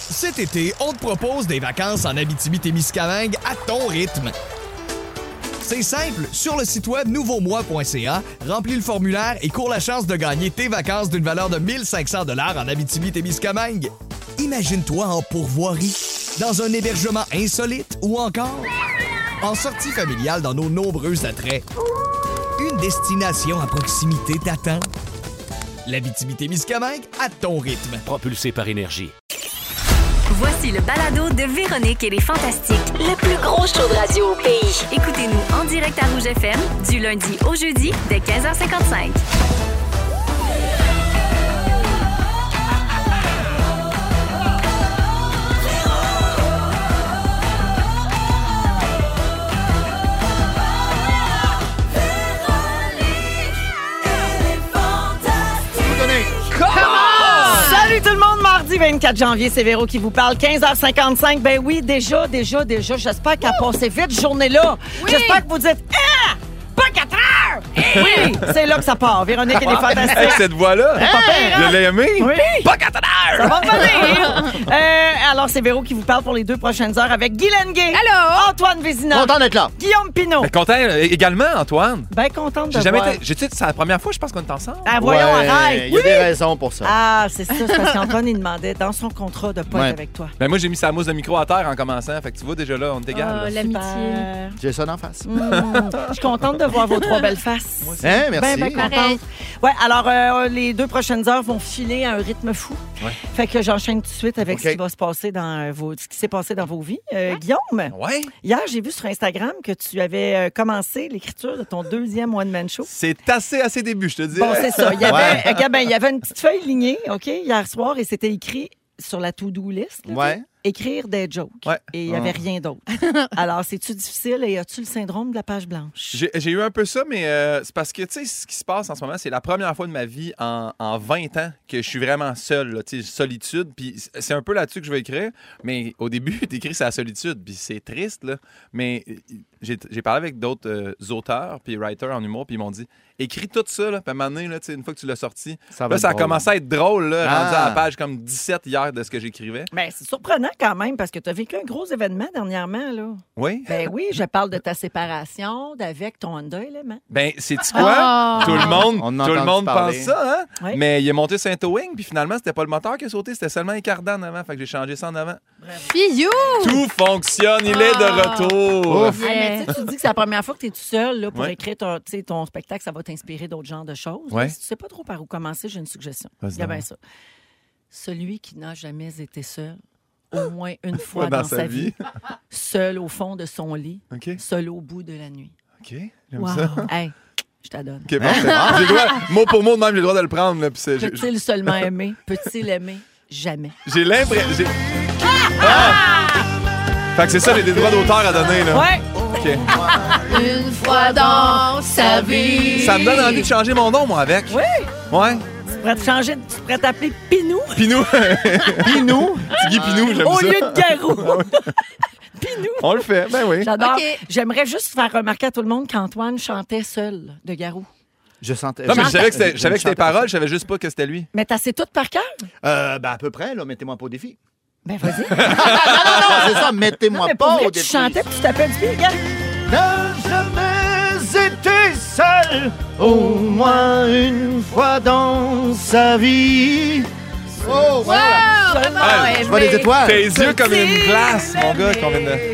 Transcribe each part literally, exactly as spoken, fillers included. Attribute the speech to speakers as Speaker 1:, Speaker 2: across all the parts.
Speaker 1: Cet été, on te propose des vacances en Abitibi-Témiscamingue à ton rythme. C'est simple, sur le site web nouveau moi point c a, remplis le formulaire et cours la chance de gagner tes vacances d'une valeur de mille cinq cents dollars en Abitibi-Témiscamingue. Imagine-toi en pourvoirie, dans un hébergement insolite ou encore en sortie familiale dans nos nombreux attraits. Une destination à proximité t'attend. L'Abitibi-Témiscamingue à ton rythme.
Speaker 2: Propulsé par Énergie.
Speaker 3: Voici le balado de Véronique et les Fantastiques.
Speaker 4: Le plus gros show de radio au pays.
Speaker 3: Écoutez-nous en direct à Rouge F M du lundi au jeudi dès quinze heures cinquante-cinq.
Speaker 5: Salut tout le monde, mardi vingt-quatre janvier, c'est Véro qui vous parle, quinze heures cinquante-cinq. Ben oui, déjà, déjà, déjà, j'espère qu'elle a passé vite, cette journée-là. Oui. J'espère que vous dites « Ah! Pas quatre heures! » Oui, c'est là que ça part. Véronique et les Fantastiques.
Speaker 6: Avec cette voix-là,
Speaker 5: hein? Pas pire, hein?
Speaker 6: Je l'ai aimé.
Speaker 5: Oui.
Speaker 6: Pas quatre heures!
Speaker 5: Ça va revenir. euh, alors, c'est Véro qui vous parle pour les deux prochaines heures avec Guy Lenguet.
Speaker 7: Allô?
Speaker 5: Antoine Vézina.
Speaker 8: Content d'être là.
Speaker 5: Guillaume Pinault.
Speaker 6: Ben, content euh, également, Antoine.
Speaker 5: Ben contente de
Speaker 6: J'ai jamais
Speaker 5: voir.
Speaker 6: été. J'ai dit, c'est la première fois, je pense qu'on est ensemble.
Speaker 5: Ah, voyons,
Speaker 8: Ouais,
Speaker 5: arrête.
Speaker 8: Il y a des raisons pour ça.
Speaker 5: Ah, c'est ça, c'est parce qu'Antoine, il demandait dans son contrat de pas
Speaker 8: Ouais.
Speaker 5: être avec toi.
Speaker 6: Ben moi, j'ai mis sa mousse de micro à terre en commençant. Fait que tu vois, déjà là, on est égal.
Speaker 7: Ah,
Speaker 6: là.
Speaker 7: l'amitié.
Speaker 5: Super.
Speaker 8: J'ai ça d'en face.
Speaker 5: Mmh. Je suis contente de voir vos trois belles faces.
Speaker 6: Moi aussi.
Speaker 8: Hein, merci.
Speaker 5: Ben, ben contente.
Speaker 7: Pareil.
Speaker 5: Ouais, alors euh, les deux prochaines heures vont filer à un rythme fou.
Speaker 6: Ouais.
Speaker 5: Fait que j'enchaîne tout de suite avec
Speaker 8: OK.
Speaker 5: ce qui va se passer dans euh, vos, ce qui s'est passé dans vos vies. Euh, Guillaume,
Speaker 6: Ouais.
Speaker 5: hier j'ai vu sur Instagram que tu avais euh, commencé l'écriture de ton deuxième one man show.
Speaker 6: C'est assez à ses débuts, je te dis.
Speaker 5: Bon, c'est ça. Il y avait,
Speaker 8: Ouais.
Speaker 5: euh, Gabin, il y avait une petite feuille lignée, ok, hier soir, et c'était écrit sur la to-do list. là,
Speaker 8: Ouais.
Speaker 5: tu sais, écrire des jokes.
Speaker 6: Ouais.
Speaker 5: Et il n'y avait
Speaker 8: Ah.
Speaker 5: rien d'autre. Alors, c'est-tu difficile et as-tu le syndrome de la page blanche?
Speaker 6: J'ai j'ai eu un peu ça, mais euh, c'est parce que, tu sais, ce qui se passe en ce moment, c'est la première fois de ma vie en, en vingt ans que je suis vraiment seul, là, tu sais, solitude. Puis c'est un peu là-dessus que je vais écrire. Mais au début, t'écris c'est la solitude, puis c'est triste, là. Mais j'ai j'ai parlé avec d'autres euh, auteurs, puis writers en humour, puis ils m'ont dit, écris tout ça, là, puis à un moment donné, là, tu sais, une fois que tu l'as sorti,
Speaker 8: Ça va
Speaker 6: là,
Speaker 8: être
Speaker 6: ça a
Speaker 8: drôle.
Speaker 6: commencé à être drôle, là,
Speaker 8: Ah.
Speaker 6: rendu à la page comme dix-sept hier de ce que j'écrivais.
Speaker 5: Ben, c'est surprenant quand même parce que tu as vécu un gros événement dernièrement. Là.
Speaker 6: Oui.
Speaker 5: Ben oui, je parle de ta séparation d'avec ton Honda Element.
Speaker 6: Ben, c'est-tu quoi?
Speaker 7: Oh.
Speaker 6: Tout le monde,
Speaker 8: On a
Speaker 6: tout le
Speaker 8: entendu
Speaker 6: monde
Speaker 8: parler.
Speaker 6: pense ça, hein?
Speaker 5: Oui.
Speaker 6: Mais il est monté sur un towing, puis finalement, c'était pas le moteur qui a sauté, c'était seulement un cardan en avant. Fait que j'ai changé ça en avant.
Speaker 7: Fillou!
Speaker 6: Tout fonctionne, il est de retour.
Speaker 8: Ouf.
Speaker 5: Ah, mais tu sais, tu dis que c'est la première fois que tu es tout seul là, pour
Speaker 6: Ouais.
Speaker 5: écrire ton, tu sais, ton spectacle, ça va t'inspirer d'autres genres de choses.
Speaker 6: Ouais.
Speaker 5: Mais si tu sais pas trop par où commencer, j'ai une suggestion.
Speaker 6: Vas-y
Speaker 5: Il y a
Speaker 6: donc.
Speaker 5: bien ça. Celui qui n'a jamais été seul, au moins une fois
Speaker 6: Dans
Speaker 5: dans,
Speaker 6: sa
Speaker 5: sa
Speaker 6: vie.
Speaker 5: vie, seul au fond de son lit,
Speaker 6: OK,
Speaker 5: seul au bout de la nuit.
Speaker 6: OK, j'aime
Speaker 5: Wow.
Speaker 6: ça.
Speaker 5: Hey, je t'adonne.
Speaker 6: OK, parfait. J'ai le droit, mot pour mot, de même, j'ai le droit de le prendre. Là, puis c'est- j'ai-
Speaker 5: Peut-il seulement aimer? Peut-il aimer? Jamais.
Speaker 6: J'ai l'impression... j'ai- Ah! Fait que c'est ça, j'ai des droits d'auteur à donner, là.
Speaker 5: Ouais!
Speaker 6: OK.
Speaker 7: Une fois dans sa vie.
Speaker 6: Ça me donne envie de changer mon nom, moi, avec.
Speaker 5: Oui!
Speaker 6: Ouais.
Speaker 5: Tu pourrais te changer, tu pourrais t'appeler Pinou
Speaker 6: Pinou.
Speaker 8: Pinou.
Speaker 6: Tiggy Pinou, j'aime
Speaker 5: au
Speaker 6: ça.
Speaker 5: lieu de Garou. Pinou.
Speaker 6: On le fait, ben oui.
Speaker 5: J'adore.
Speaker 7: OK.
Speaker 5: J'aimerais juste faire remarquer à tout le monde qu'Antoine chantait seul de Garou.
Speaker 8: Je sentais.
Speaker 6: Non, mais je
Speaker 8: je-
Speaker 6: savais que c'était je savais que c'était
Speaker 8: je
Speaker 6: les paroles,
Speaker 8: chantais
Speaker 6: je savais juste pas que c'était lui.
Speaker 5: Mais t'as assez tout par cœur?
Speaker 8: Euh, ben, à peu près, là. Mettez-moi pas au défi.
Speaker 5: Ben, vas-y.
Speaker 8: Ah, non, non, c'est ça. Mettez-moi
Speaker 5: Mais pour
Speaker 8: pas
Speaker 5: vrai,
Speaker 8: au
Speaker 5: tu
Speaker 8: défi.
Speaker 5: chantais puis tu t'appelles du pied, regarde.
Speaker 8: N'a jamais été seul, au moins une fois dans sa vie. Oh,
Speaker 7: Wow!
Speaker 5: Seulement
Speaker 6: Ah,
Speaker 8: Je vois les étoiles.
Speaker 6: Tes yeux comme une glace, mon gars, qu'on vient de...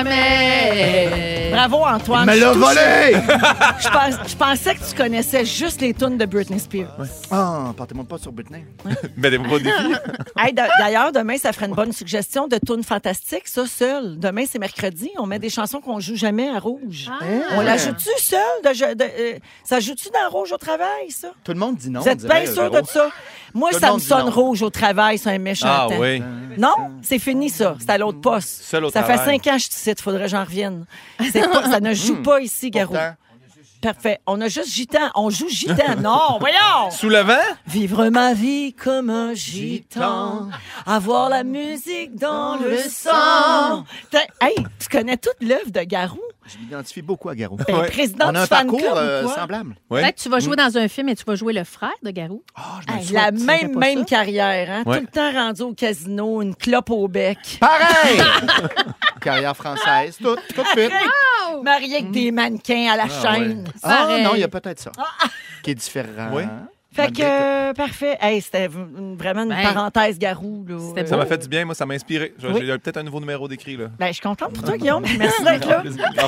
Speaker 7: Jamais.
Speaker 5: Bravo, Antoine.
Speaker 8: Me
Speaker 5: Je
Speaker 8: l'a
Speaker 5: suis touchée.
Speaker 8: volé!
Speaker 5: Je, pense- je pensais que tu connaissais juste les tunes de Britney Spears.
Speaker 8: Ah, partez-moi pas sur Britney.
Speaker 6: Ben, des pas au défi.
Speaker 5: Hey, de- d'ailleurs, demain, ça ferait une bonne suggestion de tunes fantastiques, ça, seul. Demain, c'est mercredi. On met des chansons qu'on joue jamais à Rouge.
Speaker 7: Ah.
Speaker 5: On la joue-tu seul? De, jeu- de- euh, ça joue-tu dans Rouge au travail, ça?
Speaker 8: Tout le monde dit non.
Speaker 5: Vous êtes
Speaker 8: on dirait,
Speaker 5: bien sûr
Speaker 8: Véro.
Speaker 5: de ça? Moi,
Speaker 8: Tout le
Speaker 5: ça me
Speaker 8: monde dit
Speaker 5: sonne
Speaker 8: non.
Speaker 5: Rouge au travail, c'est un méchant
Speaker 6: Ah
Speaker 5: temps.
Speaker 6: oui.
Speaker 5: Non, c'est fini, ça. C'est à l'autre poste.
Speaker 6: Seul au
Speaker 5: ça
Speaker 6: travail.
Speaker 5: fait cinq ans que je te cite. Faudrait que j'en revienne. C'est pas- ça ne joue pas ici, Garou.
Speaker 8: Pourtant,
Speaker 5: Parfait. On a juste gitan. On joue gitan. Non, voyons!
Speaker 6: Sous le vent?
Speaker 5: Vivre ma vie comme un gitan, avoir la musique dans le sang. T'as- Hey, tu connais toute l'œuvre de Garou?
Speaker 8: Je m'identifie beaucoup à Garou.
Speaker 5: Ben, président
Speaker 8: On
Speaker 5: du
Speaker 8: a un
Speaker 5: fan
Speaker 8: parcours
Speaker 5: club ou
Speaker 8: euh,
Speaker 5: quoi?
Speaker 8: semblable.
Speaker 6: Ouais.
Speaker 7: Peut-être que tu vas jouer dans un film et tu vas jouer le frère de Garou.
Speaker 8: Ah, je me
Speaker 5: Hey,
Speaker 8: le
Speaker 5: la
Speaker 8: souhaite.
Speaker 5: même,
Speaker 7: savais pas
Speaker 5: même
Speaker 7: ça.
Speaker 5: carrière, hein?
Speaker 6: Ouais.
Speaker 5: Tout le temps rendu au casino, une clope au bec.
Speaker 8: Pareil! Carrière française, tout, tout de suite.
Speaker 5: Marié avec des mannequins à la
Speaker 6: Ah,
Speaker 5: chaîne.
Speaker 8: Ah
Speaker 7: Pareil.
Speaker 8: non, il y a peut-être ça. Qui est différent.
Speaker 6: Oui.
Speaker 5: Fait que,
Speaker 8: Malgré
Speaker 5: euh, parfait. Hey, c'était v- vraiment une
Speaker 7: Ben,
Speaker 5: parenthèse Garou. Là.
Speaker 7: c'était
Speaker 6: Ça
Speaker 7: beau.
Speaker 6: m'a fait du bien, moi, ça m'a inspiré. J'ai
Speaker 5: Oui.
Speaker 6: j'ai peut-être un nouveau numéro d'écrit, là.
Speaker 5: Ben, je suis contente pour toi, Guillaume. Merci d'être là.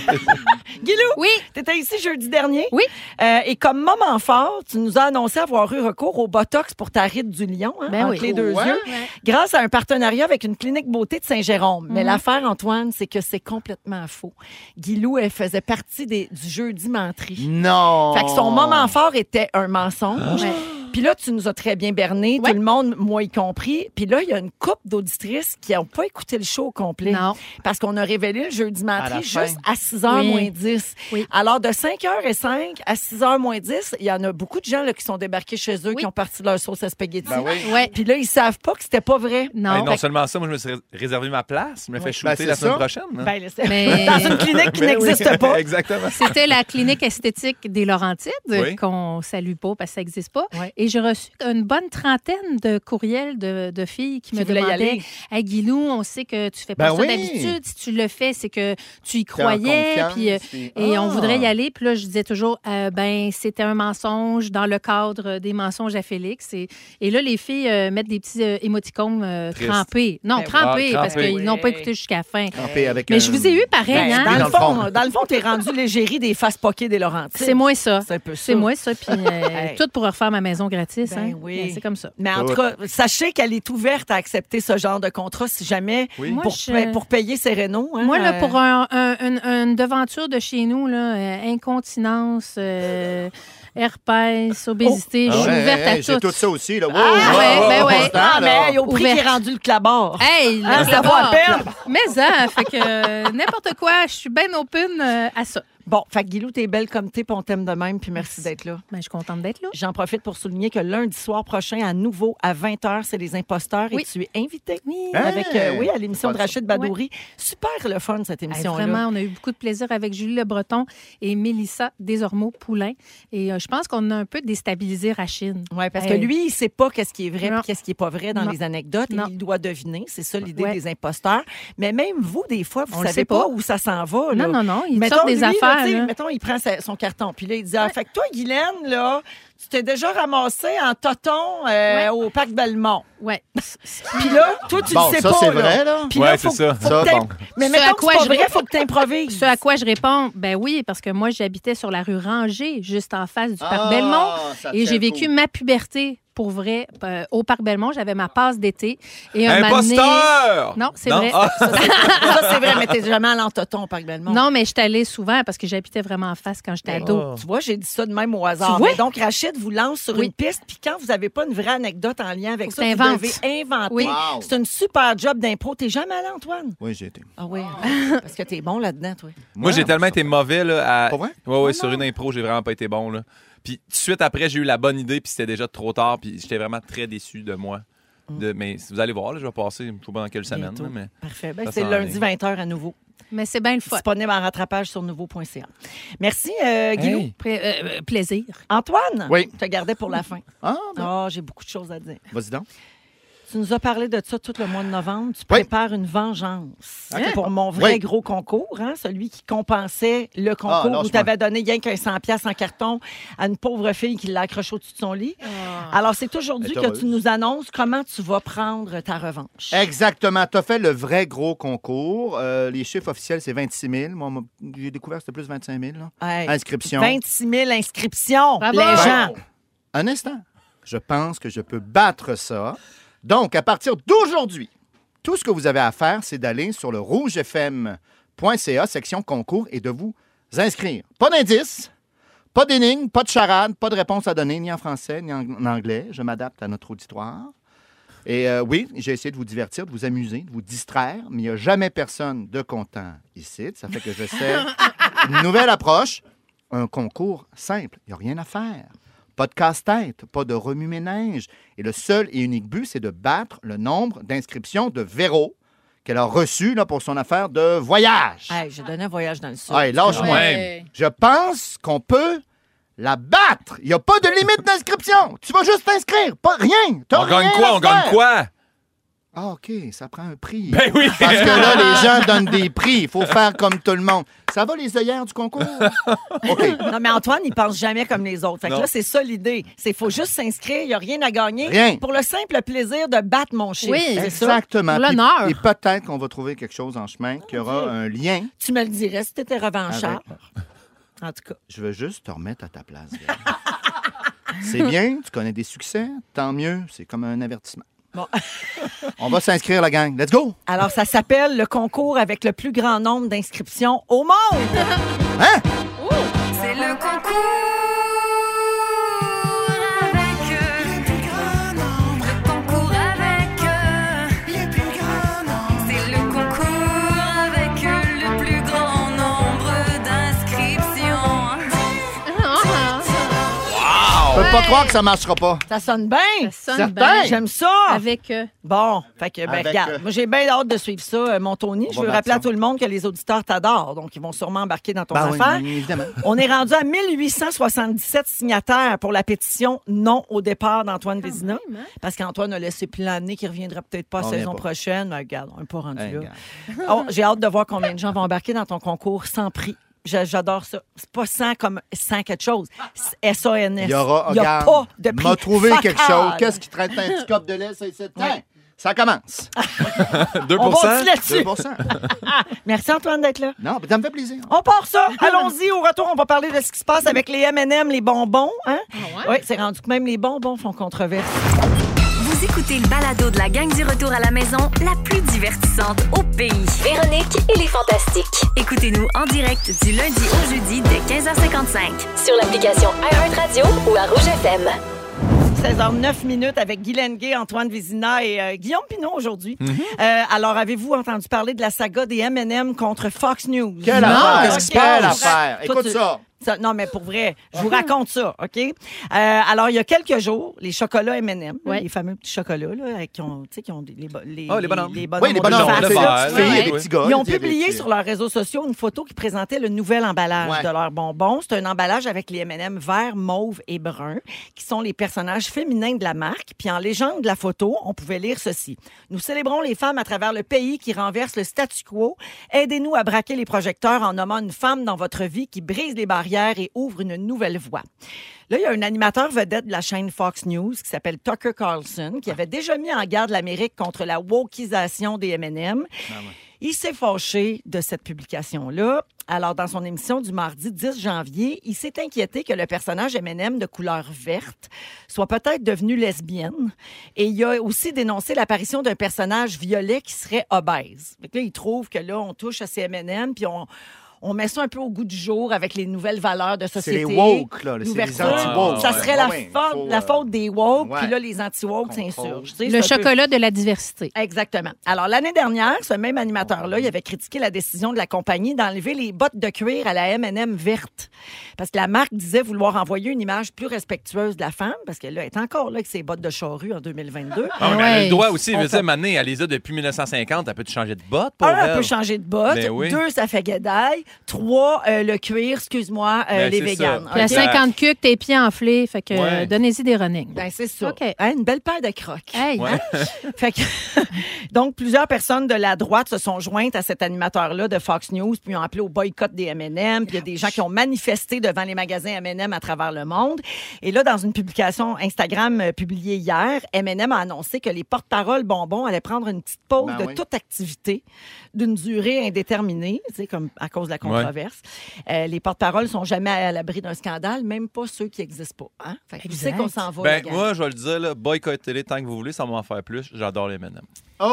Speaker 5: Guilou,
Speaker 7: Oui.
Speaker 5: t'étais ici jeudi dernier.
Speaker 7: Oui.
Speaker 5: Euh, et comme moment fort, tu nous as annoncé avoir eu recours au Botox pour ta ride du lion, hein,
Speaker 7: Ben
Speaker 5: entre
Speaker 7: oui.
Speaker 5: les deux
Speaker 8: Ouais.
Speaker 5: yeux, grâce à un partenariat avec une clinique beauté de Saint-Jérôme.
Speaker 7: Mhm.
Speaker 5: Mais l'affaire, Antoine, c'est que c'est complètement faux. Guilou, elle faisait partie des, du jeudi menterie.
Speaker 8: Non.
Speaker 5: Fait que son moment fort était un mensonge.
Speaker 7: Ouais.
Speaker 5: Puis là, tu nous as très bien berné,
Speaker 7: Ouais.
Speaker 5: tout le monde, moi y compris. Puis là, il y a une couple d'auditrices qui n'ont pas écouté le show au complet.
Speaker 7: Non.
Speaker 5: Parce qu'on a révélé le jeudi
Speaker 8: À la
Speaker 5: menterie
Speaker 8: fin.
Speaker 5: juste à six heures
Speaker 7: Oui.
Speaker 5: moins dix.
Speaker 7: Oui.
Speaker 5: Alors, de cinq heures cinq à six heures moins dix, il y en a beaucoup de gens là, qui sont débarqués chez eux,
Speaker 7: Oui.
Speaker 5: qui ont parti de leur sauce à spaghetti.
Speaker 8: Ben oui.
Speaker 7: Ouais.
Speaker 5: Puis là, ils savent pas que c'était pas vrai.
Speaker 7: Non.
Speaker 6: Hey, non seulement ça, moi, je me suis ré- réservé ma place. Je me fais
Speaker 5: Ouais.
Speaker 6: shooter
Speaker 8: Ben,
Speaker 6: la
Speaker 8: c'est
Speaker 6: semaine
Speaker 8: ça.
Speaker 6: prochaine. hein.
Speaker 5: Ben, là, c'est-
Speaker 7: Mais-
Speaker 5: Dans une clinique qui
Speaker 6: Ben oui.
Speaker 5: n'existe pas.
Speaker 6: Exactement.
Speaker 7: C'était la clinique esthétique des Laurentides,
Speaker 6: Oui.
Speaker 7: qu'on salue pas parce que ça n'existe pas.
Speaker 5: Ouais.
Speaker 7: Et j'ai reçu une bonne trentaine de courriels de, de filles qui,
Speaker 5: Qui
Speaker 7: me
Speaker 5: voulaient y
Speaker 7: demandaient
Speaker 5: aller.
Speaker 7: Hey, Guilou, on sait que tu fais pas
Speaker 8: Ben
Speaker 7: ça
Speaker 8: oui.
Speaker 7: d'habitude. Si tu le fais, c'est que tu y
Speaker 8: T'es en
Speaker 7: croyais.
Speaker 8: confiance,
Speaker 7: Puis, euh,
Speaker 8: puis-
Speaker 7: et
Speaker 8: Ah.
Speaker 7: on voudrait y aller. Puis là, je disais toujours euh, ben, c'était un mensonge dans le cadre des mensonges à Félix. Et, et là, les filles euh, mettent des petits euh, émoticônes euh,
Speaker 6: Triste.
Speaker 7: trempés. Non,
Speaker 5: Ben,
Speaker 7: trempés,
Speaker 6: ah,
Speaker 7: parce
Speaker 6: trempés.
Speaker 7: qu'ils n'ont pas
Speaker 5: Oui.
Speaker 7: écouté jusqu'à la fin.
Speaker 8: Campé avec
Speaker 7: Mais
Speaker 8: un-
Speaker 7: je vous ai eu pareil,
Speaker 5: Ben,
Speaker 7: hein?
Speaker 5: dans, le
Speaker 8: Dans le
Speaker 5: fond,
Speaker 8: fond.
Speaker 5: dans le fond, t'es rendu l'égérie des faces poquées des Laurentides.
Speaker 7: C'est moi ça.
Speaker 5: C'est un peu ça.
Speaker 7: C'est moi ça. Puis euh,
Speaker 5: Hey.
Speaker 7: tout pour refaire ma maison gratis.
Speaker 5: Ben
Speaker 7: hein?
Speaker 5: oui.
Speaker 7: Ben, c'est comme ça.
Speaker 5: Mais en tout cas, sachez qu'elle est ouverte à accepter ce genre de contrat si jamais
Speaker 6: Oui.
Speaker 7: Moi,
Speaker 5: pour,
Speaker 7: je-
Speaker 5: pour payer ses rénaux. hein,
Speaker 7: Moi, là,
Speaker 5: euh,
Speaker 7: pour un, un- une, une devanture de chez nous, là, euh, incontinence, euh, herpès, obésité,
Speaker 8: Ah
Speaker 7: je suis
Speaker 8: ouais,
Speaker 7: ouverte
Speaker 8: hey,
Speaker 7: à
Speaker 8: J'ai
Speaker 7: tout.
Speaker 8: tout ça aussi. Là. Wow,
Speaker 7: Ah,
Speaker 8: wow,
Speaker 7: ouais,
Speaker 8: wow,
Speaker 7: ben
Speaker 8: wow,
Speaker 7: ouais.
Speaker 8: constant,
Speaker 5: Ah,
Speaker 8: là.
Speaker 5: mais au prix
Speaker 7: Ouverte.
Speaker 5: qui est rendu le clabard.
Speaker 7: Hey, le
Speaker 5: Hein, ça vaut
Speaker 7: clabard.
Speaker 5: à peine.
Speaker 7: Mais ça, fait que euh, n'importe quoi, je suis bien open euh, à ça.
Speaker 5: Bon, fait que Guilou, t'es belle comme t'es, puis on t'aime de même, puis merci d'être là.
Speaker 7: Ben, je suis contente d'être là.
Speaker 5: J'en profite pour souligner que lundi soir prochain, à nouveau, à vingt heures, c'est Les Imposteurs
Speaker 7: Oui.
Speaker 5: et tu es invité.
Speaker 7: Oui.
Speaker 5: Avec, euh,
Speaker 8: Hey!
Speaker 5: oui, à l'émission de
Speaker 8: Pas
Speaker 5: Rachid Badouri. Super le fun, cette
Speaker 7: Hey,
Speaker 5: émission-là.
Speaker 7: vraiment, on a eu beaucoup de plaisir avec Julie Le Breton et Mélissa Desormeaux-Poulain. Et euh, je pense qu'on a un peu déstabilisé Rachid.
Speaker 5: Oui, parce
Speaker 7: Hey.
Speaker 5: que lui, il sait pas qu'est-ce qui est vrai
Speaker 7: Non.
Speaker 5: et qu'est-ce qui est pas vrai dans
Speaker 7: Non.
Speaker 5: les anecdotes. Et
Speaker 7: Non.
Speaker 5: il doit deviner. C'est ça l'idée
Speaker 7: Ouais.
Speaker 5: des imposteurs. Mais même vous, des fois, vous
Speaker 7: On le
Speaker 5: savez
Speaker 7: sait
Speaker 5: pas.
Speaker 7: pas.
Speaker 5: où ça s'en va. Là.
Speaker 7: Non, non, non, il
Speaker 5: Mettons,
Speaker 7: sort des
Speaker 5: lui, là,
Speaker 7: affaires.
Speaker 5: tu sais,
Speaker 7: là.
Speaker 5: mettons, il prend sa- son carton. Puis là, il dit ah, fait que toi, Guylaine, là, tu t'es déjà ramassé en toton euh,
Speaker 7: Ouais.
Speaker 5: au parc Belmont.
Speaker 7: Ouais.
Speaker 5: Puis là, toi, tu
Speaker 8: Bon,
Speaker 5: le sais
Speaker 8: ça,
Speaker 5: pas.
Speaker 8: c'est
Speaker 5: là.
Speaker 8: vrai, là.
Speaker 5: Puis
Speaker 6: Ouais,
Speaker 5: là,
Speaker 6: c'est
Speaker 5: faut-
Speaker 6: ça.
Speaker 5: faut
Speaker 8: Ça,
Speaker 5: que t'aies-
Speaker 8: bon.
Speaker 5: Mais
Speaker 7: Ce
Speaker 5: mettons
Speaker 7: à
Speaker 5: que
Speaker 7: quoi
Speaker 5: c'est pas
Speaker 7: je
Speaker 5: vrai,
Speaker 7: réponds-
Speaker 5: faut que tu improvises.
Speaker 7: Ce à quoi je réponds, ben oui, parce que moi, j'habitais sur la rue Rangée, juste en face du parc
Speaker 8: Ah,
Speaker 7: Belmont.
Speaker 8: ça
Speaker 7: Et
Speaker 8: tient
Speaker 7: j'ai
Speaker 8: le
Speaker 7: vécu
Speaker 8: coup.
Speaker 7: ma puberté, pour vrai, euh, au parc Belmont. J'avais ma passe d'été. Et un moment donné-
Speaker 6: Imposteur!
Speaker 7: Non, c'est vrai.
Speaker 6: Ah,
Speaker 5: Ça, c'est vrai, mais t'es jamais allé en toton au parc Belmont.
Speaker 7: Non, mais je suis allée souvent parce que j'habitais vraiment en face quand j'étais ado.
Speaker 5: Tu vois, j'ai dit ça de même au hasard.
Speaker 7: Tu vois?
Speaker 5: Mais donc, Rachid vous lance sur
Speaker 7: Oui.
Speaker 5: une piste, puis quand vous n'avez pas une vraie anecdote en lien avec
Speaker 7: Faut
Speaker 5: ça,
Speaker 7: que
Speaker 5: vous
Speaker 7: t'inventes.
Speaker 5: devez inventer.
Speaker 7: Oui.
Speaker 8: Wow.
Speaker 5: C'est une super job d'impro. T'es jamais allé, Antoine?
Speaker 8: Oui, j'ai été.
Speaker 5: Ah oui, parce que t'es bon là-dedans, toi.
Speaker 6: Moi, j'ai tellement été mauvais là, à.
Speaker 8: Pas vrai?
Speaker 6: Ouais, ouais, sur une impro, j'ai vraiment pas été bon. Là. Puis tout de suite après, j'ai eu la bonne idée, puis c'était déjà trop tard, puis j'étais vraiment très déçu de moi. De, mais vous allez voir, là, je vais passer, je ne sais pas dans quelle semaine.
Speaker 5: Bientôt.
Speaker 6: là, mais...
Speaker 5: Parfait. Ben,
Speaker 6: Ça
Speaker 5: c'est
Speaker 6: s'en
Speaker 5: lundi
Speaker 6: vient.
Speaker 5: vingt heures à nouveau.
Speaker 7: Mais c'est bien le fun.
Speaker 5: Disponible en rattrapage sur nouveau point c a. Merci, euh, Guilou.
Speaker 6: Hey.
Speaker 7: Pla- euh, plaisir.
Speaker 5: Antoine,
Speaker 8: Oui.
Speaker 5: je te gardais pour la fin.
Speaker 8: Ah, ben,
Speaker 5: Oh, j'ai beaucoup de choses à dire.
Speaker 8: vas-y donc.
Speaker 5: Tu nous as parlé de ça tout le mois de novembre. Tu
Speaker 8: Oui.
Speaker 5: prépares une vengeance
Speaker 8: OK.
Speaker 5: pour mon vrai
Speaker 8: Oui.
Speaker 5: gros concours, hein, celui qui compensait le
Speaker 8: Ah,
Speaker 5: concours où
Speaker 8: lâche-moi.
Speaker 5: tu avais donné rien qu'un cent piastres en carton à une pauvre fille qui l'a accroché au-dessus de son lit. Alors, c'est aujourd'hui
Speaker 8: Elle est
Speaker 5: que
Speaker 8: heureuse.
Speaker 5: tu nous annonces comment tu vas prendre ta revanche.
Speaker 8: Exactement. Tu as fait le vrai gros concours. Euh, les chiffres officiels, c'est vingt-six mille. Moi, moi, j'ai découvert que c'était plus vingt-cinq mille. là.
Speaker 5: Hey,
Speaker 8: Inscription.
Speaker 5: vingt-six mille inscriptions.
Speaker 7: Bravo.
Speaker 5: Les
Speaker 7: Ouais.
Speaker 5: gens.
Speaker 8: Un instant. Je pense que je peux battre ça. Donc, à partir d'aujourd'hui, tout ce que vous avez à faire, c'est d'aller sur le rouge f m point c a, section concours, et de vous inscrire. Pas d'indice, pas d'énigme, pas de charade, pas de réponse à donner, ni en français, ni en, en anglais. Je m'adapte à notre auditoire. Et euh, oui, j'ai essayé de vous divertir, de vous amuser, de vous distraire, mais il n'y a jamais personne de content ici. Ça fait que j'essaie une nouvelle approche. Un concours simple, il n'y a rien à faire. Pas de casse-tête, pas de remue-ménage. Et le seul et unique but, c'est de battre le nombre d'inscriptions de Véro, qu'elle a reçu là, pour son affaire de voyage.
Speaker 5: Hey, j'ai donné un voyage dans le sud.
Speaker 8: Hey, lâche-moi.
Speaker 7: Ouais.
Speaker 8: Je pense qu'on peut la battre. Il n'y a pas de limite d'inscription. Tu vas juste t'inscrire. Pas rien. T'as
Speaker 6: On gagne
Speaker 8: rien
Speaker 6: quoi?
Speaker 8: à
Speaker 6: On gagne
Speaker 8: faire.
Speaker 6: quoi?
Speaker 8: Ah, OK, ça prend un prix.
Speaker 6: Ben oui!
Speaker 8: Parce que là, les gens donnent des prix. Il faut faire comme tout le monde. Ça va, les œillères du concours? OK.
Speaker 5: Non, mais Antoine, il pense jamais comme les autres. Fait que
Speaker 6: Non.
Speaker 5: là, c'est ça l'idée. C'est faut juste s'inscrire, il n'y a rien à gagner.
Speaker 8: Rien.
Speaker 5: Pour le simple plaisir de battre mon chiffre.
Speaker 7: Oui.
Speaker 5: C'est ça.
Speaker 8: Exactement.
Speaker 7: Pour
Speaker 8: Puis-
Speaker 7: l'honneur.
Speaker 8: Et peut-être qu'on va trouver quelque chose en chemin qui aura un lien.
Speaker 5: Tu me le dirais si tu étais revanchard.
Speaker 8: Avec-
Speaker 5: En tout cas.
Speaker 8: Je veux juste te remettre à ta place. Véro. C'est bien, tu connais des succès, tant mieux, c'est comme un avertissement.
Speaker 5: Bon.
Speaker 8: On va s'inscrire, la gang. Let's go!
Speaker 5: Alors, ça s'appelle le concours avec le plus grand nombre d'inscriptions au monde.
Speaker 8: Hein?
Speaker 3: C'est le concours avec euh, les plus grands nombres. Le concours avec euh, les plus grands nombres. C'est le concours avec euh, le plus grand nombre d'inscriptions.
Speaker 8: Je peux pas croire que ça marchera pas.
Speaker 5: Ça sonne bien.
Speaker 7: Ça sonne
Speaker 8: Certain.
Speaker 7: bien.
Speaker 5: J'aime ça.
Speaker 7: Avec... euh,
Speaker 5: Bon, fait que, ben,
Speaker 8: Avec,
Speaker 5: regarde,
Speaker 8: euh,
Speaker 5: moi, j'ai bien hâte de suivre ça, euh, mon Tony.
Speaker 8: On
Speaker 5: Je
Speaker 8: va
Speaker 5: veux
Speaker 8: battre
Speaker 5: rappeler à
Speaker 8: ça.
Speaker 5: tout le monde que les auditeurs t'adorent, donc ils vont sûrement embarquer dans ton
Speaker 8: Ben oui,
Speaker 5: affaire.
Speaker 8: bien évidemment.
Speaker 5: On est rendu à mille huit cent soixante-dix-sept signataires pour la pétition non au départ d'Antoine Vézina.
Speaker 7: même, hein?
Speaker 5: Parce qu'Antoine a laissé planer qu'il ne reviendra peut-être pas la
Speaker 8: On
Speaker 5: saison
Speaker 8: vient pas.
Speaker 5: prochaine. Mais regarde, on n'est pas rendu
Speaker 8: Hey,
Speaker 5: là.
Speaker 8: regarde.
Speaker 5: Oh, j'ai hâte de voir combien de gens vont embarquer dans ton concours sans prix. J'a- J'adore ça. C'est pas sans comme sans quelque chose. C'est S A N S.
Speaker 8: Il y aura,
Speaker 5: Il y a
Speaker 8: regarde,
Speaker 5: pas de prix.
Speaker 8: m'a trouvé
Speaker 5: Fuck
Speaker 8: quelque
Speaker 5: all.
Speaker 8: chose. Qu'est-ce qui traite un petit cop de lait, ça, ici? Tiens, ça commence.
Speaker 6: deux
Speaker 5: On
Speaker 6: pour cent?
Speaker 5: va là-dessus.
Speaker 8: deux pour cent.
Speaker 5: Merci Antoine d'être là.
Speaker 8: Non, mais ça me fait plaisir.
Speaker 5: On part ça. Allons-y. Au retour, on va parler de ce qui se passe avec les M and M, les bonbons. Hein?
Speaker 7: ouais?
Speaker 5: Oui, c'est rendu que même les bonbons font controverse.
Speaker 3: Vous écoutez le balado de la gang du retour à la maison, la plus divertissante au pays.
Speaker 4: Véronique et les Fantastiques.
Speaker 3: Écoutez-nous en direct du lundi au jeudi dès quinze heures cinquante-cinq.
Speaker 4: Sur l'application iHeartRadio ou à Rouge F M.
Speaker 5: seize heures neuf minutes avec Guy Lenguet, Antoine Vézina et euh, Guillaume Pinot aujourd'hui. Euh, alors, avez-vous entendu parler de la saga des M and M contre Fox News?
Speaker 8: Quelle
Speaker 5: Non,
Speaker 8: affaire!
Speaker 5: qu'est-ce qui se
Speaker 8: Quelle
Speaker 5: passe?
Speaker 8: affaire!
Speaker 5: Toi,
Speaker 8: Écoute
Speaker 5: tu-
Speaker 8: ça.
Speaker 5: Ça, non, mais pour vrai, je vous raconte ça, OK? Euh, alors, il y a quelques jours, les chocolats M and M,
Speaker 7: Ouais.
Speaker 5: les fameux petits chocolats, là, avec- qui ont, tu sais, qui ont des, les, bo- les,
Speaker 6: Ah, les bonhommes.
Speaker 5: les
Speaker 8: Oui, les
Speaker 5: au
Speaker 8: bonhommes,
Speaker 5: face,
Speaker 6: le
Speaker 8: des
Speaker 5: là.
Speaker 6: vert,
Speaker 8: petites filles
Speaker 6: ouais.
Speaker 8: et des petits gars.
Speaker 5: Ils ont
Speaker 8: il y a des
Speaker 5: publié
Speaker 8: petits-
Speaker 5: sur leurs réseaux sociaux une photo qui présentait le nouvel emballage
Speaker 8: Ouais.
Speaker 5: de leurs bonbons. C'est un emballage avec les M and M vert, mauve et brun, qui sont les personnages féminins de la marque. Puis en légende de la photo, on pouvait lire ceci. Nous célébrons les femmes à travers le pays qui renversent le statu quo. Aidez-nous à braquer les projecteurs en nommant une femme dans votre vie qui brise les barrières et ouvre une nouvelle voie. Là, il y a un animateur vedette de la chaîne Fox News qui s'appelle Tucker Carlson, qui avait déjà mis en garde l'Amérique contre la wokisation des M and M. Il s'est fâché de cette publication-là. Alors, dans son émission du mardi dix janvier, il s'est inquiété que le personnage M and M de couleur verte soit peut-être devenu lesbienne. Et il a aussi dénoncé l'apparition d'un personnage violet qui serait obèse. Fait que là, il trouve que là, on touche à ces M and M, puis on... On met ça un peu au goût du jour avec les nouvelles valeurs de
Speaker 8: C'est
Speaker 5: société.
Speaker 8: les woke, là. C'est les
Speaker 5: L'ouverture.
Speaker 8: anti-woke.
Speaker 5: Ça
Speaker 6: Ouais,
Speaker 5: serait la,
Speaker 8: Ouais,
Speaker 5: faute,
Speaker 8: faut,
Speaker 5: la
Speaker 8: euh,
Speaker 5: faute des woke,
Speaker 8: ouais.
Speaker 5: puis là, les anti-woke
Speaker 8: Contrôle.
Speaker 5: s'insurgent. Tu sais,
Speaker 7: Le
Speaker 5: c'est un peu-
Speaker 7: chocolat de la diversité.
Speaker 5: Exactement. Alors, l'année dernière, ce même animateur-là, il avait critiqué la décision de la compagnie d'enlever les bottes de cuir à la M and M verte. Parce que la marque disait vouloir envoyer une image plus respectueuse de la femme, parce qu'elle là, est encore là avec ses bottes de charrue en deux mille vingt-deux.
Speaker 6: Ah, mais elle a
Speaker 7: Ouais.
Speaker 6: le droit aussi.
Speaker 5: On
Speaker 6: Je veux
Speaker 5: fait-
Speaker 6: dire, Mané, elle les a depuis mille neuf cent cinquante. Elle peut-tu changer de botte pour
Speaker 5: Un, elle
Speaker 6: elle?
Speaker 5: peut changer de bottes.
Speaker 6: Ben oui.
Speaker 5: Deux, ça fait guédaille. Trois, euh, le cuir, excuse-moi, euh,
Speaker 6: Ben,
Speaker 5: les
Speaker 6: c'est
Speaker 5: véganes.
Speaker 6: ça.
Speaker 7: Puis à
Speaker 6: Exact.
Speaker 7: cinquante cucs, tes pieds enflés. Fait que
Speaker 6: Ouais.
Speaker 7: euh, donnez-y des running.
Speaker 5: Ben, c'est ça.
Speaker 7: OK.
Speaker 5: Hein, une belle paire de crocs.
Speaker 7: Hey,
Speaker 6: Ouais.
Speaker 5: Fait que, donc, plusieurs personnes de la droite se sont jointes à cet animateur-là de Fox News, puis ont appelé au boycott des M and M. Puis il y a des gens qui ont manifesté devant les magasins M and M à travers le monde. Et là, dans une publication Instagram euh, publiée hier, M and M a annoncé que les porte-paroles bonbons allaient prendre une petite pause
Speaker 8: Ben
Speaker 5: de
Speaker 8: oui.
Speaker 5: toute activité d'une durée indéterminée, tu sais, comme à cause de la controverse. Euh, les porte-paroles sont jamais à l'abri d'un scandale, même pas ceux qui n'existent pas. Hein? Fait que tu sais
Speaker 7: Exact.
Speaker 5: qu'on s'en va. la
Speaker 6: Ben,
Speaker 5: gang.
Speaker 6: moi, je vais le dire, là, boycottez-les tant que vous voulez, ça va m'en faire plus. J'adore les M and M.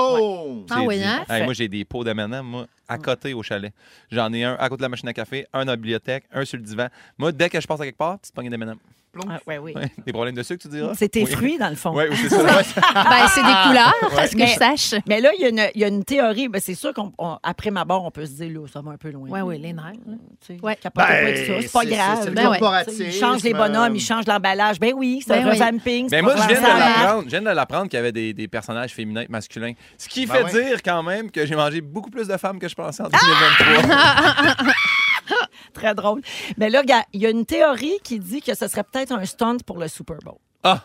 Speaker 8: Oh!
Speaker 7: Ah
Speaker 6: C'est
Speaker 7: oui,
Speaker 6: dit.
Speaker 7: hein?
Speaker 6: Hey, moi, j'ai des pots d'M and M, moi, à côté au chalet. J'en ai un à côté de la machine à café, un dans la bibliothèque, un sur le divan. Moi, dès que je passe à quelque part, petite poignée d'M and M.
Speaker 5: Ah, ouais, oui.
Speaker 6: Ouais, des problèmes de sucre, tu diras?
Speaker 5: C'est tes
Speaker 6: Oui.
Speaker 5: fruits, dans le fond.
Speaker 6: Oui, oui, c'est ça.
Speaker 7: Ben, c'est des couleurs, à ce que
Speaker 5: Mais-
Speaker 7: je sache.
Speaker 5: Mais là, il y, a une- il y a une théorie. Ben, c'est sûr qu'après ma barre, on peut se dire, là, ça va un peu loin.
Speaker 7: Oui, oui, les nerfs. là.
Speaker 5: Tu sais,
Speaker 7: Ouais.
Speaker 5: capotez pas
Speaker 8: Ben,
Speaker 5: avec ça, c'est pas
Speaker 8: c'est-
Speaker 5: grave.
Speaker 8: c'est le
Speaker 7: Ben ouais.
Speaker 8: corporatisme.
Speaker 5: Ils changent les bonhommes, ils changent l'emballage. Ben oui, c'est
Speaker 7: Ben
Speaker 5: un
Speaker 7: oui.
Speaker 5: revamping. c'est
Speaker 6: Mais
Speaker 5: pas
Speaker 6: moi, je viens de
Speaker 5: vraiment ça.
Speaker 6: l'apprendre. Je viens de l'apprendre qu'il y avait des, des personnages féminins et masculins. Ce qui
Speaker 8: Ben
Speaker 6: fait
Speaker 8: ouais.
Speaker 6: dire quand même que j'ai mangé beaucoup plus de femmes que je pensais en deux mille vingt-trois.
Speaker 5: Très drôle. Mais là, gars, il y a une théorie qui dit que ce serait peut-être un stunt pour le Super Bowl.
Speaker 7: Ah!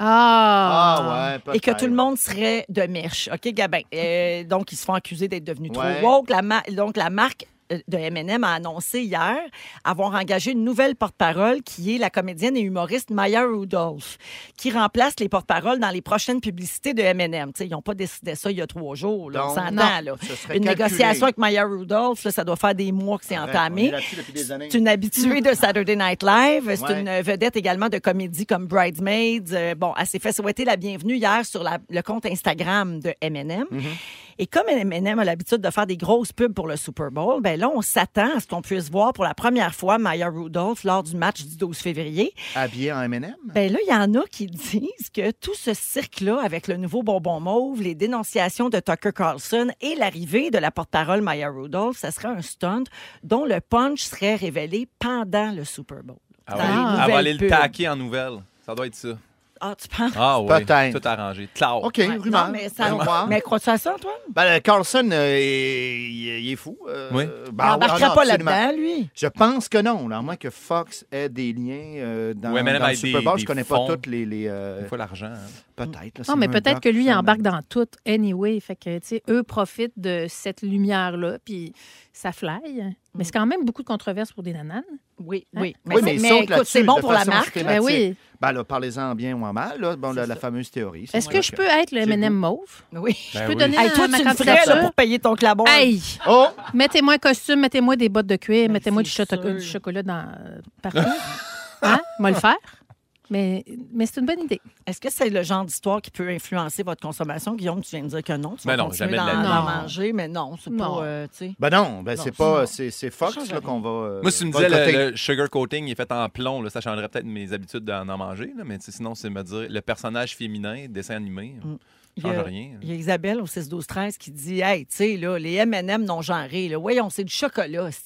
Speaker 8: Ah, ouais, peut-être.
Speaker 5: Et que tout le monde serait de mèche. OK, Gabin? Euh, donc, ils se font accuser d'être devenus
Speaker 8: Ouais.
Speaker 5: trop woke. La ma- donc, la marque euh, de M and M a annoncé hier avoir engagé une nouvelle porte-parole qui est la comédienne et humoriste Maya Rudolph, qui remplace les porte-paroles dans les prochaines publicités de M and M. Tu sais, ils n'ont pas décidé ça il y a trois jours. Là, on
Speaker 8: Donc,
Speaker 5: s'entend.
Speaker 7: non.
Speaker 5: Là.
Speaker 8: Ce serait
Speaker 5: Une
Speaker 8: calculé.
Speaker 5: négociation avec Maya Rudolph, là, ça doit faire des mois que c'est
Speaker 8: Ouais,
Speaker 5: entamé.
Speaker 8: on est là-dessus depuis des années.
Speaker 5: C'est une habituée de Saturday Night Live. C'est
Speaker 8: Ouais.
Speaker 5: une vedette également de comédie comme Bridesmaids. Euh, bon, elle s'est fait souhaiter la bienvenue hier sur la- le compte Instagram de M and M.
Speaker 8: Mm-hmm.
Speaker 5: Et comme M and M a l'habitude de faire des grosses pubs pour le Super Bowl, ben là, on s'attend à ce qu'on puisse voir pour la première fois Maya Rudolph lors du match du douze février.
Speaker 8: Habillé en M and M?
Speaker 5: Ben là, il y en a qui disent que tout ce cirque-là, avec le nouveau bonbon mauve, les dénonciations de Tucker Carlson et l'arrivée de la porte-parole Maya Rudolph, ça serait un stunt dont le punch serait révélé pendant le Super Bowl.
Speaker 6: Elle
Speaker 5: Dans
Speaker 6: va
Speaker 5: les
Speaker 6: aller- elle va
Speaker 5: nouvelles
Speaker 6: aller le
Speaker 5: pubs.
Speaker 6: taquer en nouvelles. Ça doit être ça.
Speaker 5: Ah, tu penses?
Speaker 6: Ah oui,
Speaker 8: Peut-être.
Speaker 6: tout arrangé. Clau.
Speaker 8: OK,
Speaker 5: Ouais,
Speaker 8: rumeur.
Speaker 5: non, mais, ça,
Speaker 8: Rumeur.
Speaker 5: mais crois-tu à ça, Antoine?
Speaker 8: Ben, le Carlson, euh, il, il est fou. euh,
Speaker 6: Oui.
Speaker 8: ben,
Speaker 5: Il
Speaker 8: oui,
Speaker 5: n'embarquera
Speaker 8: ah non,
Speaker 5: pas
Speaker 8: absolument.
Speaker 5: là-dedans, lui.
Speaker 8: Je pense que non, là, à moins que Fox ait des liens euh, dans,
Speaker 6: Ouais, mais même
Speaker 8: dans le
Speaker 6: avec
Speaker 8: Super
Speaker 6: des-
Speaker 8: Bowl.
Speaker 6: des
Speaker 8: Je connais
Speaker 6: fonds.
Speaker 8: pas toutes les... les euh,
Speaker 6: Il faut l'argent. hein.
Speaker 8: peut-être. là,
Speaker 7: Non,
Speaker 8: c'est
Speaker 7: mais
Speaker 8: un
Speaker 7: peut-être
Speaker 8: doc,
Speaker 7: que lui, il
Speaker 8: ça,
Speaker 7: embarque
Speaker 8: mais-
Speaker 7: dans tout, anyway. Fait que, tu sais, eux profitent de cette lumière-là, puis ça fly. Mais c'est quand même beaucoup de controverses pour des nananes.
Speaker 5: Oui,
Speaker 7: Hein?
Speaker 5: oui.
Speaker 8: Oui, mais ils
Speaker 5: mais
Speaker 8: sautent
Speaker 5: écoute,
Speaker 8: là-dessus
Speaker 5: c'est bon
Speaker 8: de
Speaker 5: pour la
Speaker 8: façon
Speaker 5: marque.
Speaker 8: systématique.
Speaker 7: Ben oui.
Speaker 8: Ben là, parlez-en en bien ou en mal, là. Bon, la,
Speaker 5: C'est
Speaker 8: la
Speaker 5: ça.
Speaker 8: fameuse théorie.
Speaker 7: Est-ce que je peux être le
Speaker 8: C'est
Speaker 7: M and M
Speaker 8: beau.
Speaker 7: mauve?
Speaker 5: Oui.
Speaker 7: Je
Speaker 6: Ben
Speaker 7: peux
Speaker 6: oui.
Speaker 7: donner
Speaker 5: Hey, toi,
Speaker 7: ma
Speaker 5: tu le ferais
Speaker 7: candidature?
Speaker 5: là, pour payer ton clabon.
Speaker 7: Hey!
Speaker 8: Oh!
Speaker 7: Mettez-moi un costume, mettez-moi des bottes de cuir,
Speaker 5: Ben,
Speaker 7: mettez-moi du,
Speaker 5: c'est
Speaker 7: choto-
Speaker 5: sûr.
Speaker 7: du chocolat dans, euh, partout. Hein? Moi le faire. Mais, mais c'est une bonne idée.
Speaker 5: Est-ce que c'est le genre d'histoire qui peut influencer votre consommation? Guillaume, tu viens de dire que non. Tu vas
Speaker 6: Ben non,
Speaker 5: continuer
Speaker 6: jamais de
Speaker 5: d'en,
Speaker 6: la
Speaker 7: vie.
Speaker 5: d'en
Speaker 7: Non.
Speaker 5: manger, mais non, c'est
Speaker 7: Non.
Speaker 5: pas... euh, tu sais.
Speaker 8: Ben non, ben
Speaker 5: Non,
Speaker 8: c'est
Speaker 5: c'est
Speaker 8: pas...
Speaker 5: non.
Speaker 8: C'est, c'est
Speaker 5: Ça
Speaker 8: Fox,
Speaker 5: change
Speaker 8: là,
Speaker 5: rien.
Speaker 8: qu'on va... euh,
Speaker 6: Moi, si tu me disais
Speaker 8: boycotter.
Speaker 6: le, le sugar coating il est fait en plomb, là, ça changerait peut-être mes habitudes d'en en manger. Là, mais tu sais, sinon, c'est me dire le personnage féminin, dessin animé,
Speaker 5: Mm.
Speaker 6: ça
Speaker 5: Il y,
Speaker 6: change
Speaker 5: a,
Speaker 6: rien.
Speaker 5: il y a Isabelle au six douze treize qui dit « Hey, tu sais, là, les M and M non genrés, là, voyons, c'est du chocolat, hostie. »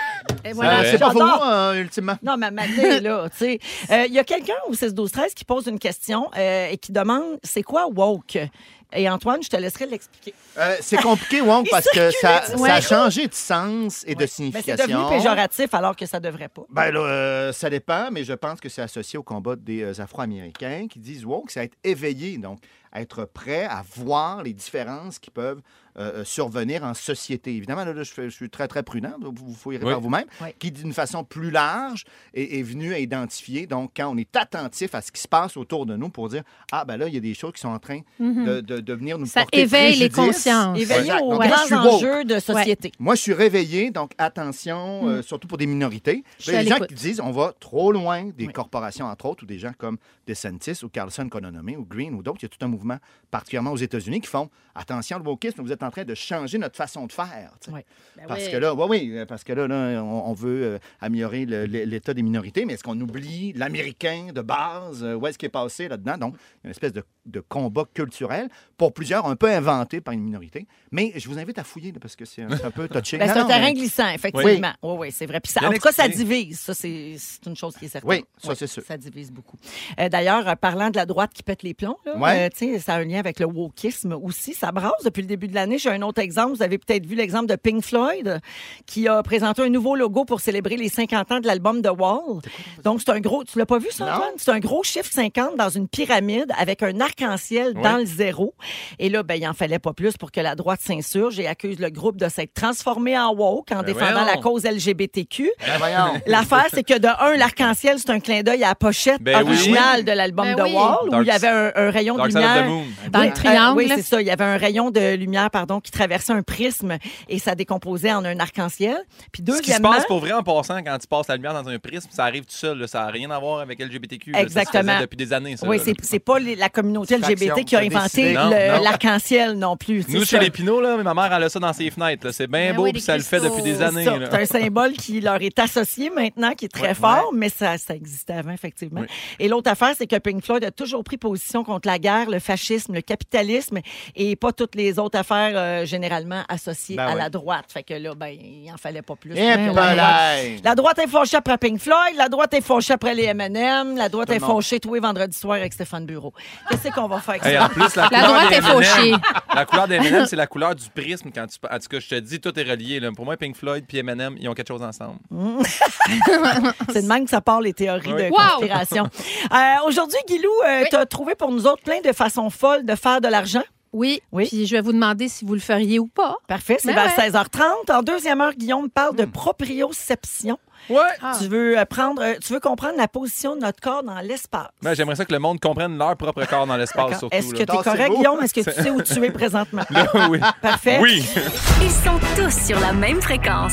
Speaker 5: Et
Speaker 6: voilà.
Speaker 8: Ben, c'est pas faux,
Speaker 5: J'adore.
Speaker 8: hein, ultimement.
Speaker 5: Non, mais matin, là, tu sais. Euh, Il y a quelqu'un au six douze treize qui pose une question euh, et qui demande c'est quoi woke? Et Antoine, je te laisserai l'expliquer.
Speaker 8: Euh, c'est compliqué, Wong,
Speaker 5: Il
Speaker 8: parce que ça,
Speaker 5: circule,
Speaker 8: ça a
Speaker 7: ouais.
Speaker 8: changé de sens et de
Speaker 5: Mais
Speaker 8: signification.
Speaker 5: c'est devenu péjoratif alors que ça devrait pas.
Speaker 8: Ben là, euh, ça dépend, mais je pense que c'est associé au combat des euh, Afro-Américains qui disent woke, c'est être éveillé, donc être prêt à voir les différences qui peuvent euh, survenir en société. Évidemment, là, là, je, fais- je suis très, très prudent, donc vous vous fouillerez
Speaker 6: Oui.
Speaker 8: par vous-même,
Speaker 5: Oui.
Speaker 8: qui, d'une façon plus large, est, est venu à identifier, donc quand on est attentif à ce qui se passe autour de nous pour dire, ah ben là, il y a des choses qui sont en train de, de, de venir nous
Speaker 7: Ça
Speaker 8: porter
Speaker 7: éveille les
Speaker 8: préjudice.
Speaker 7: consciences.
Speaker 5: Éveillé
Speaker 8: Exact.
Speaker 5: aux
Speaker 8: Donc, moi, je suis
Speaker 5: grands
Speaker 8: woke.
Speaker 5: enjeux de société.
Speaker 8: Moi, je suis réveillé, donc attention, euh, surtout pour des minorités.
Speaker 7: Je suis
Speaker 8: Il y a
Speaker 7: à
Speaker 8: des gens
Speaker 7: l'écoute.
Speaker 8: qui disent on va trop loin, des
Speaker 5: Oui.
Speaker 8: corporations, entre autres, ou des gens comme DeSantis ou Carlson qu'on a nommé, ou Green ou d'autres. Il y a tout un mouvement, particulièrement aux États-Unis, qui font attention, le wokisme, vous êtes en train de changer notre façon de faire. tu sais.
Speaker 5: Oui.
Speaker 8: Parce que là, oui, oui, parce que là, là, on, on veut euh, améliorer le- le- l'état des minorités, mais est-ce qu'on oublie l'Américain de base? euh, où est-ce qu'il est passé là-dedans? Donc, il y a une espèce de, de combat culturel, pour plusieurs, un peu inventé par une minorité. Mais je vous invite à fouiller, là, parce que c'est un, c'est un peu touché.
Speaker 5: Ben, c'est
Speaker 8: Non,
Speaker 5: un
Speaker 8: non,
Speaker 5: terrain
Speaker 8: mais-
Speaker 5: glissant, effectivement. Oui, oui, c'est vrai. Puis ça,
Speaker 6: Bien
Speaker 5: en tout cas, ça
Speaker 6: expliqué.
Speaker 5: divise. Ça, c'est c'est une chose qui est certaine.
Speaker 8: Oui, ça, c'est sûr.
Speaker 5: Ça divise beaucoup. Euh, D'ailleurs, euh, parlant de la droite qui pète les plombs, là,
Speaker 8: Ouais.
Speaker 5: euh, tu sais, ça a un lien avec le wokisme aussi. Ça brasse depuis le début de l'année. J'ai un autre exemple. Vous avez peut-être vu l'exemple de Pink Floyd qui a présenté un nouveau logo pour célébrer les cinquante ans de l'album The Wall. Donc, c'est un gros... Tu l'as pas vu, ça,
Speaker 8: Non.
Speaker 5: Antoine? C'est un gros chiffre cinquante dans une pyramide avec un arc-en-ciel dans le zéro. Et là, ben, il en fallait pas plus pour que la droite s'insurge et accuse le groupe de s'être transformé en woke en
Speaker 6: Ben
Speaker 5: défendant
Speaker 6: voyons.
Speaker 5: la cause L G B T Q.
Speaker 8: Ben, voyons.
Speaker 5: L'affaire, c'est que de un, l'arc-en-ciel, c'est un clin d'œil à la pochette
Speaker 6: Ben oui.
Speaker 5: originale de l'album
Speaker 7: Ben
Speaker 5: The
Speaker 7: oui.
Speaker 5: Wall, où
Speaker 6: Dark-
Speaker 5: il y avait un, un rayon de
Speaker 6: Dark Side of
Speaker 5: lumière
Speaker 6: the
Speaker 5: exactement.
Speaker 6: Moon.
Speaker 7: Dans
Speaker 5: Oui,
Speaker 7: le triangle.
Speaker 5: euh, oui,
Speaker 7: là.
Speaker 5: c'est ça. Il y avait un rayon de lumière, pardon, qui traversait un prisme et ça décomposait en un arc-en-ciel. Puis
Speaker 6: Ce qui se
Speaker 5: deuxièmement,
Speaker 6: passe pour vrai en passant, quand tu passes la lumière dans un prisme, ça arrive tout seul. Là. Ça n'a rien à voir avec L G B T Q. là. Ça se
Speaker 5: Exactement.
Speaker 6: faisait depuis des années. Ça,
Speaker 5: oui,
Speaker 6: là.
Speaker 5: c'est, c'est pas les- la communauté L G B T
Speaker 8: Fraction,
Speaker 5: qui a
Speaker 8: t'as
Speaker 5: inventé
Speaker 8: décidé.
Speaker 5: le-
Speaker 6: Non, non.
Speaker 5: l'arc-en-ciel non plus.
Speaker 6: Nous,
Speaker 5: C'est
Speaker 6: chez
Speaker 5: ça.
Speaker 6: les Pinots, là, ma mère, elle a ça dans ses fenêtres. là. C'est bien
Speaker 7: Ben
Speaker 6: beau,
Speaker 7: oui,
Speaker 6: puis
Speaker 7: des
Speaker 6: ça le fait
Speaker 7: cristaux.
Speaker 6: depuis des
Speaker 5: C'est
Speaker 6: années.
Speaker 5: ça.
Speaker 6: là.
Speaker 5: C'est un symbole qui leur est associé maintenant, qui est très
Speaker 6: Ouais.
Speaker 5: fort, mais ça, ça existait avant, effectivement.
Speaker 6: Oui.
Speaker 5: Et l'autre affaire, c'est que Pink Floyd a toujours pris position contre la guerre, le fascisme, le capitalisme et pas toutes les autres affaires euh, généralement associées
Speaker 8: Ben
Speaker 5: à
Speaker 8: ouais.
Speaker 5: la droite. Fait que là, ben, il en fallait pas plus.
Speaker 8: Et
Speaker 5: Fait que la, droite,
Speaker 8: palais.
Speaker 5: la droite est fâchée après Pink Floyd, la droite est fâchée après les M and M, la droite
Speaker 8: Tout
Speaker 5: est
Speaker 8: le monde.
Speaker 5: fâchée tous les vendredis soirs avec Stéphane Bureau. Qu'est-ce qu'on va faire avec
Speaker 6: Hey,
Speaker 5: ça?
Speaker 6: en plus, la,
Speaker 7: La
Speaker 6: couleur
Speaker 7: droite
Speaker 6: des
Speaker 7: est
Speaker 6: M and M,
Speaker 7: fauchée.
Speaker 6: La couleur des M and M, c'est la couleur du prisme. Quand tu, en tout cas, je te dis, tout est relié. Là. Pour moi, Pink Floyd et M and M, ils ont quelque chose ensemble.
Speaker 5: C'est de même que ça part, les théories
Speaker 6: Oui.
Speaker 5: de
Speaker 7: Wow!
Speaker 5: conspiration. Euh, aujourd'hui, Guilou, euh,
Speaker 7: Oui.
Speaker 5: tu as trouvé pour nous autres plein de façons folles de faire de l'argent.
Speaker 7: Oui.
Speaker 5: Oui.
Speaker 7: Puis je vais vous demander si vous le feriez ou pas.
Speaker 5: Parfait, c'est
Speaker 7: Ben
Speaker 5: vers
Speaker 7: ouais.
Speaker 5: seize heures trente. En deuxième heure, Guillaume parle de proprioception.
Speaker 6: Ouais.
Speaker 7: Ah.
Speaker 5: Tu veux euh, prendre, euh, tu veux comprendre la position de notre corps dans l'espace.
Speaker 6: Ben, j'aimerais ça que le monde comprenne leur propre corps dans l'espace,
Speaker 5: D'accord.
Speaker 6: surtout.
Speaker 5: Est-ce que
Speaker 6: là.
Speaker 5: tu es correct,
Speaker 8: Tassez-vous.
Speaker 5: Guillaume? Est-ce que tu sais où tu es présentement?
Speaker 6: Là, oui.
Speaker 5: Parfait.
Speaker 6: Oui.
Speaker 3: Ils sont tous sur la même fréquence.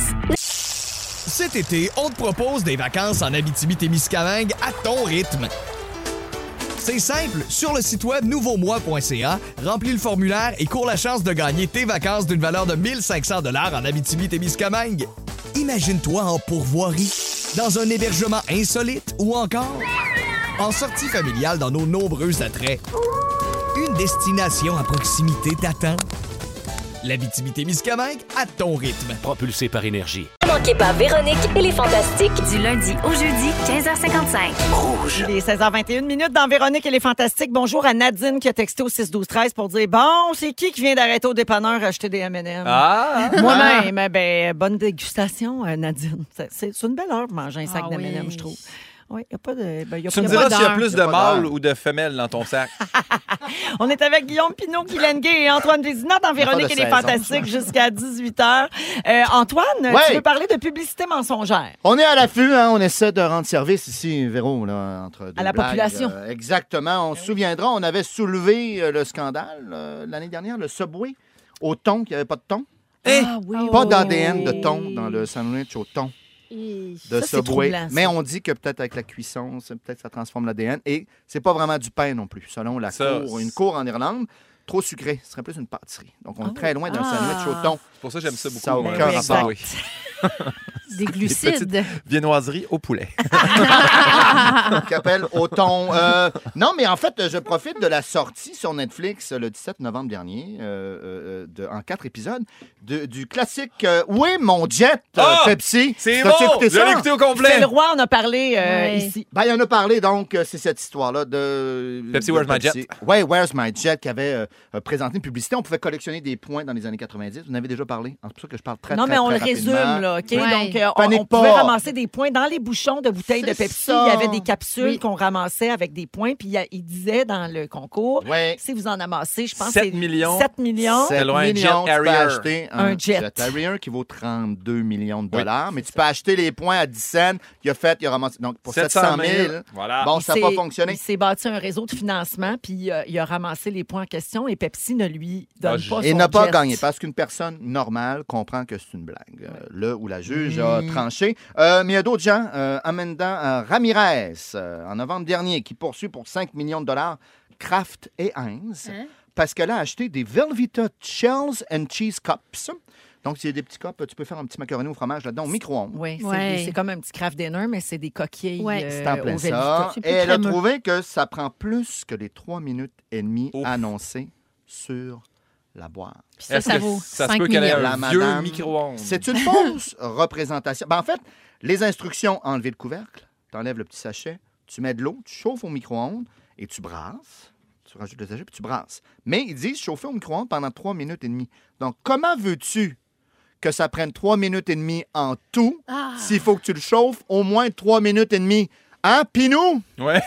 Speaker 1: Cet été, on te propose des vacances en Abitibi-Témiscamingue à ton rythme. C'est simple, sur le site web nouveau moi point c a, remplis le formulaire et cours la chance de gagner tes vacances d'une valeur de mille cinq cents dollars en Abitibi-Témiscamingue. Imagine-toi en pourvoirie, dans un hébergement insolite ou encore en sortie familiale dans nos nombreux attraits. Une destination à proximité t'attend. L'Abitibi-Témiscamingue à ton rythme.
Speaker 2: Propulsé par énergie.
Speaker 4: Ne manquez pas Véronique et les Fantastiques.
Speaker 3: Du lundi au jeudi, quinze heures cinquante-cinq.
Speaker 2: Rouge.
Speaker 5: Il est seize heures vingt et une minutes dans Véronique et les Fantastiques. Bonjour à Nadine qui a texté au six douze treize pour dire « Bon, c'est qui qui vient d'arrêter au dépanneur acheter des M and M?
Speaker 6: Ah!
Speaker 5: Moi-même, ben, bonne dégustation, euh, Nadine. C'est, c'est- c'est une belle heure pour manger un sac
Speaker 7: Ah
Speaker 5: d'M and M,
Speaker 7: oui.
Speaker 5: je trouve. Oui, il n'y a pas de... ben, y a
Speaker 6: Tu me
Speaker 5: pas- y a
Speaker 6: diras
Speaker 5: pas
Speaker 6: s'il y a
Speaker 5: d'heure.
Speaker 6: plus
Speaker 8: Y
Speaker 6: de
Speaker 8: a pas
Speaker 6: mâles
Speaker 8: d'heure.
Speaker 6: ou de femelles dans ton sac.
Speaker 5: On est avec Guillaume Pinot, Guylaine Gay et Antoine Vézina dans Véronique
Speaker 8: de
Speaker 5: et les
Speaker 8: saison,
Speaker 5: Fantastiques jusqu'à dix-huit heures. Euh, Antoine,
Speaker 8: Ouais.
Speaker 5: tu veux parler de publicité mensongère?
Speaker 8: On est à l'affût, hein, on essaie de rendre service ici, Véro, là, entre deux
Speaker 5: À la
Speaker 8: blagues,
Speaker 5: population.
Speaker 8: euh, exactement. On se souviendra, on avait soulevé euh, le scandale euh, l'année dernière, le Subway, au thon, qu'il n'y avait pas de thon.
Speaker 5: Ah oui.
Speaker 8: Pas
Speaker 5: oui,
Speaker 8: d'A D N
Speaker 5: oui.
Speaker 8: de thon dans le sandwich au thon
Speaker 5: Et
Speaker 8: de
Speaker 5: ça, c'est
Speaker 8: Subway.
Speaker 5: troublant, ça.
Speaker 8: Mais on dit que peut-être avec la cuisson, c'est- peut-être ça transforme l'A D N. Et c'est pas vraiment du pain non plus, selon la
Speaker 6: Ça,
Speaker 8: cour.
Speaker 6: c'est-
Speaker 8: Une cour en Irlande, trop sucré. Ce serait plus une pâtisserie. Donc on est très loin d'un
Speaker 5: Ah.
Speaker 8: sandwich au thon.
Speaker 6: C'est pour ça que j'aime ça beaucoup.
Speaker 8: Ça a
Speaker 6: moi,
Speaker 8: aucun
Speaker 6: le
Speaker 8: rapport.
Speaker 6: Subway.
Speaker 7: Des glucides.
Speaker 6: Viennoiserie au poulet.
Speaker 8: Qui appelle au thon. Euh, non, mais en fait, je profite de la sortie sur Netflix le dix-sept novembre dernier, euh, euh, de- en quatre épisodes, de- du classique euh, Oui, mon jet, euh,
Speaker 6: Ah!
Speaker 8: Pepsi.
Speaker 6: C'est
Speaker 8: T'as-tu
Speaker 6: bon!
Speaker 8: écouté
Speaker 6: Je l'ai
Speaker 8: ça?
Speaker 6: écouté au
Speaker 5: C'est
Speaker 6: complet.
Speaker 5: le roi, on a parlé euh,
Speaker 7: Ouais.
Speaker 5: ici.
Speaker 8: Ben, il en a parlé, donc, euh, c'est cette histoire-là de...
Speaker 6: Pepsi,
Speaker 8: de
Speaker 6: Where's My Jet?
Speaker 8: Oui, Where's My Jet, qui avait euh, euh, présenté une publicité. On pouvait collectionner des points dans les années quatre-vingt-dix. Vous en avez déjà parlé. C'est pour ça que je parle très,
Speaker 5: Non,
Speaker 8: très,
Speaker 5: mais on
Speaker 8: très
Speaker 5: le résume,
Speaker 8: rapidement.
Speaker 5: là, OK?
Speaker 7: Ouais.
Speaker 5: Donc, euh, on,
Speaker 8: Panique
Speaker 5: on pouvait
Speaker 8: pas.
Speaker 5: ramasser des points dans les bouchons de bouteilles de
Speaker 8: C'est
Speaker 5: Pepsi.
Speaker 8: ça.
Speaker 5: Il y avait des capsules
Speaker 7: Oui.
Speaker 5: qu'on ramassait avec des points. Puis il y a- il disait dans le concours,
Speaker 8: Ouais.
Speaker 5: si vous en amassez, je pense que
Speaker 6: sept
Speaker 5: c'est
Speaker 6: millions.
Speaker 5: sept millions.
Speaker 6: C'est
Speaker 8: sept
Speaker 6: loin, un
Speaker 8: millions,
Speaker 6: jet
Speaker 8: tu peux
Speaker 6: Harrier.
Speaker 8: acheter un,
Speaker 5: Un jet.
Speaker 8: jet Harrier qui vaut trente-deux millions de
Speaker 6: Oui.
Speaker 8: dollars, mais tu peux acheter les points à dix cents. Il a fait, il a ramassé. Donc, pour sept cent mille,
Speaker 6: Voilà.
Speaker 8: bon,
Speaker 5: Il
Speaker 8: ça n'a pas
Speaker 5: s'est-
Speaker 8: fonctionné.
Speaker 5: Il s'est bâti un réseau de financement, puis euh, il a ramassé les points en question et Pepsi ne lui donne
Speaker 6: Ah, je-
Speaker 5: pas
Speaker 8: Et
Speaker 5: son
Speaker 8: n'a pas
Speaker 5: jet.
Speaker 8: gagné parce qu'une personne normale comprend que c'est une blague. Euh, là où la juge
Speaker 5: Mm.
Speaker 8: a tranché. Euh, mais il y a d'autres gens. Euh, Amanda euh, Ramirez, euh, en novembre dernier, qui poursuit pour cinq millions de dollars Kraft et Heinz
Speaker 7: Hein?
Speaker 8: parce qu'elle a acheté des Velveeta Shells and Cheese Cups. Donc, c'est des petits cups, tu peux faire un petit macaroni au fromage là-dedans au micro-ondes.
Speaker 5: Oui, c'est
Speaker 7: Ouais.
Speaker 5: c'est comme un petit craft dinner, mais c'est des coquilles
Speaker 7: Ouais.
Speaker 5: euh,
Speaker 8: C'est en plein
Speaker 5: au
Speaker 8: ça.
Speaker 5: Velveeta.
Speaker 7: C'est
Speaker 8: Et
Speaker 7: plus
Speaker 8: elle a
Speaker 7: crémeux.
Speaker 8: trouvé que ça prend plus que les trois minutes et demie
Speaker 6: Ouf.
Speaker 8: annoncées sur la boîte.
Speaker 7: Puis ça,
Speaker 6: Est-ce
Speaker 7: ça
Speaker 6: que
Speaker 7: vaut
Speaker 6: ça se
Speaker 7: cinq
Speaker 6: peut qu'elle ait
Speaker 7: millions.
Speaker 8: La
Speaker 6: un vieux
Speaker 8: madame,
Speaker 6: micro-ondes?
Speaker 8: C'est une fausse représentation. Ben, en fait, les instructions, enlever le couvercle, tu enlèves le petit sachet, tu mets de l'eau, tu chauffes au micro-ondes et tu brasses. Tu rajoutes le sachet puis tu brasses. Mais ils disent chauffer au micro-ondes pendant trois minutes et demie. Donc, comment veux-tu que ça prenne trois minutes et demie en tout
Speaker 7: Ah.
Speaker 8: s'il faut que tu le chauffes au moins trois minutes et demie? Hein, Pinou?
Speaker 6: Ouais.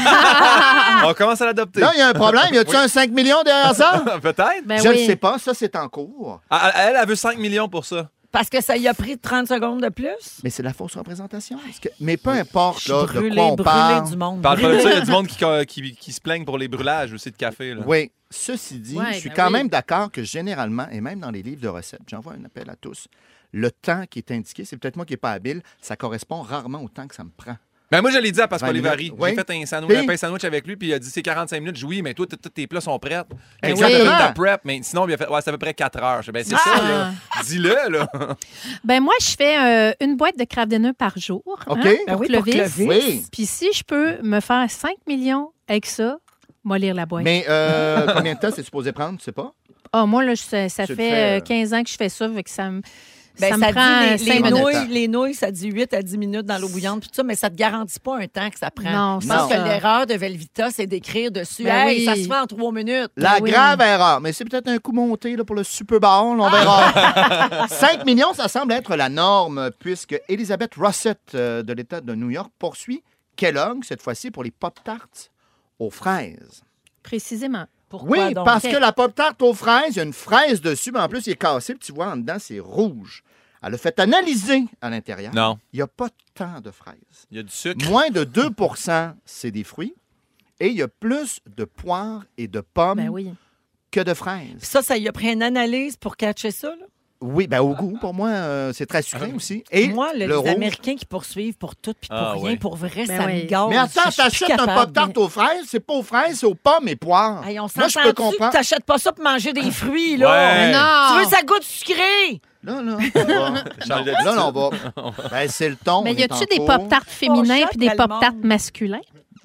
Speaker 6: On commence à l'adopter.
Speaker 8: Là, il y a un problème. Y a-tu un cinq millions derrière ça?
Speaker 6: Peut-être.
Speaker 7: Ben
Speaker 8: Je ne
Speaker 7: oui.
Speaker 8: sais pas. Ça, c'est en cours.
Speaker 6: Ah, Elle, elle veut cinq millions pour ça.
Speaker 5: Parce que ça y a pris trente secondes de plus?
Speaker 8: Mais c'est de la fausse représentation. Parce que- Mais peu importe
Speaker 5: Je
Speaker 8: là,
Speaker 5: suis
Speaker 8: de
Speaker 5: brûlée,
Speaker 8: quoi on
Speaker 5: brûlée
Speaker 8: parle.
Speaker 5: du monde.
Speaker 6: Parle pas de
Speaker 5: Brûlée.
Speaker 6: ça, il y a du monde qui, qui, qui se plaigne pour les brûlages aussi de café. Là.
Speaker 8: Oui. Ceci dit,
Speaker 7: Ouais,
Speaker 8: je suis
Speaker 7: ben
Speaker 8: quand
Speaker 7: oui.
Speaker 8: même d'accord que généralement, et même dans les livres de recettes, j'envoie un appel à tous, le temps qui est indiqué, c'est peut-être moi qui n'ai pas habile, ça correspond rarement au temps que ça me prend.
Speaker 6: Ben moi, je l'ai dit à Pascal
Speaker 8: vingt
Speaker 6: Olivary.
Speaker 8: minutes. Oui.
Speaker 6: J'ai fait un sandwich,
Speaker 8: Puis-
Speaker 6: un pain sandwich avec lui, puis il a dit c'est quarante-cinq minutes. Je dis oui, mais toi, t- tous tes plats sont prêts.
Speaker 8: Ben
Speaker 6: Exactement.
Speaker 8: oui.
Speaker 6: ta prep. Mais sinon, il a fait ouais, c'est à peu près quatre heures. Je dis, ben c'est
Speaker 5: Ah!
Speaker 6: ça, là. Dis-le, là.
Speaker 7: Ben moi, je fais euh, une boîte de Kraft Dinner par jour.
Speaker 8: OK.
Speaker 7: hein,
Speaker 5: Ben
Speaker 7: pour
Speaker 5: oui, pour
Speaker 7: Clovis.
Speaker 5: Clovis.
Speaker 8: Oui.
Speaker 7: Puis si je peux me faire cinq millions avec ça, moi lire la boîte.
Speaker 8: Mais euh, combien de temps c'est supposé prendre, tu sais pas?
Speaker 7: Ah, moi, là, je- ça, ça
Speaker 8: Tu le
Speaker 7: fait
Speaker 8: fais,
Speaker 7: euh,
Speaker 8: euh,
Speaker 7: quinze ans que je fais ça, fait que ça me,
Speaker 5: Ben,
Speaker 7: ça me
Speaker 5: ça
Speaker 7: prend
Speaker 5: dit
Speaker 7: euh,
Speaker 5: les,
Speaker 7: cinq
Speaker 5: les
Speaker 7: minutes.
Speaker 5: nouilles, les nouilles, ça dit huit à dix minutes dans l'eau bouillante, puis tout ça, mais ça te garantit pas un temps que ça prend.
Speaker 7: Non,
Speaker 5: Je
Speaker 7: c'est
Speaker 5: pense
Speaker 7: ça.
Speaker 5: que l'erreur de Velvita, c'est d'écrire dessus.
Speaker 7: Ben
Speaker 5: Hey,
Speaker 7: oui.
Speaker 5: ça se fait en trois minutes.
Speaker 8: La
Speaker 7: oui.
Speaker 8: grave erreur. Mais c'est peut-être un coup monté là, pour le Super Bowl, on verra. cinq millions, ça semble être la norme, puisque Elizabeth Rossett euh, de l'État de New York poursuit Kellogg, cette fois-ci pour les Pop-Tarts aux fraises.
Speaker 7: Précisément.
Speaker 5: Pourquoi
Speaker 8: Oui,
Speaker 5: donc?
Speaker 8: parce que la Pop-Tart aux fraises, il y a une fraise dessus, mais en plus, il est cassé, puis tu vois, en dedans, c'est rouge. Elle a fait analyser à l'intérieur.
Speaker 6: Non.
Speaker 8: Il n'y a pas tant de fraises.
Speaker 6: Il y a du sucre.
Speaker 8: Moins de deux pour cent, c'est des fruits. Et il y a plus de poires et de pommes
Speaker 7: Ben oui.
Speaker 8: que de
Speaker 5: Puis
Speaker 8: fraises.
Speaker 5: ça, ça y a pris une analyse pour catcher ça. Là.
Speaker 8: Oui, ben au goût, pour moi, euh, c'est très sucré aussi. Et
Speaker 5: Moi, là,
Speaker 8: le
Speaker 5: les
Speaker 8: rouge.
Speaker 5: Américains qui poursuivent pour tout puis pour
Speaker 6: Ah,
Speaker 5: rien,
Speaker 6: oui.
Speaker 5: pour vrai,
Speaker 7: Ben
Speaker 5: ça
Speaker 7: oui.
Speaker 5: me gâche.
Speaker 8: Mais attends,
Speaker 5: Je suis plus
Speaker 8: t'achètes un
Speaker 5: capable.
Speaker 8: Pop-Tart aux fraises, c'est pas aux fraises, c'est aux pommes et poires.
Speaker 5: Hey, on
Speaker 8: Moi, je peux
Speaker 5: s'entend-tu que
Speaker 8: comprendre.
Speaker 5: t'achètes pas ça pour manger des fruits, là?
Speaker 6: Ouais.
Speaker 7: Mais non!
Speaker 5: Tu veux ça goûte sucré?
Speaker 8: Là, là, on va.
Speaker 6: Change
Speaker 8: Non,
Speaker 6: d'attitude.
Speaker 8: là, là, on va. Ben, c'est le ton.
Speaker 7: Mais
Speaker 8: on
Speaker 7: y
Speaker 8: est
Speaker 7: a-tu
Speaker 8: en
Speaker 7: des
Speaker 8: cours.
Speaker 7: pop-tarts féminins
Speaker 5: chaque
Speaker 7: puis des
Speaker 5: allemande.
Speaker 7: pop-tarts masculins?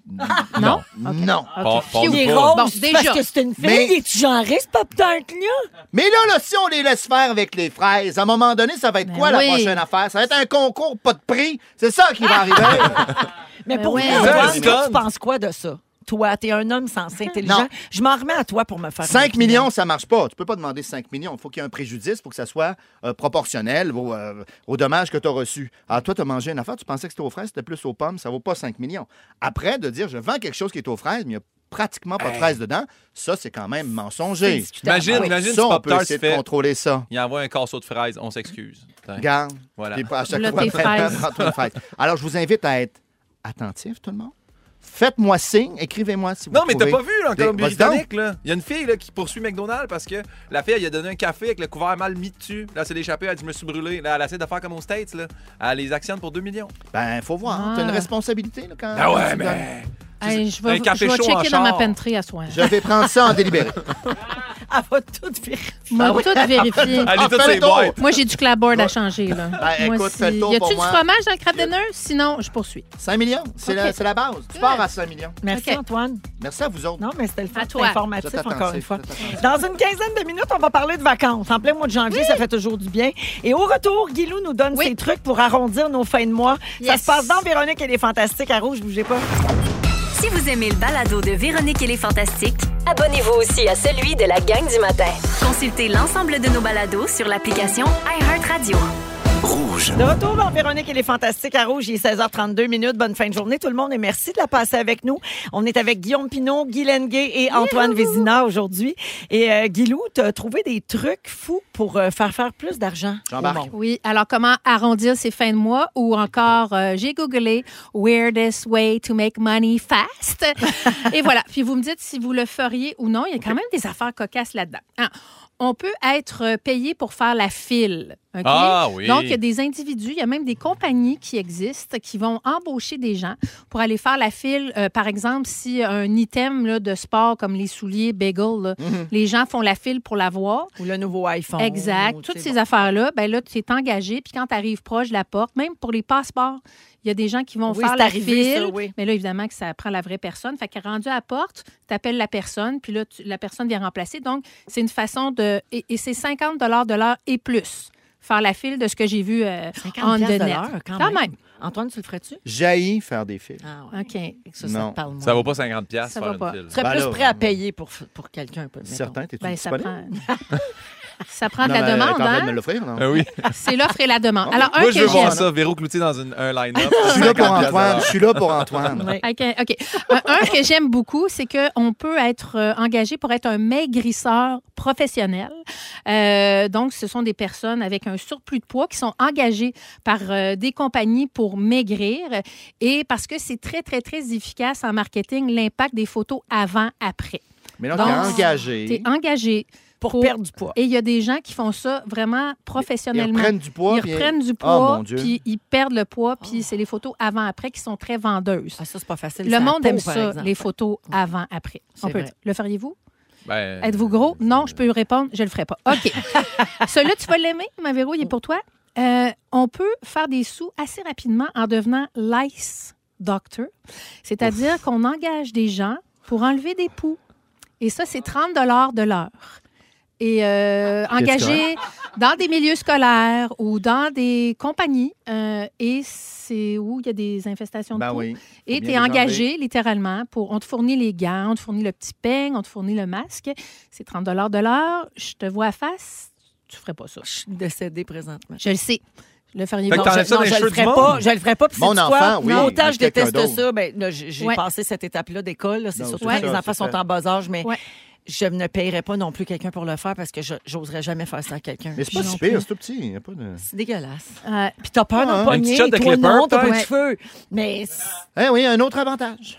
Speaker 7: Non?
Speaker 8: Non.
Speaker 6: Pas-
Speaker 7: OK.
Speaker 6: pas-
Speaker 7: Phew.
Speaker 5: Il est
Speaker 6: pas.
Speaker 5: rose
Speaker 7: Bon,
Speaker 5: parce
Speaker 7: déjà.
Speaker 5: que c'est une fille.
Speaker 8: Mais-
Speaker 5: Es-tu genriste, Pop-Tart-là?
Speaker 8: Mais là, là, si on les laisse faire avec les fraises, à un moment donné, ça va être
Speaker 7: Ben
Speaker 8: quoi
Speaker 7: oui.
Speaker 8: la prochaine affaire? Ça va être un concours pas de prix. C'est ça qui va arriver.
Speaker 5: Mais
Speaker 7: Ben
Speaker 5: pour
Speaker 7: ouais.
Speaker 5: vrai,
Speaker 7: Ça,
Speaker 5: Antoine,
Speaker 6: c'est
Speaker 5: toi,
Speaker 6: con.
Speaker 5: tu penses quoi de ça? Toi, t'es un homme sensé, intelligent.
Speaker 8: Non.
Speaker 5: Je m'en remets à toi pour me faire une
Speaker 8: cinq
Speaker 5: opinion.
Speaker 8: millions, ça marche pas. Tu peux pas demander cinq millions. Il faut qu'il y ait un préjudice pour que ça soit euh, proportionnel au, euh, au dommage que tu as reçu. Alors, toi, tu as mangé une affaire, tu pensais que c'était aux fraises, c'était plus aux pommes, ça vaut pas cinq millions. Après, de dire je vends quelque chose qui est aux fraises, mais il n'y a pratiquement pas de fraises dedans, ça, c'est quand même mensonger.
Speaker 6: Imagine,
Speaker 5: Oui.
Speaker 6: imagine
Speaker 8: Ça,
Speaker 6: si
Speaker 8: on peut
Speaker 6: Pop-Tart
Speaker 8: essayer
Speaker 6: se
Speaker 8: de
Speaker 6: fait.
Speaker 8: contrôler ça.
Speaker 6: Il envoie un casseau de fraises. On s'excuse. Tiens.
Speaker 8: Regarde.
Speaker 6: Voilà.
Speaker 8: Puis à chaque
Speaker 7: Là,
Speaker 8: fois,
Speaker 7: tes fraises.
Speaker 8: prends-toi une fraise. Alors, je vous invite à être attentif, tout le monde. Faites-moi signe, écrivez-moi si vous
Speaker 6: Non, mais t'as
Speaker 8: trouvez
Speaker 6: pas vu, là, en
Speaker 8: des-
Speaker 6: Colombie-Britannique, là. Il y a une fille, là, qui poursuit McDonald's parce que la fille, elle lui a donné un café avec le couvert mal mis dessus. Là, c'est échappé, elle dit, je me suis brûlé. Là, elle essaie de faire comme aux States, là. Elle les actionne pour deux millions.
Speaker 8: Ben, faut voir.
Speaker 7: Ah.
Speaker 8: T'as une responsabilité, là, quand
Speaker 6: Ah ouais,
Speaker 8: tu donnes.
Speaker 6: mais.
Speaker 7: Hey, je vais,
Speaker 6: Un café
Speaker 7: je vais
Speaker 6: chaud en
Speaker 7: checker dans ma
Speaker 6: char.
Speaker 7: pantry à soir.
Speaker 8: Je vais prendre ça en délibéré.
Speaker 5: Elle va tout vérifier.
Speaker 7: Moi, tout vérifier.
Speaker 6: Elle
Speaker 8: Ah,
Speaker 6: est toutes
Speaker 8: fais le
Speaker 6: ses
Speaker 8: tour.
Speaker 6: boîtes.
Speaker 7: Moi, j'ai du clapboard à changer. Là.
Speaker 8: Ben,
Speaker 7: Moi,
Speaker 8: écoute,
Speaker 7: si-
Speaker 8: fais le tour
Speaker 7: Y
Speaker 8: pour
Speaker 7: a-tu du
Speaker 8: moi.
Speaker 7: fromage dans le Kraft Dinner? Sinon, je poursuis.
Speaker 8: cinq millions, c'est
Speaker 7: OK.
Speaker 8: la, c'est la base. Tu pars à cinq millions.
Speaker 5: Merci,
Speaker 7: OK.
Speaker 5: Antoine.
Speaker 8: Merci à vous autres.
Speaker 5: Non, mais c'était le fun,
Speaker 7: À
Speaker 5: c'était
Speaker 7: toi.
Speaker 5: informatif,
Speaker 8: Vous êtes
Speaker 5: encore une
Speaker 8: attentifs,
Speaker 5: fois.
Speaker 8: vous êtes attentifs.
Speaker 5: Dans une quinzaine de minutes, on va parler de vacances. En plein mois de janvier, ça fait toujours du bien. Et au retour, Guilou nous donne
Speaker 7: Oui.
Speaker 5: ses trucs pour arrondir nos fins de mois. Ça
Speaker 7: Yes.
Speaker 5: se passe dans Véronique et les Fantastiques à Rouge. Bougez pas.
Speaker 3: Si vous aimez le balado de Véronique et les Fantastiques,
Speaker 4: Abonnez-vous aussi à celui de la gang du matin.
Speaker 3: consultez l'ensemble de nos balados sur l'application iHeartRadio.
Speaker 5: De retour dans Véronique et les Fantastiques à Rouge. Il est seize heures trente-deux minutes. Bonne fin de journée, tout le monde. Et merci de la passer avec nous. On est avec Guillaume Pinot, Guy Lenguet et Antoine Vézina aujourd'hui. Et euh, Guilou, tu as trouvé des trucs fous pour euh, faire faire plus d'argent. au
Speaker 8: J'embarque.
Speaker 5: monde.
Speaker 7: Oui, alors comment arrondir ses fins de mois ou encore, euh, j'ai googlé Weirdest way to make money fast. Et voilà. Puis vous me dites si vous le feriez ou non. Il y a quand même des affaires cocasses là-dedans. Ah, on peut être payé pour faire la file. OK?
Speaker 6: Ah oui.
Speaker 7: Donc, il y a des individus, il y a même des compagnies qui existent qui vont embaucher des gens pour aller faire la file. Euh, par exemple, si un item là, de sport comme les souliers bagel, là, les gens font la file pour l'avoir.
Speaker 5: Ou le nouveau iPhone.
Speaker 7: Exact.
Speaker 5: ou,
Speaker 7: Toutes
Speaker 5: tu sais,
Speaker 7: ces
Speaker 5: bon.
Speaker 7: affaires-là, ben là, tu es engagé. Puis quand tu arrives proche de la porte, même pour les passeports, il y a des gens qui vont
Speaker 5: Oui,
Speaker 7: faire
Speaker 5: c'est
Speaker 7: la
Speaker 5: arrivé,
Speaker 7: file.
Speaker 5: ça, oui.
Speaker 7: Mais là, évidemment, que ça prend la vraie personne. Fait que rendu à la porte, tu appelles la personne, puis là, tu- la personne vient remplacer. Donc, c'est une façon de. Et, et c'est cinquante dollars de l'heure et plus. Faire la file de ce que j'ai vu euh,
Speaker 5: cinquante
Speaker 7: en
Speaker 5: piastres
Speaker 7: de
Speaker 5: de
Speaker 7: net.
Speaker 5: l'heure, quand,
Speaker 7: Quand
Speaker 5: même.
Speaker 7: même.
Speaker 5: Antoine, tu le ferais-tu?
Speaker 8: J'haïs faire des films.
Speaker 5: Ah ouais.
Speaker 7: OK.
Speaker 5: Ça, ça
Speaker 8: Non.
Speaker 5: te parle moins.
Speaker 6: Ça vaut pas cinquante piastres
Speaker 7: Ça
Speaker 6: faire
Speaker 7: va
Speaker 6: une
Speaker 7: pas.
Speaker 6: file.
Speaker 5: Tu serais
Speaker 8: Ben
Speaker 5: plus
Speaker 8: là,
Speaker 5: prêt à payer pour, pour quelqu'un, mettons.
Speaker 8: Certain, t'es-tu
Speaker 7: Ben, ça
Speaker 8: disponible?
Speaker 7: prend. Ça prend de
Speaker 8: Non,
Speaker 7: la
Speaker 8: mais
Speaker 7: demande,
Speaker 8: t'es en train de
Speaker 7: hein?
Speaker 8: me l'offrir, non?
Speaker 6: Ah oui.
Speaker 7: C'est l'offre et la demande. Alors, un
Speaker 6: Moi,
Speaker 7: que
Speaker 6: je veux voir
Speaker 7: j'aime.
Speaker 6: ça. Véro Cloutier dans une- un line-up.
Speaker 8: Je suis là pour
Speaker 6: cinquante piastres de
Speaker 8: Antoine.
Speaker 6: l'heure.
Speaker 8: Je suis là pour Antoine.
Speaker 5: Ouais.
Speaker 7: OK. OK. Un, un que j'aime beaucoup, c'est qu'on peut être euh, engagé pour être un maigrisseur professionnel. Euh, donc, ce sont des personnes avec un surplus de poids qui sont engagées par euh, des compagnies pour maigrir. Et parce que c'est très, très, très efficace en marketing, l'impact des photos avant-après.
Speaker 8: Mais là,
Speaker 7: Donc,
Speaker 8: t'es engagé.
Speaker 7: Tu es engagé.
Speaker 5: Pour,
Speaker 7: Pour-
Speaker 5: perdre du poids.
Speaker 7: Et il y a des gens qui font ça vraiment
Speaker 8: Ils
Speaker 7: professionnellement.
Speaker 8: reprennent du poids.
Speaker 7: Ils
Speaker 8: puis-
Speaker 7: reprennent du
Speaker 8: Oh,
Speaker 7: poids,
Speaker 8: mon Dieu.
Speaker 7: puis ils perdent le poids, puis c'est les photos avant-après qui sont très vendeuses.
Speaker 5: Ah, ça, c'est pas facile.
Speaker 7: Le
Speaker 5: c'est la
Speaker 7: monde
Speaker 5: peau,
Speaker 7: aime
Speaker 5: par
Speaker 7: ça,
Speaker 5: exemple.
Speaker 7: les photos avant-après. On
Speaker 5: C'est
Speaker 7: peut
Speaker 5: vrai.
Speaker 7: dire. Le feriez-vous?
Speaker 6: Ben,
Speaker 7: Êtes-vous gros? Non, je peux répondre, je le ferai pas. OK. Celui-là, tu vas l'aimer, ma Véro, il est pour toi. Euh, on peut faire des sous assez rapidement en devenant lice doctor, c'est-à-dire qu'on engage des gens pour enlever des poux. Et ça, c'est trente dollars de l'heure. Et euh, engagé dans des milieux scolaires ou dans des compagnies. euh, et c'est où il y a des infestations de
Speaker 8: Ben
Speaker 7: poux.
Speaker 8: oui.
Speaker 7: Et
Speaker 8: bien
Speaker 7: tu es
Speaker 8: les
Speaker 7: engagé littéralement pour. On te fournit les gants, on te fournit le petit peigne, on te fournit le masque. C'est trente dollars de l'heure. Je te vois à face, tu ferais pas ça.
Speaker 5: Je suis décédée présentement.
Speaker 7: Je le sais. Le feriez
Speaker 6: Fait que
Speaker 7: pas.
Speaker 6: t'enlèves ça
Speaker 5: non,
Speaker 6: dans les
Speaker 5: je
Speaker 6: cheveux
Speaker 5: le
Speaker 6: du
Speaker 5: ferais
Speaker 6: monde?
Speaker 5: pas. Je le ferais pas. Puis
Speaker 8: Mon
Speaker 5: sais-tu
Speaker 8: enfant,
Speaker 5: quoi?
Speaker 8: oui,
Speaker 5: Non, autant
Speaker 8: mais
Speaker 5: je
Speaker 8: quelqu'un
Speaker 5: déteste
Speaker 8: d'autre.
Speaker 5: ça. Ben, là, j'ai j'ai
Speaker 7: Ouais.
Speaker 5: passé cette étape-là d'école. là. C'est
Speaker 8: Non,
Speaker 5: surtout
Speaker 8: c'est
Speaker 5: quand
Speaker 8: ça,
Speaker 5: les enfants
Speaker 8: c'est
Speaker 5: sont
Speaker 8: fait.
Speaker 5: en bas âge, mais
Speaker 7: Ouais.
Speaker 5: je ne payerais pas non plus quelqu'un pour le faire parce que je n'oserais jamais faire ça à quelqu'un.
Speaker 8: Mais c'est pas
Speaker 5: Non
Speaker 8: si
Speaker 5: plus.
Speaker 8: pire, c'est tout petit. Il y a pas de...
Speaker 5: C'est dégueulasse.
Speaker 7: Euh,
Speaker 5: Puis t'as peur
Speaker 8: Ah,
Speaker 5: d'en
Speaker 8: un
Speaker 5: pogner.
Speaker 6: petit shot de
Speaker 5: Toi,
Speaker 6: clipper,
Speaker 5: non, t'as pas
Speaker 6: peut-être?
Speaker 5: de cheveux. Mais
Speaker 8: Eh oui, un autre avantage.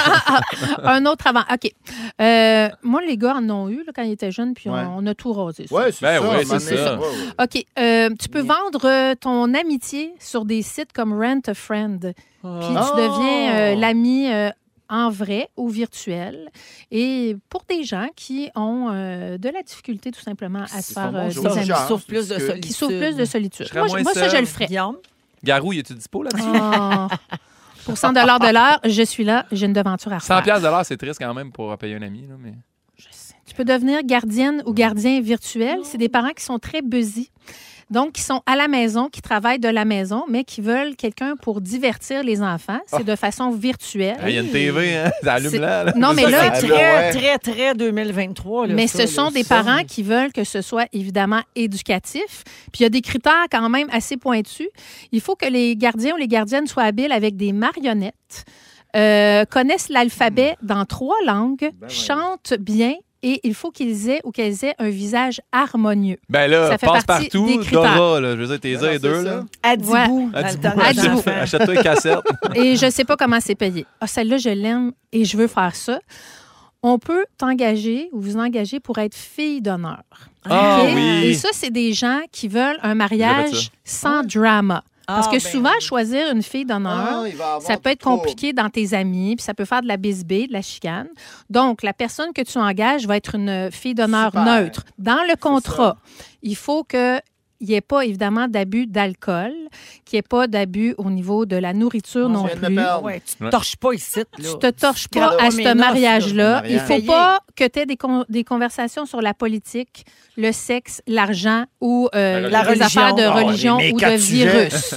Speaker 7: un autre avant. OK. Euh, moi, les gars en ont eu là, quand ils étaient jeunes, puis on,
Speaker 8: Ouais.
Speaker 7: on a tout rasé. ça.
Speaker 8: Oui, c'est
Speaker 6: Ben
Speaker 8: ça.
Speaker 6: oui,
Speaker 8: à un
Speaker 6: c'est
Speaker 8: moment donné,
Speaker 6: ça.
Speaker 8: ouais, ouais.
Speaker 7: OK. Euh, tu peux vendre euh, ton amitié sur des sites comme Rent a Friend. Puis
Speaker 8: Ah.
Speaker 7: tu deviens euh, l'ami euh, en vrai ou virtuel. Et pour des gens qui ont euh, de la difficulté tout simplement à se
Speaker 8: C'est
Speaker 7: faire
Speaker 8: pas
Speaker 7: euh,
Speaker 8: mon
Speaker 7: des
Speaker 8: jour.
Speaker 5: ça,
Speaker 7: amis.
Speaker 8: genre,
Speaker 5: qui souffre plus de
Speaker 8: parce que-
Speaker 5: solitude.
Speaker 7: Qui souffrent plus de solitude.
Speaker 6: Je serais
Speaker 7: Moi,
Speaker 6: moins
Speaker 7: je- moi, ça,
Speaker 6: seul.
Speaker 7: je le ferais.
Speaker 5: Guillaume?
Speaker 6: Garou, y a-tu dispo là-dessus?
Speaker 7: Oh. Pour cent dollars de l'heure, je suis là. J'ai une devanture à refaire.
Speaker 6: cent piastres de l'heure, c'est triste quand même pour payer un ami. Là, mais...
Speaker 7: Tu peux devenir gardienne ou gardien virtuel. C'est des parents qui sont très busy. Donc, qui sont à la maison, qui travaillent de la maison, mais qui veulent quelqu'un pour divertir les enfants. C'est de façon virtuelle.
Speaker 6: Il y a une T V, hein? Ça allume
Speaker 7: C'est-
Speaker 6: là. là.
Speaker 7: Non, mais
Speaker 5: Ça,
Speaker 7: là,
Speaker 5: c'est
Speaker 8: là,
Speaker 5: très,
Speaker 8: ouais.
Speaker 5: très, très deux mille vingt-trois. là,
Speaker 7: mais
Speaker 5: ça,
Speaker 7: ce sont
Speaker 5: là,
Speaker 7: des
Speaker 5: ça.
Speaker 7: parents qui veulent que ce soit évidemment éducatif. Puis il y a des critères quand même assez pointus. Il faut que les gardiens ou les gardiennes soient habiles avec des marionnettes, euh, connaissent l'alphabet dans trois langues,
Speaker 8: Ben
Speaker 7: chantent bien et il faut qu'ils aient ou qu'elles aient un visage harmonieux.
Speaker 6: Ben là,
Speaker 7: Ça fait
Speaker 6: passe
Speaker 7: partie
Speaker 6: partout,
Speaker 7: des critères.
Speaker 6: Dora, là. Je veux dire, t'es
Speaker 8: Ben non,
Speaker 6: et deux,
Speaker 8: c'est
Speaker 6: là.
Speaker 8: ça.
Speaker 5: Adibou.
Speaker 7: Ouais.
Speaker 5: dans le
Speaker 6: Adibou.
Speaker 5: temps des
Speaker 7: Adibou.
Speaker 5: enfants.
Speaker 6: Achète-toi une cassette.
Speaker 7: Et je ne sais pas comment c'est payé. Ah, celle-là, je l'aime et je veux faire ça. On peut t'engager ou vous engager pour être fille d'honneur.
Speaker 6: Ah
Speaker 7: OK?
Speaker 6: oui.
Speaker 7: Et ça, c'est des gens qui veulent un
Speaker 6: J'avais
Speaker 7: mariage
Speaker 6: ça.
Speaker 7: sans drama. Parce
Speaker 5: Ah,
Speaker 7: que
Speaker 5: ben
Speaker 7: souvent,
Speaker 5: oui.
Speaker 7: choisir une fille d'honneur,
Speaker 8: Ah, il va avoir
Speaker 7: ça peut être
Speaker 8: trop.
Speaker 7: compliqué dans tes amis, puis ça peut faire de la bisbée, de la chicane. Donc, la personne que tu engages va être une fille d'honneur
Speaker 8: Super.
Speaker 7: neutre. Dans le contrat, il faut que il n'y ait pas, évidemment, d'abus d'alcool, qu'il n'y ait pas d'abus au niveau de la nourriture non
Speaker 8: Je viens de me
Speaker 7: plus.
Speaker 8: perdre.
Speaker 5: Ouais, tu te
Speaker 6: Ouais.
Speaker 5: torches pas ici. Là.
Speaker 7: Tu te torches pas
Speaker 5: Scrape
Speaker 7: à
Speaker 5: pas
Speaker 7: ce
Speaker 5: mes noces,
Speaker 7: mariage-là.
Speaker 8: là.
Speaker 7: Il ne faut
Speaker 5: Payé.
Speaker 7: pas que tu aies des, con- des conversations sur la politique, le sexe, l'argent ou euh,
Speaker 6: La
Speaker 7: les
Speaker 5: religion.
Speaker 7: affaires de
Speaker 8: Ah,
Speaker 7: religion
Speaker 8: les
Speaker 7: ou de
Speaker 8: quatre sujets.
Speaker 7: virus.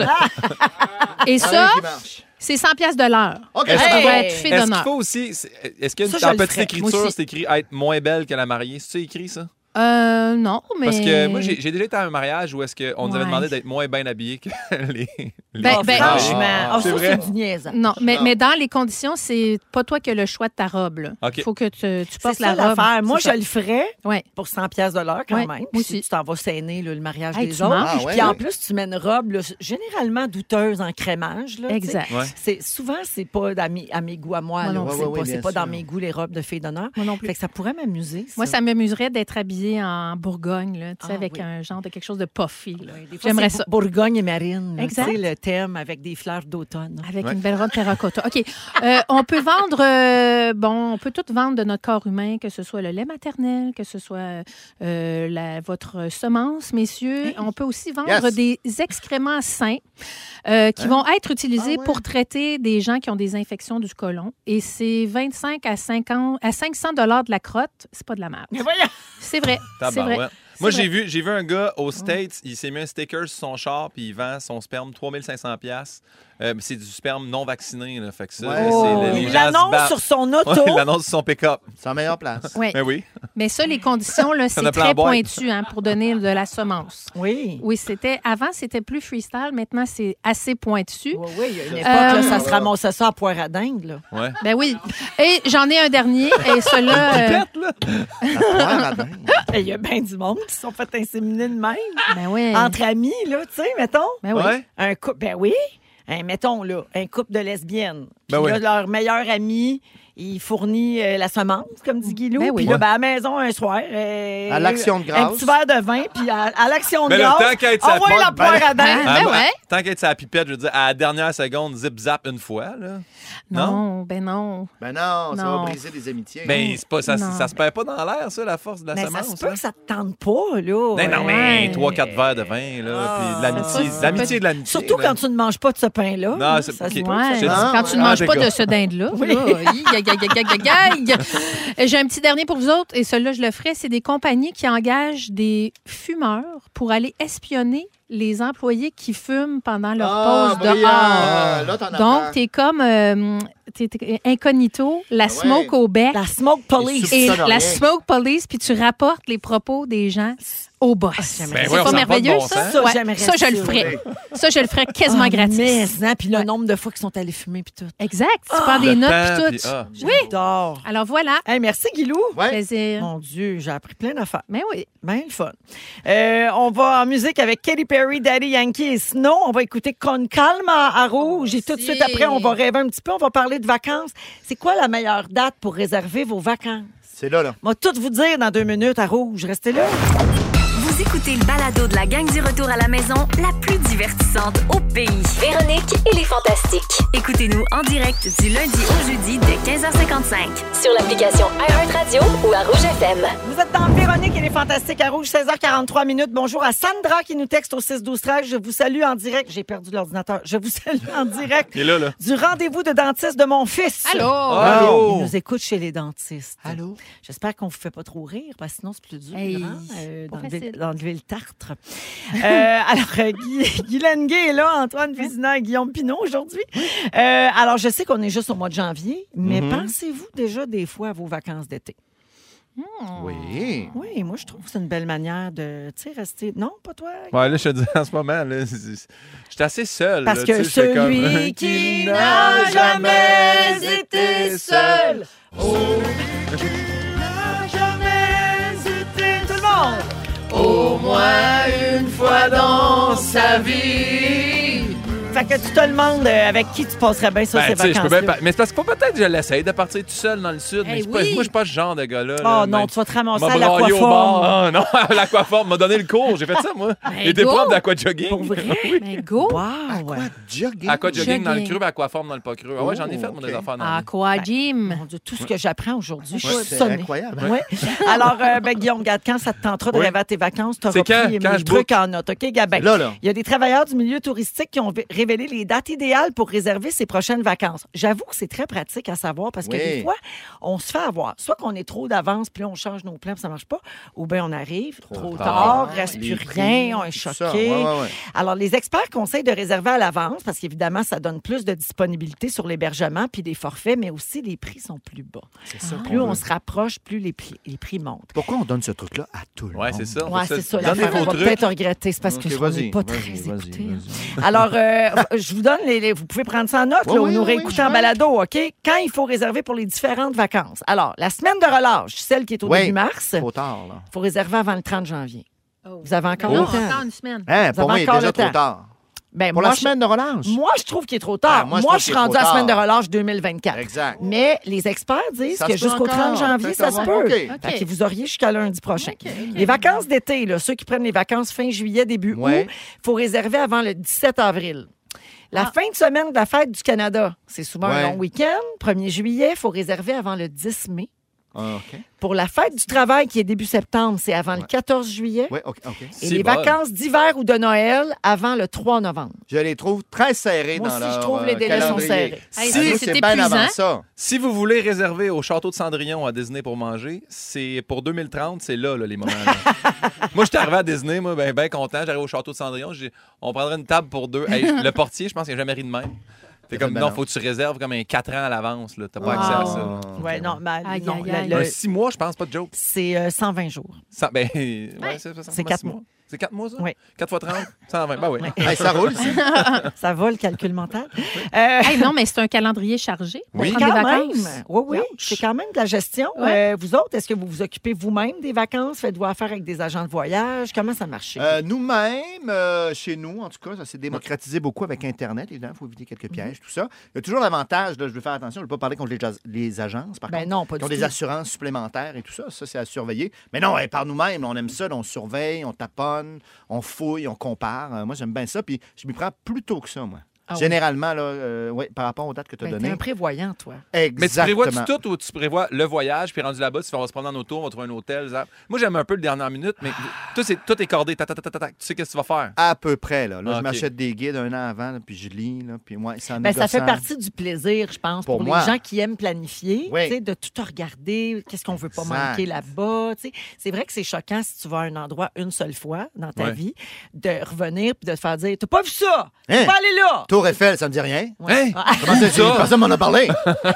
Speaker 7: Et ça,
Speaker 8: Ah, qui marche.
Speaker 7: c'est cent piastres de l'heure.
Speaker 8: OK.
Speaker 6: Est-ce
Speaker 7: Ça
Speaker 5: Hey!
Speaker 7: devrait être fille
Speaker 6: Est-ce qu'il
Speaker 7: d'honneur.
Speaker 6: faut aussi. c'est- Est-ce qu'il y a
Speaker 5: Ça,
Speaker 6: une
Speaker 5: je
Speaker 6: en
Speaker 5: le
Speaker 6: petite
Speaker 5: ferais.
Speaker 7: Moi
Speaker 6: écriture,
Speaker 7: aussi.
Speaker 6: c'est écrit être moins belle que la mariée? C'est écrit, ça?
Speaker 7: Euh, non, mais...
Speaker 6: Parce que moi, j'ai j'ai déjà été à un mariage où est-ce qu'on nous avait
Speaker 7: Ouais.
Speaker 6: demandé d'être moins bien habillés que les. les-
Speaker 7: Ben,
Speaker 5: Ah,
Speaker 7: ben,
Speaker 5: franchement,
Speaker 6: Ah,
Speaker 5: ah,
Speaker 6: c'est
Speaker 5: ça,
Speaker 6: vrai.
Speaker 5: c'est du niaisage.
Speaker 7: Non, mais,
Speaker 8: Non.
Speaker 7: mais dans les conditions, c'est pas toi qui as le choix de ta robe. Il
Speaker 6: OK.
Speaker 7: faut que tu, tu
Speaker 5: C'est
Speaker 7: portes
Speaker 5: ça
Speaker 7: la robe.
Speaker 5: l'affaire. Moi,
Speaker 7: C'est ça.
Speaker 5: je le ferais
Speaker 7: Ouais.
Speaker 5: pour cent piastres de l'heure quand
Speaker 7: Ouais,
Speaker 5: même.
Speaker 7: moi
Speaker 5: Puis
Speaker 7: aussi.
Speaker 5: Tu t'en vas saigner là, le mariage
Speaker 7: Hey,
Speaker 5: des
Speaker 7: tu
Speaker 5: autres.
Speaker 7: manges.
Speaker 8: Ah, ouais.
Speaker 5: Puis en plus, tu mets une robe là, généralement douteuse en crémage. Là, tu sais.
Speaker 7: Exact.
Speaker 6: Ouais.
Speaker 5: C'est, souvent, c'est pas à mes, à mes goûts à moi.
Speaker 7: Moi
Speaker 5: là.
Speaker 7: non
Speaker 5: C'est
Speaker 8: plus. Ouais, ouais,
Speaker 5: pas,
Speaker 8: ouais,
Speaker 5: c'est
Speaker 8: bien
Speaker 5: pas dans
Speaker 8: sûr.
Speaker 5: mes goûts, les robes de filles d'honneur.
Speaker 7: Moi non plus.
Speaker 5: Fait que ça pourrait m'amuser. ça.
Speaker 7: Moi, ça m'amuserait d'être habillée en Bourgogne, là, tu sais,
Speaker 5: Ah,
Speaker 7: avec
Speaker 5: oui.
Speaker 7: un genre de quelque chose de puffy. là.
Speaker 5: Oui, des fois,
Speaker 7: J'aimerais
Speaker 5: c'est
Speaker 7: ça.
Speaker 5: Bourgogne et Marine. là,
Speaker 7: Exact.
Speaker 5: tu sais, le thème avec des fleurs d'automne.
Speaker 7: Avec
Speaker 6: Ouais.
Speaker 7: une belle robe terracotta. OK. Euh, on peut vendre, euh, bon, on peut tout vendre de notre corps humain, que ce soit le lait maternel, que ce soit euh, la, votre semence, messieurs. On peut aussi vendre
Speaker 8: Yes.
Speaker 7: des excréments sains euh, qui vont être utilisés
Speaker 8: Ah ouais.
Speaker 7: pour traiter des gens qui ont des infections du côlon. Et c'est vingt-cinq à cinquante à cinq cents dollars de la crotte. C'est pas de la merde.
Speaker 5: Mais voyons!
Speaker 7: C'est vrai. C'est vrai.
Speaker 6: Tabarouette. Moi,
Speaker 7: C'est
Speaker 6: j'ai vu, j'ai vu un gars aux States, il s'est mis un sticker sur son char puis il vend son sperme trois mille cinq cents dollars. Euh, c'est du sperme non vacciné. Là, fait que ça,
Speaker 8: Ouais.
Speaker 6: c'est,
Speaker 5: Oh,
Speaker 6: les
Speaker 5: il
Speaker 6: gens se
Speaker 5: l'annonce
Speaker 6: battent.
Speaker 5: sur son
Speaker 6: Ouais,
Speaker 5: auto.
Speaker 6: il l'annonce sur son pick-up.
Speaker 8: C'est la meilleure place.
Speaker 7: Oui.
Speaker 6: Ben oui.
Speaker 7: Mais ça, les conditions, là,
Speaker 6: en
Speaker 7: c'est
Speaker 6: a plein en
Speaker 7: très
Speaker 6: boîte.
Speaker 7: pointu hein, pour donner de la semence.
Speaker 5: Oui.
Speaker 7: Oui, c'était avant, c'était plus freestyle. Maintenant, c'est assez pointu.
Speaker 5: Oui, oui, il y a une époque,
Speaker 7: Euh,
Speaker 5: là, ça se ramassait ça à poire à dingue. Là.
Speaker 6: Ouais.
Speaker 7: Ben oui. Et j'en ai un dernier. Et celui-là. euh,
Speaker 6: Pipette, là.
Speaker 8: La poire à dingue.
Speaker 5: Et Il y a bien du monde qui se sont fait inséminer de même.
Speaker 7: ben oui.
Speaker 5: Entre amis, là, tu sais, mettons.
Speaker 7: Ben oui.
Speaker 6: Ouais.
Speaker 5: Un couple, ben oui. Un, mettons, là, un couple de lesbiennes. Puis
Speaker 6: Ben
Speaker 5: là,
Speaker 6: oui.
Speaker 5: leur meilleur ami, il fournit euh, la semence, comme dit Guilou.
Speaker 7: Ben oui.
Speaker 5: Puis là, ben, à la maison, un soir. euh,
Speaker 8: À l'Action de grâce.
Speaker 5: Un petit verre de vin, puis à, à l'Action de
Speaker 6: Mais là,
Speaker 5: grâce.
Speaker 6: tant qu'à être sa
Speaker 5: envoie la
Speaker 6: porte,
Speaker 5: poire
Speaker 6: ben-
Speaker 5: à dingue.
Speaker 7: Ah, ben ouais.
Speaker 6: Tant qu'être sa pipette, je veux dire, à la dernière seconde, zip-zap une fois. Là. Non?
Speaker 7: Non, ben non.
Speaker 8: Ben non, ça
Speaker 7: Non.
Speaker 8: va briser des amitiés.
Speaker 6: Ben, c'est pas, ça,
Speaker 7: Non.
Speaker 6: ça se perd pas dans l'air, ça, la force de la
Speaker 5: Mais
Speaker 6: semence.
Speaker 5: ça se peut
Speaker 6: hein?
Speaker 5: que ça te tente pas, là.
Speaker 6: Ben non,
Speaker 5: Euh,
Speaker 6: mais
Speaker 7: Ouais.
Speaker 6: trois quatre verres de vin, là,
Speaker 5: Ah.
Speaker 6: puis de l'amitié.
Speaker 7: Ça,
Speaker 6: De l'amitié et de l'amitié.
Speaker 5: Surtout
Speaker 6: là.
Speaker 5: quand tu ne manges pas de ce pain-là.
Speaker 6: Non,
Speaker 5: là,
Speaker 6: c'est-
Speaker 5: ça se
Speaker 6: ok.
Speaker 5: peut.
Speaker 7: Ouais.
Speaker 6: J'ai dit-
Speaker 7: Quand tu ne
Speaker 6: Ah,
Speaker 7: manges pas
Speaker 6: d'accord.
Speaker 7: de ce dinde-là.
Speaker 5: Oui.
Speaker 7: là, aïe, aïe, aïe, aïe, aïe, aïe. Euh, J'ai un petit dernier pour vous autres, et celui-là, je le ferai. C'est des compagnies qui engagent des fumeurs pour aller espionner les employés qui fument pendant leur
Speaker 8: Ah,
Speaker 7: pause
Speaker 8: brillant.
Speaker 7: dehors.
Speaker 8: Là, t'en apprends.
Speaker 7: Donc, t'es comme euh, t'es, t'es incognito, la
Speaker 8: ouais.
Speaker 7: smoke au bec
Speaker 5: La smoke police.
Speaker 8: Et
Speaker 7: et
Speaker 8: soupçonne
Speaker 7: la
Speaker 8: rien.
Speaker 7: smoke police, puis tu rapportes les propos des gens au boss.
Speaker 5: j'aimerais
Speaker 6: Ben
Speaker 7: c'est
Speaker 6: voyons,
Speaker 7: pas
Speaker 6: ça n'a pas de
Speaker 7: merveilleux,
Speaker 6: bon
Speaker 7: ça?
Speaker 6: sens.
Speaker 5: Ça,
Speaker 7: Ouais,
Speaker 5: j'aimerais
Speaker 7: ça, je le
Speaker 5: ça,
Speaker 7: ferais. Ça, je le ferais quasiment
Speaker 5: Ah,
Speaker 7: gratis.
Speaker 5: Mais, hein, puis le
Speaker 7: Ouais.
Speaker 5: nombre de fois qu'ils sont allés fumer, puis tout.
Speaker 7: Exact. Tu prends des
Speaker 6: Le
Speaker 7: notes,
Speaker 6: temps,
Speaker 7: puis
Speaker 6: puis-
Speaker 7: tout.
Speaker 6: ah.
Speaker 5: J'adore.
Speaker 7: Alors voilà.
Speaker 5: Hey, merci, Guilou.
Speaker 8: Ouais.
Speaker 7: Plaisir.
Speaker 5: Mon Dieu, j'ai appris plein d'affaires.
Speaker 7: Mais oui.
Speaker 5: Bien le fun. Euh, on va en musique avec Katy Perry, Daddy Yankee et Snow. On va écouter Con Calma à Rouge. Et tout de
Speaker 7: Si.
Speaker 5: suite après, on va rêver un petit peu. On va parler de vacances. C'est quoi la meilleure date pour réserver vos vacances?
Speaker 8: C'est là, là.
Speaker 5: On va tout vous dire dans deux minutes à Rouge. Restez là.
Speaker 3: Vous écoutez le balado de la gang du retour à la maison, la plus divertissante au pays.
Speaker 4: Véronique et les Fantastiques.
Speaker 3: Écoutez-nous en direct du lundi au jeudi dès quinze heures cinquante-cinq.
Speaker 4: Sur l'application iHeartRadio ou à Rouge F M.
Speaker 5: Vous êtes dans Véronique et les Fantastiques à Rouge, seize heures quarante-trois minutes. Bonjour à Sandra qui nous texte au six douze treize. Je vous salue en direct. J'ai perdu l'ordinateur. Je vous salue en direct
Speaker 6: Il est là, là.
Speaker 5: du rendez-vous de dentiste de mon fils.
Speaker 7: Allô?
Speaker 6: Allô?
Speaker 5: Il nous écoute chez les dentistes.
Speaker 8: Allô?
Speaker 5: J'espère qu'on vous fait pas trop rire, parce que sinon c'est plus dur
Speaker 7: Hey,
Speaker 5: hein, euh,
Speaker 7: pas
Speaker 5: d'enlever,
Speaker 7: facile.
Speaker 5: d'enlever le tartre. Euh, alors, euh, Guy, Guy Lenguet est là, Antoine Vézina et Guillaume Pinot aujourd'hui. Euh, alors, je sais qu'on est juste au mois de janvier, mais
Speaker 8: Mhm.
Speaker 5: pensez-vous déjà des fois à vos vacances d'été?
Speaker 8: Oui.
Speaker 5: Oui, moi, je trouve que c'est une belle manière de, tu sais, rester... Non, pas toi?
Speaker 6: Ouais, là, je te dis en ce moment, là, c'est- c'est- je suis assez seul.
Speaker 5: Parce
Speaker 6: là,
Speaker 5: que
Speaker 6: tu sais, je fais
Speaker 5: celui
Speaker 6: comme-
Speaker 5: qui n'a jamais été seul, oh, qui n'a jamais été tout le monde, au moins une fois dans sa vie. Fait que tu te demandes euh, avec qui tu passerais bien ça,
Speaker 6: Ben,
Speaker 5: ces
Speaker 6: tu sais, je peux
Speaker 5: vacances-là.
Speaker 6: bien pa- mais c'est parce qu'il faut peut-être que je l'essaye de partir tout seul dans le sud. mais
Speaker 7: Eh
Speaker 6: je suis pas-
Speaker 7: oui.
Speaker 6: moi, je suis pas ce genre de gars-là.
Speaker 5: Oh
Speaker 6: là,
Speaker 5: non,
Speaker 6: mais-
Speaker 5: tu vas te ramasser
Speaker 6: m'a
Speaker 5: à
Speaker 6: braillé au bar.
Speaker 5: l'aquaforme.
Speaker 6: Ah, non, à l'aquaforme, m'a donné le cours. J'ai fait ça, moi.
Speaker 7: Ben,
Speaker 6: J'étais
Speaker 7: go.
Speaker 6: prof d'aquajogging.
Speaker 5: Pour vrai?
Speaker 7: Mais go.
Speaker 5: Wow!
Speaker 8: Quoi? Jogging?
Speaker 6: Aquajogging dans le
Speaker 7: Jogging.
Speaker 6: creux, aquaforme dans le pas creux. Ah ouais, j'en ai
Speaker 8: Oh,
Speaker 6: fait, moi, des
Speaker 8: ok.
Speaker 6: affaires dans le
Speaker 7: Aqua Gym.
Speaker 5: Mon Dieu, tout ce que j'apprends aujourd'hui, je
Speaker 8: Ouais,
Speaker 5: suis
Speaker 8: c'est
Speaker 5: sonnée.
Speaker 8: incroyable.
Speaker 5: Oui. Alors, euh, ben, Guillaume, regarde, quand ça te tentera de
Speaker 6: Oui.
Speaker 5: rêver à tes vacances, tu auras
Speaker 6: C'est quand?
Speaker 5: pris
Speaker 6: Quand
Speaker 5: le
Speaker 6: je
Speaker 5: truc
Speaker 6: book?
Speaker 5: en note. OK, Gabin?
Speaker 8: Là, là.
Speaker 5: Il y a des travailleurs du milieu touristique qui ont v- révélé les dates idéales pour réserver ses prochaines vacances. J'avoue que c'est très pratique à savoir parce que
Speaker 8: Oui.
Speaker 5: des fois, on se fait avoir. Soit qu'on est trop d'avance, puis là, on change nos plans, puis ça marche pas. Ou bien on arrive trop,
Speaker 6: tard.
Speaker 5: tard, reste
Speaker 8: Les
Speaker 5: plus
Speaker 8: prix,
Speaker 5: rien, on est
Speaker 8: tout
Speaker 5: choqué.
Speaker 8: ça. Ouais, ouais, ouais.
Speaker 5: Alors, les experts conseillent de réserver à l'avance parce qu'évidemment, ça donne plus de disponibilité sur l'hébergement puis des forfaits, mais aussi les prix sont plus bas.
Speaker 8: C'est ça.
Speaker 5: Plus
Speaker 8: qu'on
Speaker 5: on
Speaker 8: veut.
Speaker 5: se rapproche, plus les prix, les prix montent.
Speaker 8: Pourquoi on donne ce truc-là à tout le
Speaker 6: Ouais,
Speaker 8: monde?
Speaker 6: c'est ça.
Speaker 5: Ouais, c'est ça.
Speaker 6: Donnez
Speaker 5: l'affaire,
Speaker 6: vos
Speaker 5: on va
Speaker 6: trucs.
Speaker 5: peut-être regretter. C'est parce
Speaker 8: Ok,
Speaker 5: que je
Speaker 8: vas-y,
Speaker 5: n'est pas
Speaker 8: vas-y,
Speaker 5: très
Speaker 8: vas-y,
Speaker 5: écouté.
Speaker 8: vas-y.
Speaker 5: Alors, euh, je vous donne les, les- Vous pouvez prendre ça en note,
Speaker 8: Oui,
Speaker 5: là, ou
Speaker 8: oui,
Speaker 5: nous
Speaker 8: oui,
Speaker 5: réécouter
Speaker 8: oui,
Speaker 5: en
Speaker 8: je
Speaker 5: balado, OK? Quand il faut réserver pour les différentes vacances. Alors, la semaine de relâche, celle qui est au
Speaker 8: Oui.
Speaker 5: début mars,
Speaker 8: Trop tard, là.
Speaker 5: il faut réserver avant le trente janvier.
Speaker 7: Oh.
Speaker 5: Vous avez encore
Speaker 7: Non,
Speaker 5: le temps.
Speaker 7: encore une semaine.
Speaker 8: Hein,
Speaker 5: Vous
Speaker 8: pour moi,
Speaker 5: avez
Speaker 8: il est
Speaker 5: encore
Speaker 8: déjà
Speaker 5: le
Speaker 8: trop
Speaker 5: temps.
Speaker 8: tard.
Speaker 5: Ben,
Speaker 8: Pour
Speaker 5: moi,
Speaker 8: la
Speaker 5: je-
Speaker 8: semaine de relâche.
Speaker 5: Moi, je trouve qu'il est trop tard.
Speaker 8: Ah, moi,
Speaker 5: moi,
Speaker 8: je trouve
Speaker 5: je suis
Speaker 8: qu'il est
Speaker 5: rendue à
Speaker 8: trop
Speaker 5: la semaine de
Speaker 8: tard.
Speaker 5: relâche deux mille vingt-quatre.
Speaker 8: Exact.
Speaker 5: Mais les experts disent
Speaker 8: Ça
Speaker 5: que
Speaker 8: se peut
Speaker 5: jusqu'au
Speaker 8: encore.
Speaker 5: trente janvier, ça se peut.
Speaker 8: OK.
Speaker 7: OK.
Speaker 5: Fait qu'ils vous auriez jusqu'à lundi prochain.
Speaker 7: OK, OK.
Speaker 5: Les vacances d'été, là, ceux qui prennent les vacances fin juillet, début
Speaker 8: Ouais.
Speaker 5: août, il faut réserver avant le dix-sept avril. La
Speaker 7: Ah.
Speaker 5: fin de semaine de la fête du Canada, c'est souvent
Speaker 8: Ouais.
Speaker 5: un long week-end. premier juillet, il faut réserver avant le dix mai.
Speaker 8: Ah, OK.
Speaker 5: Pour la fête du travail qui est début septembre, c'est avant le
Speaker 8: Ouais.
Speaker 5: quatorze juillet.
Speaker 8: Oui, OK. OK.
Speaker 5: Et
Speaker 6: C'est
Speaker 5: les
Speaker 6: bon.
Speaker 5: vacances d'hiver ou de Noël avant le trois novembre.
Speaker 8: Je les trouve très serrés
Speaker 5: Moi
Speaker 8: dans
Speaker 5: aussi,
Speaker 8: leur
Speaker 5: je trouve
Speaker 8: euh,
Speaker 5: les délais sont
Speaker 8: calendrier.
Speaker 5: serrés.
Speaker 7: Hey,
Speaker 8: Ah, nous,
Speaker 7: c'est
Speaker 8: c'est bien
Speaker 7: épuisant.
Speaker 8: avant ça.
Speaker 6: Si vous voulez réserver au château de Cendrillon à Disney pour manger, c'est pour deux mille trente, c'est là, là les moments. là. Moi, j'étais arrivé à Disney, moi, ben, ben content. J'arrive au château de Cendrillon. J'ai, on prendrait une table pour deux. Hey, le portier, je pense qu'il n'a jamais ri de même. C'est comme,
Speaker 8: Ben
Speaker 6: non,
Speaker 8: non.
Speaker 6: faut que tu réserves comme un quatre ans à l'avance. Là. T'as pas
Speaker 5: Wow.
Speaker 6: accès à ça.
Speaker 5: Ouais, non, mais
Speaker 7: Aïe,
Speaker 5: non,
Speaker 7: aïe,
Speaker 5: la-
Speaker 7: aïe.
Speaker 5: le-
Speaker 6: Un six mois, je pense, pas de joke.
Speaker 5: c'est euh, cent vingt jours.
Speaker 6: Ça, ben, ouais, c'est, ça,
Speaker 5: C'est
Speaker 6: pas
Speaker 5: quatre
Speaker 6: six
Speaker 5: mois.
Speaker 6: C'est quatre mois, ça?
Speaker 5: Oui.
Speaker 6: quatre fois trente, cent vingt. Ben oui.
Speaker 8: Hey, ça roule, ça.
Speaker 5: Ça va, le calcul mental. Euh,
Speaker 7: Hey, non, mais c'est un calendrier chargé pour
Speaker 6: Oui.
Speaker 7: prendre
Speaker 5: quand
Speaker 7: des
Speaker 5: même.
Speaker 7: vacances.
Speaker 5: Oui, oui.
Speaker 7: Ouch.
Speaker 5: C'est quand même de la gestion.
Speaker 7: Ouais.
Speaker 5: Euh, vous autres, est-ce que vous vous occupez vous-même des vacances? Faites-vous affaire avec des agents de voyage? Comment ça marche?
Speaker 8: Euh, nous-mêmes, euh, chez nous, en tout cas, ça s'est démocratisé beaucoup avec Internet, évidemment. Il faut éviter quelques pièges, tout ça. Il y a toujours l'avantage, là, je veux faire attention, je ne veux pas parler contre les, jas- les agences, par
Speaker 5: Ben
Speaker 8: contre,
Speaker 5: non, pas
Speaker 8: qui ont
Speaker 5: du
Speaker 8: des
Speaker 5: tout.
Speaker 8: assurances supplémentaires et tout ça. Ça, c'est à surveiller. Mais non, hey, par nous-mêmes, là, on aime ça, là, on surveille, on taponne, on fouille, on compare. Euh, moi, j'aime bien ça, puis je m'y prends plus tôt que ça, moi.
Speaker 5: Ah oui.
Speaker 8: Généralement, là, euh, ouais, par rapport aux dates que tu as
Speaker 5: Ben, t'es
Speaker 8: données.
Speaker 5: un prévoyant, toi.
Speaker 8: Exactement.
Speaker 6: Mais tu prévois-tu tout ou tu prévois le voyage, puis rendu là-bas, tu vas se prendre en auto, on va trouver un hôtel. zap. Moi, j'aime un peu le dernière minute, mais tout, c'est, tout est cordé. Ta, ta, ta, ta, ta, ta. Tu sais qu'est-ce que tu vas faire.
Speaker 8: À peu près, là. Là,
Speaker 6: Ah,
Speaker 8: je
Speaker 6: ok.
Speaker 8: m'achète des guides un an avant, là, puis je lis, là, puis moi, c'est en
Speaker 5: Ben, ça fait
Speaker 8: négociant.
Speaker 5: partie du plaisir, je pense, pour,
Speaker 8: Pour
Speaker 5: les
Speaker 8: moi.
Speaker 5: gens qui aiment planifier,
Speaker 8: Oui.
Speaker 5: tu sais, de tout regarder, qu'est-ce qu'on veut pas
Speaker 8: Exact.
Speaker 5: manquer là-bas. tu sais. C'est vrai que c'est choquant si tu vas à un endroit une seule fois dans ta
Speaker 6: Ouais.
Speaker 5: vie, de revenir puis de te faire dire, t'as pas vu ça? Tu
Speaker 8: Hein?
Speaker 5: vas aller là!
Speaker 8: Tour Eiffel, ça me dit rien.
Speaker 6: Hein?
Speaker 8: Comment ça, ça? Personne m'en a parlé.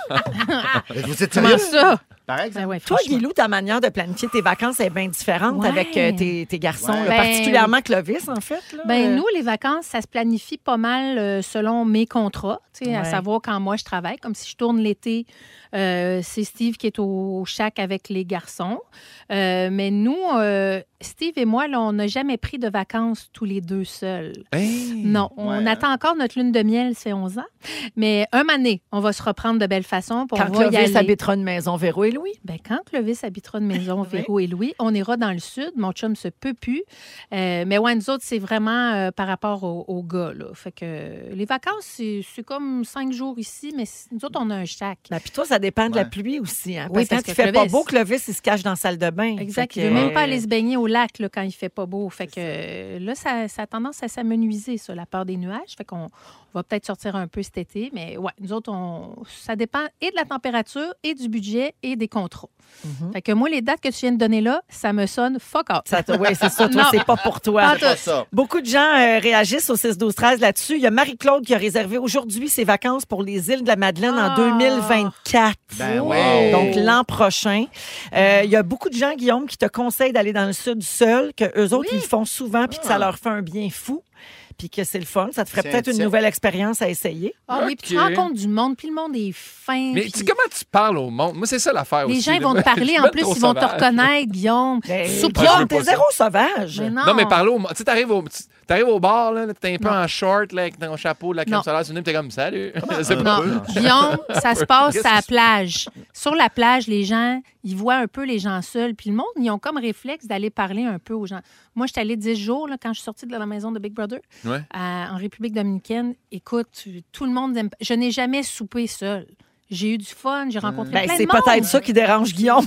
Speaker 8: Vous êtes
Speaker 7: Comment
Speaker 8: sérieux?
Speaker 7: ça?
Speaker 8: Pareil,
Speaker 7: Ben ouais,
Speaker 5: Toi,
Speaker 7: franchement.
Speaker 5: Guilou, ta manière de planifier tes vacances est bien différente
Speaker 7: Ouais.
Speaker 5: avec euh, tes, tes garçons,
Speaker 8: Ouais.
Speaker 5: là,
Speaker 7: Ben-
Speaker 5: particulièrement Clovis, en fait. Là.
Speaker 7: Ben
Speaker 5: Euh,
Speaker 7: nous, les vacances, ça se planifie pas mal euh, selon mes contrats, tu sais, à
Speaker 5: Ouais.
Speaker 7: savoir quand moi je travaille. Comme si je tourne l'été, euh, c'est Steve qui est au, au shack avec les garçons. Euh, mais nous, euh, Steve et moi, là, on n'a jamais pris de vacances tous les deux seuls.
Speaker 6: Hey!
Speaker 7: Non, on
Speaker 8: Ouais,
Speaker 7: attend encore notre lune de miel, c'est onze ans. Mais un année, on va se reprendre de belle façon. puis on
Speaker 5: Quand
Speaker 7: va y
Speaker 5: Clovis
Speaker 7: aller.
Speaker 5: habitera une maison, Véro et Louis.
Speaker 7: Ben, quand Clovis habitera de maison, Véro et Louis, on ira dans le sud. Mon chum se peut plus. Euh, mais ouais, nous autres, c'est vraiment euh, par rapport aux au gars. Là. Fait que euh, les vacances, c'est c'est comme cinq jours ici, mais c- nous autres, on a un shack.
Speaker 5: Ben, puis toi, ça dépend de la
Speaker 8: Ouais.
Speaker 5: pluie aussi. Hein,
Speaker 7: Oui,
Speaker 5: parce,
Speaker 7: parce
Speaker 5: que quand
Speaker 7: que
Speaker 5: il fait pas
Speaker 7: Clovis-
Speaker 5: beau, Clovis, il se cache dans la salle de bain.
Speaker 7: Exact.
Speaker 5: Fait
Speaker 7: Il
Speaker 5: que,
Speaker 7: veut même pas
Speaker 5: euh,
Speaker 7: aller se baigner au lac là, quand il fait pas beau. Fait que euh, là, ça, ça a tendance à s'amenuiser, ça, la peur des nuages. Fait qu'on on va peut-être sortir un peu cet été. Mais ouais, nous autres, on, ça dépend et de la température, et du budget, et des contrats.
Speaker 5: Mhm.
Speaker 7: Fait que moi, les dates que tu viens de donner là, ça me sonne fuck off.
Speaker 5: Ça te- oui, c'est ça. Toi,
Speaker 7: Non.
Speaker 5: c'est pas pour toi.
Speaker 7: Pas
Speaker 8: C'est pas ça.
Speaker 5: Beaucoup de gens euh, réagissent au six douze treize là-dessus. Il y a Marie-Claude qui a réservé aujourd'hui ses vacances pour les îles de la Madeleine en
Speaker 7: Ah.
Speaker 5: deux mille vingt-quatre.
Speaker 8: Ben ouais.
Speaker 5: Donc, l'an prochain. Euh, Il y a beaucoup de gens, Guillaume, qui te conseillent d'aller dans le sud seul, que eux autres, ils le font souvent, puis que ça leur fait un bien fou, puis que c'est le fun. Ça te ferait
Speaker 8: C'est
Speaker 5: peut-être
Speaker 8: un
Speaker 5: une
Speaker 8: type.
Speaker 5: nouvelle expérience à essayer.
Speaker 7: Ah oui, puis tu
Speaker 6: OK.
Speaker 7: rencontres du monde, puis le monde est fin.
Speaker 6: Mais
Speaker 7: puis
Speaker 6: tu sais, comment tu parles au monde? Moi, c'est ça l'affaire
Speaker 7: les
Speaker 6: aussi.
Speaker 7: gens ils
Speaker 6: là.
Speaker 7: vont te
Speaker 6: Moi, je
Speaker 7: parler.
Speaker 6: suis
Speaker 7: En
Speaker 6: ben
Speaker 7: plus,
Speaker 6: trop
Speaker 7: ils vont te
Speaker 6: sauvage.
Speaker 7: reconnaître, Guillaume.
Speaker 5: Ben,
Speaker 7: Soupe
Speaker 6: Ah, je veux
Speaker 5: Guillaume,
Speaker 6: pas
Speaker 5: t'es
Speaker 6: ça.
Speaker 5: zéro sauvage.
Speaker 7: Mais non.
Speaker 6: Non, mais parle au. Tu sais, t'arrives au, tu- t'arrives au bar, là, t'es un peu
Speaker 7: Non.
Speaker 6: en short, là, avec ton chapeau, de la crème
Speaker 7: Non.
Speaker 6: solaire, tu venais, t'es comme salut. Je sais
Speaker 8: Un
Speaker 6: pas.
Speaker 7: Non,
Speaker 8: peu, hein.
Speaker 7: Guillaume, ça se passe
Speaker 6: Qu'est-ce
Speaker 7: à la
Speaker 6: que-
Speaker 7: plage. Sur la plage, les gens, ils voient un peu les gens seuls. Puis le monde, ils ont comme réflexe d'aller parler un peu aux gens. Moi, j'étais allée dix jours là, quand je suis sortie de la maison de Big Brother
Speaker 6: Ouais.
Speaker 7: à- en République dominicaine. Écoute, tout le monde aime. Je n'ai jamais soupé seul. J'ai eu du fun, j'ai rencontré
Speaker 5: Ben,
Speaker 7: plein
Speaker 5: c'est
Speaker 7: de monde.
Speaker 5: peut-être ça qui dérange Guillaume.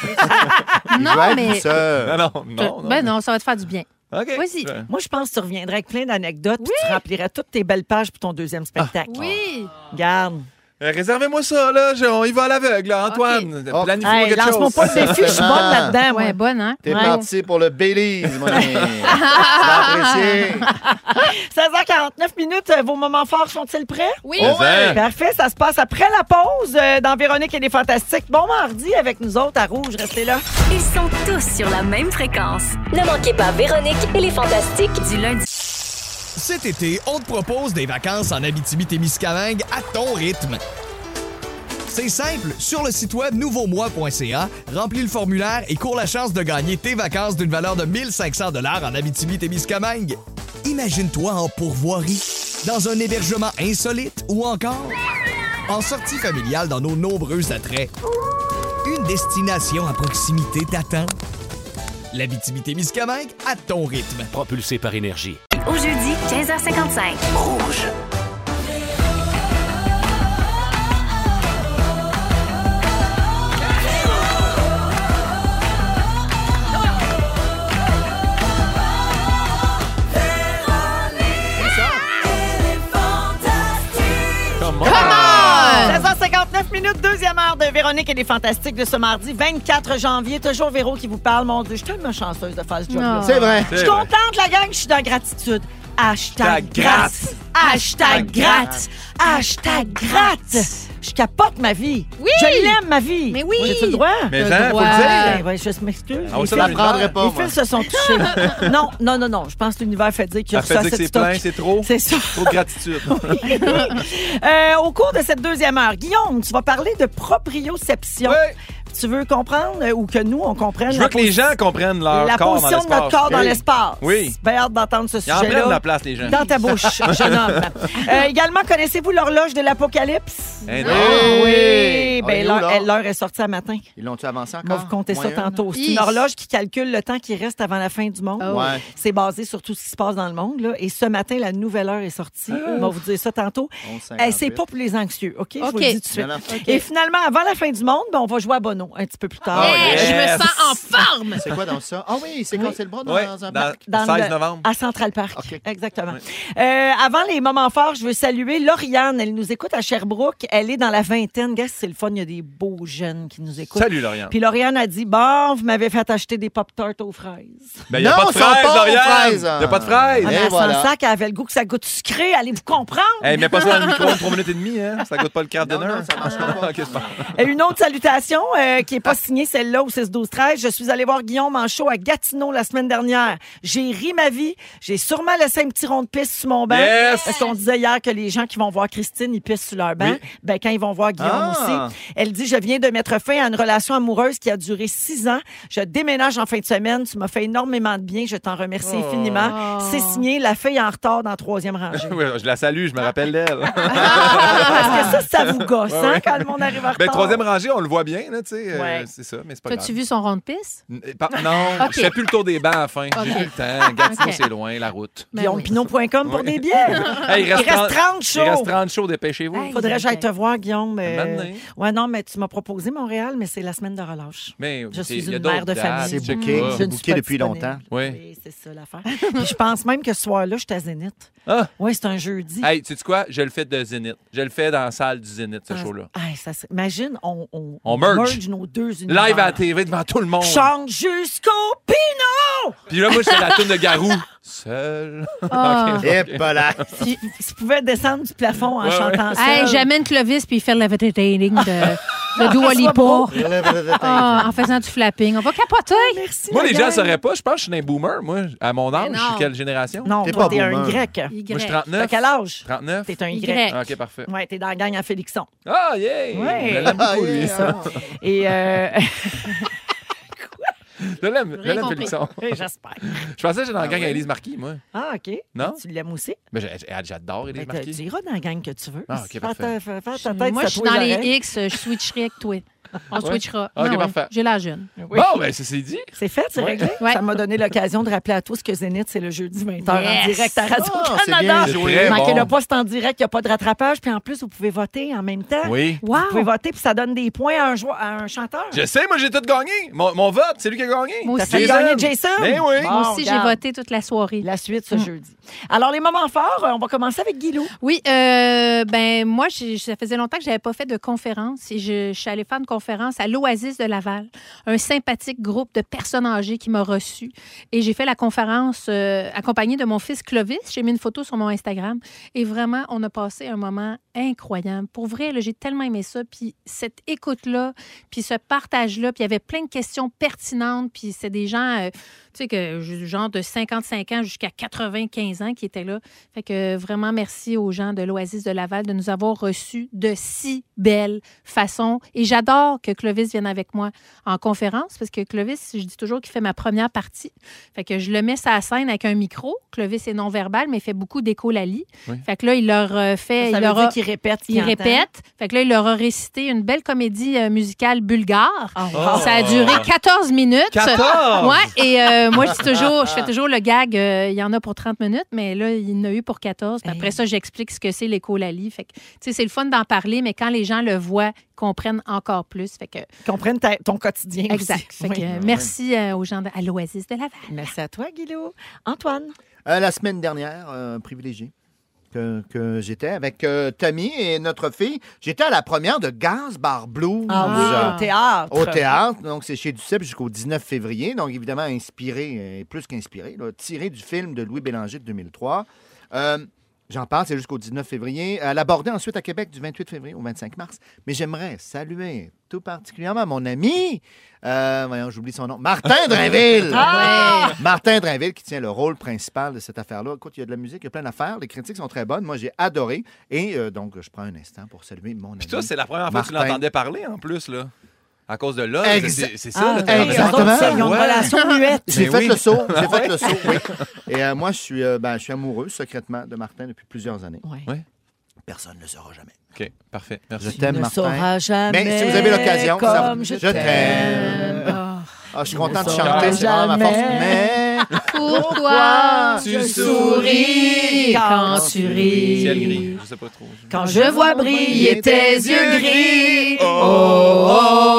Speaker 8: Il
Speaker 7: Non,
Speaker 8: veut être
Speaker 7: mais-
Speaker 8: seul.
Speaker 6: Non, non, non. non.
Speaker 7: Ben non, ça va te faire du bien.
Speaker 6: OK.
Speaker 7: Vas-y.
Speaker 6: Ouais.
Speaker 5: Moi, je pense que tu reviendrais avec plein d'anecdotes, puis tu remplirais toutes tes belles pages pour ton deuxième spectacle.
Speaker 7: Oui.
Speaker 5: Regarde.
Speaker 6: Euh, Réservez-moi ça, là. Je- on y va à l'aveugle, là. Antoine,
Speaker 8: Ok.
Speaker 6: planifie-moi
Speaker 5: Hey,
Speaker 6: quelque
Speaker 5: lance-moi
Speaker 6: chose.
Speaker 5: pas le défi, je suis bonne là-dedans. moi.
Speaker 7: Ouais, bonne, hein?
Speaker 8: T'es
Speaker 5: Ouais.
Speaker 8: parti pour le Belize, mon ami. C'est apprécié.
Speaker 5: seize heures quarante-neuf minutes, euh, vos moments forts sont-ils prêts?
Speaker 7: Oui.
Speaker 6: Oh, ouais.
Speaker 5: Parfait, ça se passe après la pause euh, dans Véronique et les Fantastiques. Bon mardi avec nous autres à Rouge, restez là.
Speaker 3: Ils sont tous sur la même fréquence.
Speaker 4: Ne manquez pas Véronique et les Fantastiques.
Speaker 3: Du lundi.
Speaker 1: Cet été, on te propose des vacances en Abitibi-Témiscamingue à ton rythme. C'est simple, sur le site web nouveau moi point c a, remplis le formulaire et cours la chance de gagner tes vacances d'une valeur de mille cinq cents dollars en Abitibi-Témiscamingue. Imagine-toi en pourvoirie, dans un hébergement insolite ou encore en sortie familiale dans nos nombreux attraits. Une destination à proximité t'attend. L'Abitibi-Témiscamingue à ton rythme.
Speaker 2: Propulsé par énergie.
Speaker 3: Au jeudi, quinze heures cinquante-cinq.
Speaker 2: Rouge.
Speaker 5: minutes, deuxième heure de Véronique et les Fantastiques de ce mardi vingt-quatre janvier. Toujours Véro qui vous parle. Mon Dieu, je suis tellement chanceuse de faire ce job-là.
Speaker 7: Oh.
Speaker 8: C'est vrai.
Speaker 5: Je suis contente, la gang, je suis dans la gratitude. Hashtag gratte. Hashtag gratte. Hashtag gratte. Je capote ma vie.
Speaker 7: Oui.
Speaker 5: Je l'aime, ma vie.
Speaker 7: Mais oui.
Speaker 5: J'ai-tu le droit?
Speaker 6: Mais
Speaker 7: T'as
Speaker 6: Jean,
Speaker 7: le
Speaker 6: faut
Speaker 7: droit.
Speaker 6: le dire.
Speaker 5: Ben, ouais, je m'excuse.
Speaker 6: Ah,
Speaker 5: Les
Speaker 6: ça,
Speaker 5: fils-
Speaker 6: je
Speaker 8: Je prendrais pas,
Speaker 5: les
Speaker 8: moi.
Speaker 5: fils se sont touchés. non, non, non, non. Je pense que l'univers fait dire qu'il y a
Speaker 6: Elle fait
Speaker 5: reçu
Speaker 6: dire que
Speaker 5: assez de
Speaker 6: c'est
Speaker 5: stock.
Speaker 6: plein, c'est trop.
Speaker 5: C'est ça.
Speaker 6: Trop de gratitude.
Speaker 5: Euh, au cours de cette deuxième heure, Guillaume, tu vas parler de proprioception.
Speaker 6: Ouais.
Speaker 5: Tu veux comprendre euh, ou que nous, on comprenne
Speaker 6: Je
Speaker 5: la
Speaker 6: veux que les
Speaker 5: posi-
Speaker 6: gens comprennent leur
Speaker 5: la
Speaker 6: corps dans
Speaker 5: position de notre
Speaker 6: l'espace.
Speaker 5: corps dans
Speaker 6: Oui.
Speaker 5: l'espace.
Speaker 6: Oui.
Speaker 5: Bien hâte d'entendre ce
Speaker 6: Ils en prennent
Speaker 5: sujet-là.
Speaker 6: la place, les gens.
Speaker 5: Dans ta bouche, jeune homme. Euh, également, connaissez-vous l'horloge de l'Apocalypse?
Speaker 6: Eh
Speaker 5: Ah,
Speaker 6: non.
Speaker 5: oui.
Speaker 8: Ah,
Speaker 5: Ben,
Speaker 8: elle est où,
Speaker 5: l'heure,
Speaker 8: là?
Speaker 5: elle- l'heure est sortie ce matin.
Speaker 8: Ils l'ont-tu avancé
Speaker 5: On va
Speaker 8: encore?
Speaker 5: vous compter ça
Speaker 8: Moyen,
Speaker 5: tantôt. C'est
Speaker 7: Hi.
Speaker 5: une horloge qui calcule le temps qui reste avant la fin du monde.
Speaker 7: Oh.
Speaker 8: Ouais.
Speaker 5: C'est basé sur tout ce qui se passe dans le monde. Là. Et ce matin, la nouvelle heure est sortie. On va vous dire ça tantôt.
Speaker 8: onze
Speaker 5: Eh,
Speaker 8: cinquante-huit.
Speaker 5: c'est pas pour les anxieux, OK? Je vous
Speaker 7: OK.
Speaker 5: le dis tout de suite.
Speaker 8: Non, non.
Speaker 5: Et finalement, avant la fin du monde, ben, on va jouer à Bono un petit peu plus tard.
Speaker 6: Oh,
Speaker 7: Hey,
Speaker 6: yes.
Speaker 7: Je me sens en forme.
Speaker 8: C'est quoi dans ça? Ah oui, c'est
Speaker 5: Oui.
Speaker 8: casser le bras dans
Speaker 6: Ouais,
Speaker 8: un
Speaker 6: dans-
Speaker 8: parc.
Speaker 5: Dans
Speaker 6: seize
Speaker 5: le-
Speaker 6: novembre.
Speaker 5: À Central Park.
Speaker 8: OK.
Speaker 5: Exactement. Euh, avant les moments forts, je veux saluer Lauriane. Elle nous écoute à Sherbrooke. Elle est dans la vingtaine. Gars, c'est le fun. Il y a des beaux jeunes qui nous écoutent.
Speaker 6: Salut, Lauriane.
Speaker 5: Puis Lauriane a dit, bon, vous m'avez fait acheter des Pop-Tarts aux fraises.
Speaker 6: Ben, y a
Speaker 8: Non,
Speaker 6: pas de
Speaker 8: ils sont
Speaker 6: fraises,
Speaker 8: pas aux
Speaker 6: Lauriane.
Speaker 8: fraises.
Speaker 6: Y a pas de fraises.
Speaker 5: Ah, mais
Speaker 8: Et
Speaker 5: elle
Speaker 8: voilà.
Speaker 5: s'en sac, elle avait le goût que ça goûte sucré. Allez-vous comprendre?
Speaker 6: Hey, mets pas ça dans le micro, trois minutes et demie, hein? Ça goûte pas le quart
Speaker 8: Non,
Speaker 6: dinner.
Speaker 8: non, ça marchera pas.
Speaker 6: Ok, c'est bon.
Speaker 5: Et une autre salutation euh, qui n'est pas signée, celle-là, au six douze treize. Je suis allée voir Guillaume en show à Gatineau la semaine dernière. J'ai ri ma vie. J'ai sûrement laissé un petit rond de pisse sur mon banc.
Speaker 6: Yes!
Speaker 5: Parce qu'on disait hier que les gens qui vont voir Christine, ils pissent sur leur banc.
Speaker 6: Oui.
Speaker 5: Ben, quand ils vont voir Guillaume
Speaker 8: Ah!
Speaker 5: aussi. Elle dit, je viens de mettre fin à une relation amoureuse qui a duré six ans. Je déménage en fin de semaine. Tu m'as fait énormément de bien. Je t'en remercie
Speaker 6: Oh.
Speaker 5: infiniment. C'est signé la fille en retard dans la troisième rangée.
Speaker 6: Oui, je la salue, je me rappelle d'elle.
Speaker 5: Parce que ça, ça vous gosse,
Speaker 6: Ouais,
Speaker 5: hein,
Speaker 6: ouais.
Speaker 5: quand le monde arrive en retard.
Speaker 6: Ben, troisième rangée, on le voit bien, là, tu sais. euh,
Speaker 5: Ouais.
Speaker 6: c'est ça, mais c'est pas
Speaker 7: T'as-tu
Speaker 6: grave.
Speaker 7: vu son rond de pisse?
Speaker 6: N- pas- Non,
Speaker 7: Ok.
Speaker 6: je fais plus le tour des bancs à la fin. J'ai
Speaker 7: Ok.
Speaker 6: plus le temps. Gatineau,
Speaker 7: Ok.
Speaker 6: c'est loin, la route.
Speaker 7: Ben
Speaker 5: Guillaume
Speaker 7: oui.
Speaker 5: Pinot point com pour
Speaker 6: Oui.
Speaker 5: des billets.
Speaker 6: Hey,
Speaker 5: Il reste trente
Speaker 6: Il reste
Speaker 5: shows.
Speaker 6: trente shows, dépêchez-vous.
Speaker 7: Hey.
Speaker 5: Faudrait que j'aille te voir, Guillaume. euh,
Speaker 6: Un moment donné.
Speaker 5: Ouais, non, mais tu m'as proposé Montréal, mais c'est la semaine de relâche.
Speaker 6: Mais
Speaker 5: Je
Speaker 6: c'est-
Speaker 5: suis
Speaker 6: il y a
Speaker 5: une
Speaker 6: d'autres
Speaker 5: mère de
Speaker 6: dates,
Speaker 5: famille.
Speaker 8: C'est
Speaker 6: check
Speaker 8: booké.
Speaker 6: pas.
Speaker 5: Je
Speaker 8: C'est
Speaker 5: ne suis
Speaker 8: booké
Speaker 5: pas
Speaker 8: depuis
Speaker 5: disponible.
Speaker 8: longtemps.
Speaker 6: Oui.
Speaker 5: Oui, c'est ça l'affaire. Puis je pense même que ce soir-là, je suis à Zénith.
Speaker 6: Ah!
Speaker 5: Oui, c'est un jeudi.
Speaker 6: Hey, tu sais quoi? Je le fais de Zénith. Je le fais dans la salle du Zénith, ce show-là.
Speaker 5: Hey, ça, c'est- imagine, on, on,
Speaker 6: On merge.
Speaker 5: nos deux univers.
Speaker 6: Live à la T V devant tout le monde.
Speaker 5: Chante jusqu'au Pinot!
Speaker 6: Puis là, moi, je fais la toune de Garou. Seul.
Speaker 7: Ah.
Speaker 6: Ok.
Speaker 8: Et pas là.
Speaker 5: Si tu pouvais descendre du plafond en
Speaker 6: Ouais,
Speaker 5: chantant ça.
Speaker 7: Hey, j'amène Clovis puis il fait le levitating de, de Dua
Speaker 5: François
Speaker 7: Lipa.
Speaker 5: Brault.
Speaker 7: Ah, en faisant du flapping. On va capoter.
Speaker 5: Merci.
Speaker 6: Moi,
Speaker 5: la
Speaker 6: les gens
Speaker 5: gang.
Speaker 6: ne sauraient pas. Je pense que je suis un boomer. Moi, à mon âge,
Speaker 7: Mais
Speaker 6: je suis
Speaker 7: non.
Speaker 6: quelle génération?
Speaker 5: Non,
Speaker 8: T'es
Speaker 5: toi,
Speaker 8: pas
Speaker 5: t'es un
Speaker 8: boomer.
Speaker 5: Y.
Speaker 6: Moi, je suis
Speaker 5: T'as
Speaker 6: trente-neuf.
Speaker 5: quel âge?
Speaker 6: trente-neuf.
Speaker 5: T'es un Y.
Speaker 7: Y.
Speaker 6: Ah, OK, parfait.
Speaker 5: Ouais, t'es dans la gang à Félixon.
Speaker 6: Ah, yeah!
Speaker 5: Ouais.
Speaker 6: Je l'aime beaucoup,
Speaker 8: Ah,
Speaker 6: lui.
Speaker 8: yeah.
Speaker 5: Et euh...
Speaker 6: Je l'aime, je
Speaker 7: Rien
Speaker 6: l'aime,
Speaker 7: compris.
Speaker 6: Félixon.
Speaker 5: j'espère.
Speaker 6: Je pensais que j'étais dans la
Speaker 8: Ah
Speaker 6: gang à
Speaker 8: ouais.
Speaker 6: Élise Marquis, moi.
Speaker 5: Ah, OK.
Speaker 6: Non?
Speaker 5: Tu l'aimes aussi?
Speaker 6: Mais j'ai- j'ai- j'adore Élise
Speaker 5: Ben, t'as-
Speaker 6: Marquis.
Speaker 5: tu iras dans la gang que tu veux.
Speaker 6: Ah, OK,
Speaker 5: Fais
Speaker 6: parfait.
Speaker 5: ta- fais- fais ta tête,
Speaker 7: Moi,
Speaker 5: c'est
Speaker 7: je suis
Speaker 5: toi
Speaker 7: dans
Speaker 5: oreilles.
Speaker 7: les X, je switcherai avec toi. On
Speaker 6: Ouais.
Speaker 7: switchera.
Speaker 6: OK,
Speaker 7: Ah ouais,
Speaker 6: parfait.
Speaker 7: J'ai la jeune.
Speaker 5: Oui.
Speaker 6: Bon, ben, ça c'est dit.
Speaker 5: C'est fait, c'est
Speaker 6: Ouais.
Speaker 5: réglé.
Speaker 7: Ouais.
Speaker 5: Ça m'a donné l'occasion de rappeler à tous que Zénith, c'est le jeudi vingt heures en
Speaker 7: Yes.
Speaker 5: direct à
Speaker 8: Ah, c'est
Speaker 5: Radio-Canada.
Speaker 8: bien
Speaker 6: C'est
Speaker 8: joué.
Speaker 6: très
Speaker 5: Manquez-le
Speaker 6: bon.
Speaker 5: pas, c'est en direct, il n'y a pas de rattrapage. Puis en plus, vous pouvez voter en même temps.
Speaker 6: Oui.
Speaker 5: Vous pouvez
Speaker 7: Wow!
Speaker 5: voter, puis ça donne des points à un, joueur, à un chanteur.
Speaker 6: Je sais, moi, j'ai tout gagné. Mon, mon vote, c'est lui qui a gagné.
Speaker 7: Moi
Speaker 5: T'as
Speaker 7: aussi.
Speaker 5: fait gagner Jason.
Speaker 6: Ben oui.
Speaker 5: Bon,
Speaker 7: Moi aussi, j'ai
Speaker 5: regarde.
Speaker 7: voté toute la soirée.
Speaker 5: La suite ce jeudi. Alors, les moments forts, euh, on va commencer avec Guilou.
Speaker 7: Oui, euh, ben moi, j'ai- ça faisait longtemps que je n'avais pas fait de conférence et je, je suis allée faire une conférence à l'Oasis de Laval, un sympathique groupe de personnes âgées qui m'a reçue. Et j'ai fait la conférence euh, accompagnée de mon fils Clovis. J'ai mis une photo sur mon Instagram et vraiment, on a passé un moment incroyable. Pour vrai, là, j'ai tellement aimé ça. Puis cette écoute-là, puis ce partage-là, puis il y avait plein de questions pertinentes, puis c'est des gens... euh, tu sais, que genre de cinquante-cinq ans jusqu'à quatre-vingt-quinze ans qui étaient là. Fait que vraiment, merci aux gens de l'Oasis de Laval de nous avoir reçus de si belle façon. Et j'adore que Clovis vienne avec moi en conférence parce que Clovis, je dis toujours qu'il fait ma première partie. Fait que je le mets sur la scène avec un micro. Clovis est non-verbal, mais il fait beaucoup d'écho-lali.
Speaker 6: Oui.
Speaker 7: Fait que là, il leur euh, fait...
Speaker 5: Ça
Speaker 7: il
Speaker 5: veut
Speaker 7: leur
Speaker 5: dire
Speaker 7: a-
Speaker 5: qu'il répète. ce
Speaker 7: il
Speaker 5: qu'il entend.
Speaker 7: répète. Fait que là, il leur a récité une belle comédie euh, musicale bulgare.
Speaker 5: Ah,
Speaker 6: Oh.
Speaker 5: wow.
Speaker 7: Ça a duré quatorze minutes.
Speaker 6: quatorze!
Speaker 7: Ouais, et euh, moi, je dis toujours, je fais toujours le gag, euh, il y en a pour trente minutes, mais là, il y en a eu pour quatorze. Puis après
Speaker 5: Hey.
Speaker 7: ça, j'explique ce que c'est l'écho-lali. Fait que, tu sais, c'est le fun d'en parler, mais quand les gens le voient, ils comprennent encore plus. Fait que,
Speaker 5: Qu'ils comprennent ta- ton quotidien
Speaker 7: exact.
Speaker 5: aussi.
Speaker 7: Fait que,
Speaker 5: Oui.
Speaker 7: euh, merci euh, aux gens de, à l'Oasis de Laval.
Speaker 5: Merci à toi, Guilou. Antoine.
Speaker 8: Euh, la semaine dernière, euh, privilégié. que, que j'étais avec euh, Tommy et notre fille. J'étais à la première de Gaz Bar Blues.
Speaker 5: Ah oui,
Speaker 8: euh,
Speaker 5: au théâtre.
Speaker 8: Au théâtre, donc c'est chez Duceppe jusqu'au dix-neuf février. Donc évidemment inspiré, euh, plus qu'inspiré, là, tiré du film de Louis Bélanger de deux mille trois. Euh, J'en parle, c'est jusqu'au dix-neuf février. Elle abordait ensuite à Québec du vingt-huit février au vingt-cinq mars. Mais j'aimerais saluer tout particulièrement mon ami, euh, voyons, j'oublie son nom, Martin Drainville.
Speaker 5: Ah!
Speaker 8: Martin Drainville qui tient le rôle principal de cette affaire-là. Écoute, il y a de la musique, il y a plein d'affaires. Les critiques sont très bonnes. Moi, j'ai adoré. Et euh, donc, je prends un instant pour saluer mon ami.
Speaker 6: Puis toi, c'est la première fois que tu
Speaker 8: Martin.
Speaker 6: l'entendais parler en plus, là. À cause de là.
Speaker 8: Exa-
Speaker 6: C'est c'est ça,
Speaker 5: Ah,
Speaker 6: là.
Speaker 5: oui,
Speaker 6: t'as-
Speaker 5: eux
Speaker 8: exactement.
Speaker 5: autres, ils ont une
Speaker 6: Ouais.
Speaker 5: relation muette.
Speaker 8: J'ai
Speaker 6: Mais
Speaker 8: fait
Speaker 6: oui.
Speaker 8: le saut, j'ai fait le saut, oui. Et euh, moi, je suis, euh, ben, je suis amoureux secrètement de Martin depuis plusieurs années.
Speaker 5: Ouais.
Speaker 6: Ouais.
Speaker 8: Personne ne le saura jamais.
Speaker 6: OK, parfait.
Speaker 8: Je
Speaker 6: Merci.
Speaker 8: t'aime,
Speaker 5: ne
Speaker 8: Martin.
Speaker 5: saura jamais.
Speaker 8: Mais si vous avez l'occasion, ça-
Speaker 5: comme je
Speaker 8: je t'aime.
Speaker 5: t'aime.
Speaker 8: Ah, je suis content de
Speaker 5: ne
Speaker 8: chanter, c'est vraiment ma force.
Speaker 5: jamais.
Speaker 8: Mais
Speaker 7: Pourquoi
Speaker 6: Tu
Speaker 5: Je
Speaker 7: souris quand tu ris?
Speaker 6: Ciel gris, je sais pas trop.
Speaker 5: Quand je vois briller tes yeux gris.
Speaker 6: Oh,
Speaker 5: oh,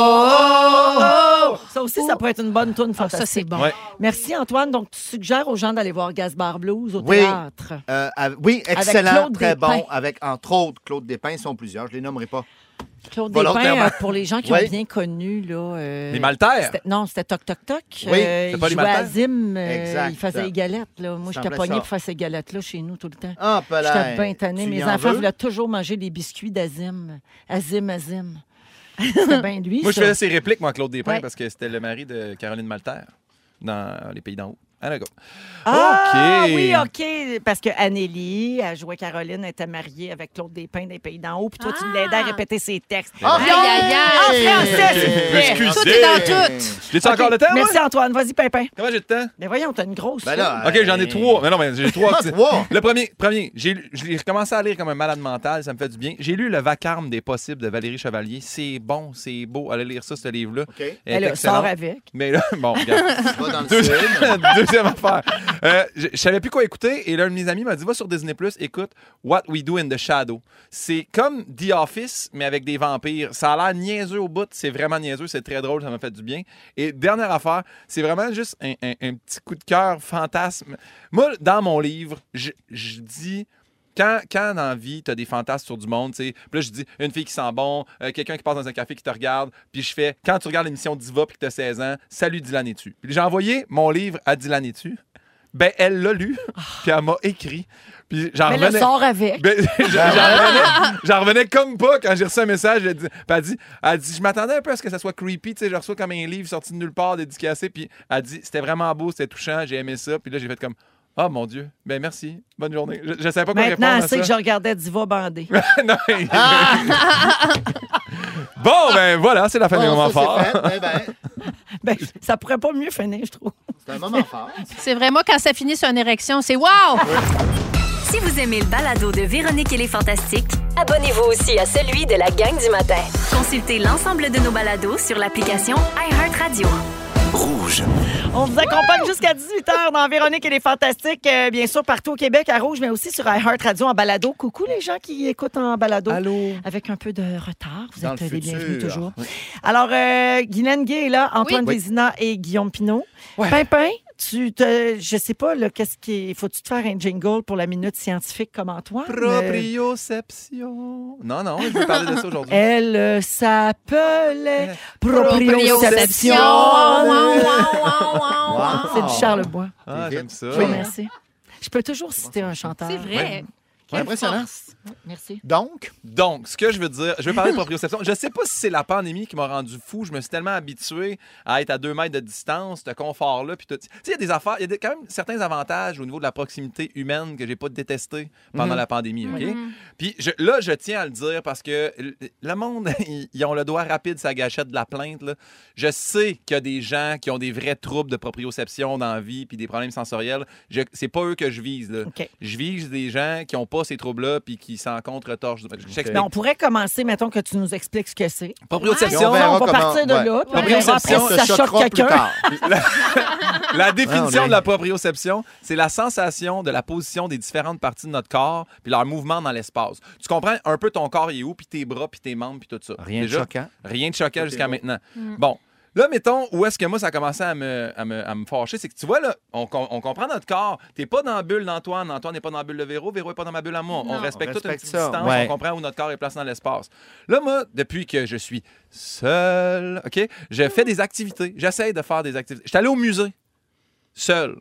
Speaker 5: oh, oh. Ça aussi, ça pourrait être une bonne toune
Speaker 7: Ah,
Speaker 5: fantastique.
Speaker 7: ça, c'est bon.
Speaker 6: Ouais.
Speaker 5: Merci, Antoine. Donc, tu suggères aux gens d'aller voir Gaspard Blues au
Speaker 8: Oui.
Speaker 5: théâtre.
Speaker 8: Euh, av- oui, excellent,
Speaker 5: Claude
Speaker 8: très
Speaker 5: Despins.
Speaker 8: bon, avec entre autres Claude Despins, ils sont plusieurs, je les nommerai pas.
Speaker 5: Claude
Speaker 8: Volontairement.
Speaker 5: Despins, euh, pour les gens qui
Speaker 8: Oui.
Speaker 5: ont bien connu, là... euh,
Speaker 6: Les Maltaires.
Speaker 5: c'était- Non, c'était Toc Toc Toc.
Speaker 8: Oui,
Speaker 5: Euh,
Speaker 6: c'est
Speaker 5: il
Speaker 6: pas les
Speaker 5: jouait à
Speaker 6: Maltaires?
Speaker 5: Zim. euh,
Speaker 8: Exact.
Speaker 5: il faisait les galettes. Là. Moi,
Speaker 8: Ça
Speaker 5: j'étais
Speaker 8: semblait
Speaker 5: pognée
Speaker 8: ça.
Speaker 5: pour faire ces galettes-là chez nous tout le temps.
Speaker 8: Ah,
Speaker 5: J'étais bien tannée.
Speaker 8: Tu
Speaker 5: Mes
Speaker 8: y en
Speaker 5: enfants
Speaker 8: veux?
Speaker 5: voulaient toujours manger des biscuits d'Azim. Azim, Azim. C'était bien lui,
Speaker 6: Moi, je
Speaker 5: ça.
Speaker 6: faisais ses répliques, moi, Claude Despins,
Speaker 5: Ouais.
Speaker 6: parce que c'était le mari de Caroline Maltaire dans Les Pays d'en haut. Ah, d'accord.
Speaker 5: Ah,
Speaker 6: OK.
Speaker 5: oui, OK. Parce que Annélie, elle jouait Caroline, elle était mariée avec Claude Despins des Pays d'en haut. Puis toi, tu
Speaker 7: Ah.
Speaker 5: l'aidais à répéter ses textes.
Speaker 8: Ah,
Speaker 7: Aïe, aïe, aïe.
Speaker 5: En français, s'il vous plaît.
Speaker 6: Excusez.
Speaker 7: Tout est dans tout.
Speaker 6: J'ai-tu
Speaker 5: OK.
Speaker 6: encore le temps, moi?
Speaker 5: Merci, Antoine. Vas-y, Pimpin.
Speaker 6: Comment j'ai le temps?
Speaker 5: Mais voyons, t'as une grosse.
Speaker 8: Ben là,
Speaker 6: OK, j'en ai trois. Mais non, mais j'ai trois.
Speaker 8: Ah,
Speaker 6: petits-
Speaker 8: trois?
Speaker 6: Le premier, premier j'ai, lu- je l'ai recommencé à lire comme un malade mental, ça me fait du bien. J'ai lu Le vacarme des possibles de Valérie Chevalier. C'est bon, c'est beau. Allez lire ça, ce livre-là.
Speaker 8: OK.
Speaker 6: Elle est
Speaker 5: Elle a-
Speaker 6: excellente.
Speaker 5: sort avec.
Speaker 6: Mais là, bon, regarde.
Speaker 8: Va dans le
Speaker 6: Deuxième,
Speaker 8: film.
Speaker 6: deuxième affaire. Euh, je, je savais plus quoi écouter et l'un de mes amis m'a dit va sur Disney Plus, écoute What We Do in the Shadow. C'est comme The Office mais avec des vampires. Ça a l'air niaiseux au bout, c'est vraiment niaiseux, c'est très drôle, ça m'a fait du bien. Et dernière affaire, c'est vraiment juste un, un- un petit coup de cœur fantasme. Moi, dans mon livre, je, je dis Quand, quand dans la vie, tu as des fantasmes sur du monde, tu sais, puis là, je dis une fille qui sent bon, euh, quelqu'un qui passe dans un café qui te regarde, puis je fais, quand tu regardes l'émission Diva puis que tu as seize ans, salut Dylan es-tu. Puis j'ai envoyé mon livre à Dylan es-tu. Ben, elle l'a lu, puis elle m'a écrit. Puis j'en
Speaker 5: Mais le
Speaker 6: revenais.
Speaker 5: sort avec.
Speaker 6: Ben, j'en revenais, j'en revenais comme pas quand j'ai reçu un message. Elle dit, puis elle dit, elle dit je m'attendais un peu à ce que ça soit creepy. Tu sais, je reçois comme un livre sorti de nulle part, dédicacé. Puis elle dit, c'était vraiment beau, c'était touchant, j'ai aimé ça. Puis là, j'ai fait comme, ah, mon Dieu, ben merci, bonne journée. Je, je savais pas quoi
Speaker 5: Maintenant,
Speaker 6: répondre
Speaker 5: elle
Speaker 6: à
Speaker 5: sait
Speaker 6: ça.
Speaker 5: que je regardais Diva bandée.
Speaker 6: Non, il- Bon, ben voilà, c'est la fin des
Speaker 8: Bon,
Speaker 6: moments
Speaker 8: ça, c'est
Speaker 6: forts.
Speaker 8: fait. Eh ben,
Speaker 5: Ben, ça pourrait pas mieux finir, je trouve.
Speaker 8: c'est un moment fort.
Speaker 7: C'est vraiment quand ça finit sur une érection, c'est wow!
Speaker 3: Si vous aimez le balado de Véronique et les Fantastiques,
Speaker 4: Abonnez-vous aussi à celui de la gang du matin.
Speaker 3: consultez l'ensemble de nos balados sur l'application iHeartRadio.
Speaker 2: Rouge.
Speaker 5: On vous accompagne jusqu'à dix-huit heures dans Véronique et les Fantastiques, euh, bien sûr, partout au Québec, à Rouge, mais aussi sur iHeartRadio en balado. Coucou les gens qui écoutent en balado.
Speaker 6: Allô?
Speaker 5: Avec un peu de retard. Vous
Speaker 8: Dans
Speaker 5: êtes
Speaker 8: le
Speaker 5: les
Speaker 8: futur.
Speaker 5: bienvenus toujours. Alors, euh, Guylaine Gay est là, Antoine
Speaker 8: Oui.
Speaker 5: Vézina et Guillaume Pinot.
Speaker 6: Ouais.
Speaker 5: Pimpin, tu te, je sais pas, là, qu'est-ce qui est, faut-tu te faire un jingle pour la minute scientifique comme Antoine? Euh,
Speaker 6: Proprioception. Non, non, je vais parler de ça aujourd'hui.
Speaker 5: Elle euh, s'appelait
Speaker 7: Proprioception.
Speaker 5: Proprioception.
Speaker 7: Wow, wow, wow, wow.
Speaker 8: Wow.
Speaker 5: C'est du Charlebois.
Speaker 6: Ah, j'aime ça.
Speaker 5: Oui, merci. Je peux toujours citer un chanteur.
Speaker 7: C'est vrai.
Speaker 8: Ouais, impressionnant.
Speaker 5: Merci.
Speaker 8: Donc,
Speaker 6: Donc, ce que je veux dire, je vais parler de proprioception. Je sais pas si c'est la pandémie qui m'a rendu fou. Je me suis tellement habitué à être à deux mètres de distance, ce confort-là. Puis tout. Tu sais, il y a des affaires, il y a des- quand même certains avantages au niveau de la proximité humaine que j'ai pas détesté pendant
Speaker 8: Mhm.
Speaker 6: la pandémie. OK? Puis je- là, je tiens à le dire parce que le- le monde, ils, ils ont le doigt rapide sur la gâchette de la plainte. Là. Je sais qu'il y a des gens qui ont des vrais troubles de proprioception dans la vie puis des problèmes sensoriels. Je, c'est pas eux que je vise. Là.
Speaker 5: OK.
Speaker 6: Je vise des gens qui n'ont pas ces troubles-là puis qui s'en contre-torchent. Je t'explique.
Speaker 5: Mais on pourrait commencer, mettons, que tu nous expliques ce que c'est.
Speaker 8: et
Speaker 6: Proprioception,
Speaker 8: on verra
Speaker 5: on va
Speaker 8: comment-
Speaker 5: partir de
Speaker 8: ouais.
Speaker 5: là, puis on
Speaker 7: Ouais.
Speaker 5: verra après
Speaker 8: On
Speaker 5: si
Speaker 8: se
Speaker 5: ça choque
Speaker 8: choquera plus
Speaker 5: quelqu'un.
Speaker 8: tard.
Speaker 6: la définition
Speaker 8: Ah, on est-
Speaker 6: de la proprioception, c'est la sensation de la position des différentes parties de notre corps puis leur mouvement dans l'espace. Tu comprends un peu ton corps il est où, puis tes bras, puis tes membres, puis tout ça.
Speaker 8: Rien de
Speaker 6: Déjà,
Speaker 8: choquant.
Speaker 6: Rien de choquant
Speaker 8: Tout est
Speaker 6: jusqu'à
Speaker 8: beau.
Speaker 6: maintenant. Bon. Là, mettons, où est-ce que moi, ça a commencé à me, à me, à me fâcher, c'est que tu vois, là, on, on comprend notre corps. T'es pas dans la bulle d'Antoine, Antoine n'est pas dans la bulle de Véro, Véro n'est pas dans ma bulle à moi. On
Speaker 7: Non.
Speaker 6: respecte
Speaker 8: On
Speaker 6: toute une
Speaker 8: respecte
Speaker 6: petite
Speaker 8: ça,
Speaker 6: distance,
Speaker 8: ouais.
Speaker 6: on comprend où notre corps est placé dans l'espace. Là, moi, depuis que je suis seul, OK, je fais des activités. J'essaie de faire des activités. Je suis allé au musée, seul.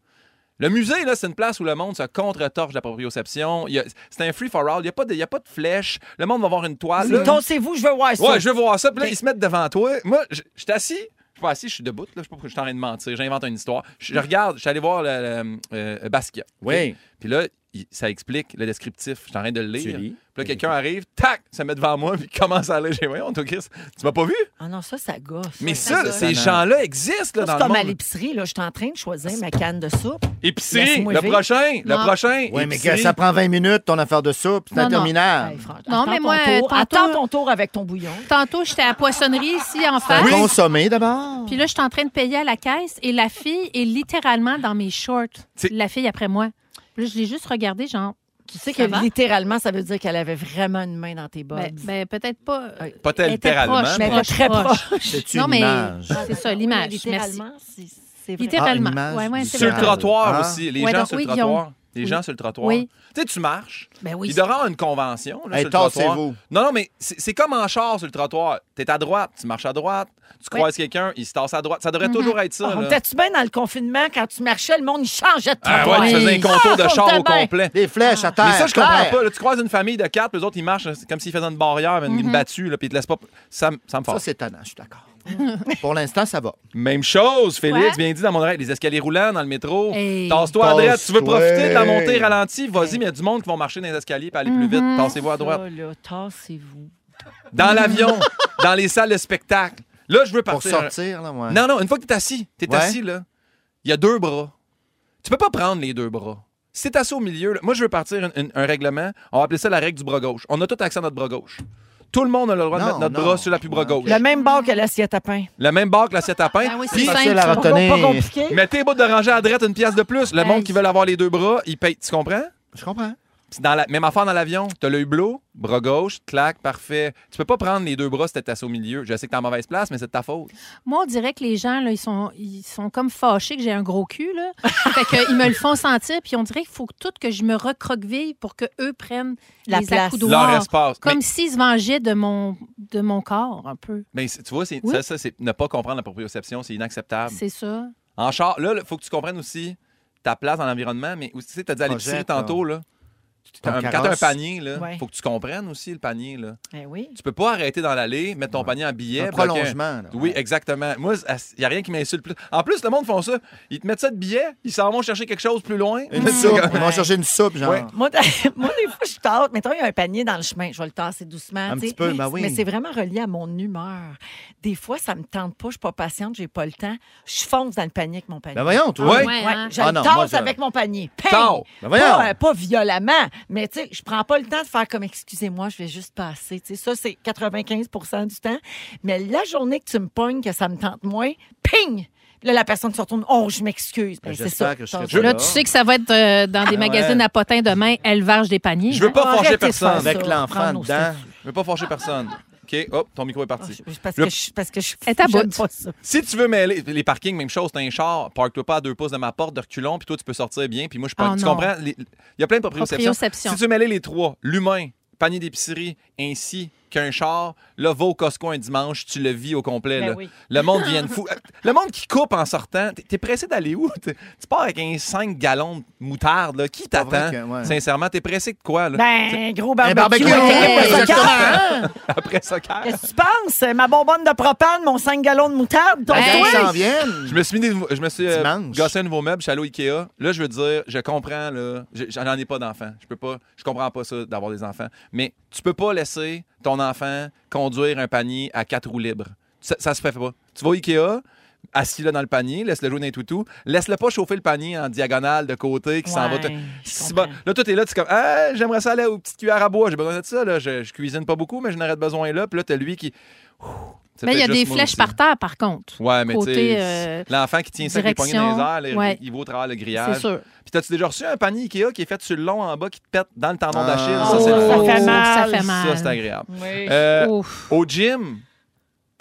Speaker 6: Le musée, là, c'est une place où le monde se contre-torche de la proprioception. Il y a- C'est un free-for-all. Il n'y a, pas de- il y a pas de flèche. Le monde va voir une toile. là.
Speaker 5: Tossez-vous, je veux voir ça.
Speaker 6: Ouais, je veux voir ça. Puis là, ils se mettent devant toi. Moi, je je suis assis. Je suis pas assis, je suis debout. Là. Je sais pas pourquoi je suis en train de mentir. J'invente une histoire. Je, je regarde, je suis allé voir le, le, euh, Basquiat. OK?
Speaker 8: Oui.
Speaker 6: Puis là, il- ça explique le descriptif. Je suis en train de le
Speaker 8: Tu
Speaker 6: lire.
Speaker 8: lis.
Speaker 6: Puis là, quelqu'un arrive, tac, se met devant moi, puis commence à aller. J'ai dit, voyons, toi, Chris, tu m'as pas vu?
Speaker 5: Ah non, ça, ça gosse.
Speaker 6: Mais
Speaker 5: ça,
Speaker 6: ça,
Speaker 5: ça,
Speaker 6: ces
Speaker 8: ça,
Speaker 6: gens-là existent là,
Speaker 5: c'est
Speaker 6: dans
Speaker 5: comme
Speaker 6: le
Speaker 5: à
Speaker 6: monde.
Speaker 5: l'épicerie, là. Je suis en train de choisir ma canne de soupe.
Speaker 6: Épicerie,
Speaker 5: Laisse-moi
Speaker 6: le
Speaker 5: vivre.
Speaker 6: prochain, le
Speaker 7: Non.
Speaker 6: prochain.
Speaker 8: Oui, mais
Speaker 6: épicerie.
Speaker 8: que ça prend vingt minutes, ton affaire de soupe. C'est
Speaker 7: Non, non.
Speaker 8: interminable.
Speaker 5: Hey, Fran-
Speaker 7: Non,
Speaker 5: attends
Speaker 7: mais
Speaker 5: ton
Speaker 7: moi,
Speaker 5: tour.
Speaker 7: tantôt-
Speaker 5: Attends ton tour avec ton bouillon.
Speaker 7: Tantôt, j'étais à la poissonnerie ici en face.
Speaker 8: Oui. Consommer d'abord.
Speaker 7: Puis là, je suis en train de payer à la caisse et la fille est littéralement dans mes shorts.
Speaker 6: C'est-
Speaker 7: La fille après moi. Puis là, je l'ai juste regardé, genre.
Speaker 5: Tu sais
Speaker 7: Ça
Speaker 5: que
Speaker 7: va?
Speaker 5: littéralement, ça veut dire qu'elle avait vraiment une main dans tes bobs.
Speaker 7: Ben, ben, peut-être pas.
Speaker 5: Ouais.
Speaker 6: Pas tel
Speaker 7: Elle était
Speaker 6: littéralement.
Speaker 7: proche,
Speaker 5: mais
Speaker 6: mais-
Speaker 5: elle était très proche.
Speaker 8: C'est
Speaker 7: Non,
Speaker 8: une
Speaker 7: mais
Speaker 8: image.
Speaker 7: c'est ça, l'image. Merci.
Speaker 5: Littéralement, c'est c'est vrai.
Speaker 7: Littéralement.
Speaker 8: Ah, une image
Speaker 7: Ouais, ouais,
Speaker 8: du
Speaker 7: c'est
Speaker 6: Sur le
Speaker 7: vrai.
Speaker 8: trottoir.
Speaker 6: trottoir
Speaker 8: Ah.
Speaker 6: aussi. Les
Speaker 7: Ouais,
Speaker 6: gens
Speaker 7: donc,
Speaker 6: sur
Speaker 7: oui,
Speaker 6: le trottoir.
Speaker 7: Guillaume.
Speaker 6: Les
Speaker 7: Oui.
Speaker 6: gens sur le trottoir.
Speaker 7: Oui.
Speaker 6: Tu sais, tu marches.
Speaker 7: Ben oui.
Speaker 6: Il devrait y avoir une convention là,
Speaker 8: Hey,
Speaker 6: sur le trottoir.
Speaker 8: tassez-vous.
Speaker 6: Non, non, mais c'est c'est comme en char sur le trottoir. T'es à droite, tu marches à droite, tu
Speaker 7: Oui.
Speaker 6: croises quelqu'un, il se tasse à droite. Ça devrait
Speaker 7: Mhm.
Speaker 6: toujours être ça.
Speaker 5: On
Speaker 6: là.
Speaker 5: était-tu bien dans le confinement quand tu marchais, le monde, il changeait de
Speaker 6: Ah
Speaker 5: trottoir.
Speaker 6: ouais, tu faisais un contour de
Speaker 5: Ah,
Speaker 6: char
Speaker 5: qu'on
Speaker 6: au
Speaker 5: était bien.
Speaker 6: complet.
Speaker 8: Des flèches à terre.
Speaker 6: Mais ça, je comprends
Speaker 8: terre.
Speaker 6: pas. Là, tu croises une famille de quatre, puis les autres, ils marchent c'est comme s'ils faisaient une barrière, une, une battue, là, puis ils te laissent pas. Ça, me- ça me
Speaker 8: Ça,
Speaker 6: force.
Speaker 8: c'est tannant, je suis d'accord. Pour l'instant, ça va.
Speaker 6: Même chose, Félix,
Speaker 7: Ouais.
Speaker 6: bien dit dans mon oreille. Les escaliers roulants dans le métro.
Speaker 7: Hey.
Speaker 6: Tasse-toi à droite. Tu veux
Speaker 8: Tasse-toi.
Speaker 6: profiter de la montée ralentie? Vas-y, mais il y a du monde qui vont marcher dans les escaliers et aller plus vite. Tassez-vous à droite.
Speaker 5: Ça, là, tassez-vous.
Speaker 6: Dans l'avion, dans les salles de spectacle. Là, je veux
Speaker 8: Pour
Speaker 6: partir.
Speaker 8: sortir, là, ouais.
Speaker 6: Non, non, une fois que tu es assis, tu es
Speaker 8: Ouais.
Speaker 6: assis, là, il y a deux bras. Tu peux pas prendre les deux bras. Si tu es assis au milieu, là, moi, je veux partir un, un- un règlement. On va appeler ça la règle du bras gauche. On a tout accès à notre bras gauche. Tout le monde a le droit de
Speaker 8: Non,
Speaker 6: mettre notre
Speaker 8: non.
Speaker 6: bras sur l'appui bras
Speaker 8: Ouais.
Speaker 6: gauche.
Speaker 5: Le même bord que l'assiette à pain.
Speaker 6: Le même barre que l'assiette à pain.
Speaker 7: Ah oui, c'est
Speaker 6: Puis,
Speaker 7: simple.
Speaker 8: Facile à
Speaker 7: ça.
Speaker 8: retenir.
Speaker 5: Pas compliqué.
Speaker 6: mettez les bouts de rangée à droite une pièce de plus. Le
Speaker 7: Hey.
Speaker 6: monde qui veut avoir les deux bras, il paye. Tu comprends?
Speaker 8: Je comprends.
Speaker 6: Puis Dans la, même affaire dans l'avion. T'as l'œil bleu, bras gauche, clac, parfait. Tu peux pas prendre les deux bras si t'es assis au milieu. Je sais que t'es en mauvaise place, mais c'est de ta faute.
Speaker 7: Moi, on dirait que les gens, là, ils sont, ils sont comme fâchés que j'ai un gros cul, là. Fait qu'ils me le font sentir, puis on dirait qu'il faut tout que je me recroqueville pour qu'eux prennent
Speaker 5: La
Speaker 7: les
Speaker 5: place.
Speaker 7: accoudoirs.
Speaker 6: Leur espace.
Speaker 7: Comme
Speaker 6: Mais,
Speaker 7: s'ils se vengeaient de mon, de mon corps, un peu.
Speaker 6: mais c'est- tu vois, c'est,
Speaker 7: Oui.
Speaker 6: ça, ça, c'est ne pas comprendre la proprioception, c'est inacceptable.
Speaker 7: C'est ça.
Speaker 6: En char, là, il faut que tu comprennes aussi ta place dans l'environnement, mais aussi, tu sais, t'as dit à l'épicerie
Speaker 8: Projette,
Speaker 6: tantôt, là.
Speaker 8: Ton
Speaker 6: T'as un- Quand
Speaker 8: carrosse.
Speaker 6: t'as un panier, là,
Speaker 5: Ouais.
Speaker 6: faut que tu comprennes aussi le panier, là.
Speaker 5: Eh oui.
Speaker 6: Tu peux pas arrêter dans l'allée, mettre ton panier en billet.
Speaker 8: Un
Speaker 6: bloquer-
Speaker 8: prolongement. là,
Speaker 6: Oui,
Speaker 8: ouais.
Speaker 6: exactement. Moi, il n'y a rien qui m'insulte plus. En plus, le monde font ça. Ils te mettent ça de billet, ils s'en vont chercher quelque chose plus loin.
Speaker 8: Une soupe. Ils vont chercher une soupe, genre.
Speaker 6: Ouais.
Speaker 5: Moi, moi, des fois, je tasse. Mettons, il y a un panier dans le chemin. Je vais le tasser doucement.
Speaker 8: Un
Speaker 5: tu sais.
Speaker 8: petit peu,
Speaker 5: mais,
Speaker 8: ben oui.
Speaker 5: mais c'est vraiment relié à mon humeur. Des fois, ça me tente pas. Je suis pas patiente. J'ai pas le temps. Je fonce dans le panier avec mon panier.
Speaker 8: Ben voyons, toi.
Speaker 6: Ouais.
Speaker 7: Ouais,
Speaker 5: Ouais,
Speaker 7: hein.
Speaker 5: je
Speaker 8: Ah
Speaker 5: le
Speaker 8: non,
Speaker 5: tasse
Speaker 8: moi, je-
Speaker 5: avec mon panier. Ping!
Speaker 6: Tard.
Speaker 8: Ben voyons.
Speaker 5: Pas, euh, pas violemment, mais tu sais, je prends pas le temps de faire comme excusez-moi, je vais juste passer. Tu sais, ça, c'est quatre-vingt-quinze pour cent du temps. Mais la journée que tu me pognes, que ça me tente moins, ping! Là, la personne se retourne. Oh, je m'excuse. Ben,
Speaker 8: Ben,
Speaker 5: c'est
Speaker 8: j'espère
Speaker 5: ça.
Speaker 8: que je serai
Speaker 5: Tasse-
Speaker 8: pas
Speaker 7: Là,
Speaker 8: là.
Speaker 7: tu sais que ça va être euh, dans des
Speaker 8: Ah,
Speaker 7: magazines
Speaker 8: ouais.
Speaker 7: à potins demain, élevage des paniers.
Speaker 6: Je veux pas
Speaker 5: Arrêtez
Speaker 6: fâcher
Speaker 5: de faire
Speaker 6: personne.
Speaker 5: ça.
Speaker 8: Avec l'enfant
Speaker 5: Prendre nos
Speaker 8: dedans.
Speaker 5: statuts.
Speaker 6: Je veux pas fâcher personne. OK, hop, ton micro est
Speaker 5: Ah,
Speaker 6: parti.
Speaker 5: je- Parce
Speaker 6: Le-
Speaker 5: que je parce que je
Speaker 7: Elle est à
Speaker 5: j'aime
Speaker 7: bout.
Speaker 5: pas ça.
Speaker 6: Si tu veux mêler les parkings, même chose, t'as un char, parque-toi pas à deux pouces de ma porte de reculons, puis toi, tu peux sortir bien, puis moi, je peux.
Speaker 7: Oh
Speaker 6: tu
Speaker 7: non.
Speaker 6: comprends? Les- Il y a plein de proprioceptions.
Speaker 7: Proprioception.
Speaker 6: Si tu veux mêler les trois, l'humain, panier d'épicerie, ainsi qu'un char, là, va au Costco un dimanche, tu le vis au complet.
Speaker 5: Ben
Speaker 6: là.
Speaker 5: oui.
Speaker 6: Le monde vient de fou. Le monde qui coupe en sortant, t'es, t'es pressé d'aller où? T'es- tu pars avec un cinq gallons de moutarde, là. Qui
Speaker 8: pas vrai
Speaker 6: t'attend?
Speaker 8: que- ouais.
Speaker 6: Sincèrement, t'es pressé de quoi, là?
Speaker 5: Ben, gros
Speaker 8: Un
Speaker 5: barbecue.
Speaker 8: barbecue.
Speaker 5: Ouais,
Speaker 8: Ouais,
Speaker 5: soccer,
Speaker 8: exactement.
Speaker 5: hein?
Speaker 6: Après ça, car-
Speaker 5: Qu'est-ce que tu penses? Ma bonbonne de propane, mon cinq gallons de moutarde, ton
Speaker 8: Les
Speaker 7: Hey.
Speaker 8: gars
Speaker 5: toi?
Speaker 8: s'en viennent.
Speaker 6: Je me suis mis des- je me suis euh,
Speaker 8: Dimanche.
Speaker 6: gossé un nouveau meuble, je suis allé au Ikea. Là, je veux dire, je comprends là, je- j'en ai pas d'enfants. Je peux pas, je comprends pas ça d'avoir des enfants, mais tu peux pas laisser ton enfant conduire un panier à quatre roues libres. Ça, ça se fait pas. Tu vas au Ikea, assis là dans le panier, laisse-le jouer dans les toutous, laisse-le pas chauffer le panier en diagonale de côté qui s'en va.
Speaker 5: Ouais,
Speaker 6: te-
Speaker 5: je
Speaker 6: Si
Speaker 5: comprends.
Speaker 6: bon, là, toi, t'es là, tu es comme, ah, j'aimerais ça aller aux petites cuillères à bois, j'ai besoin de ça, là. Je, je cuisine pas beaucoup, mais je n'aurais besoin là. Puis là, t'as lui qui. Ouh, c'est
Speaker 7: Mais il y a
Speaker 6: peut-être
Speaker 7: des
Speaker 6: juste moi
Speaker 7: flèches
Speaker 6: aussi.
Speaker 7: par terre, par contre.
Speaker 6: Ouais, mais tu
Speaker 7: Côté,
Speaker 6: sais,
Speaker 7: euh,
Speaker 6: l'enfant qui tient ça avec les poignets dans les airs, là, il-
Speaker 7: ouais.
Speaker 6: il va au travers le grillage.
Speaker 7: C'est sûr.
Speaker 6: Puis t'as-tu déjà reçu un panier Ikea qui est fait sur le long en bas qui te pète dans le tendon
Speaker 8: Ah.
Speaker 6: d'Achille?
Speaker 8: Oh,
Speaker 6: Ça, c'est le
Speaker 5: ça
Speaker 6: fun.
Speaker 5: fait mal.
Speaker 7: Ça fait mal.
Speaker 6: Ça, c'est agréable.
Speaker 5: Oui.
Speaker 6: Euh,
Speaker 7: Ouf.
Speaker 6: au gym,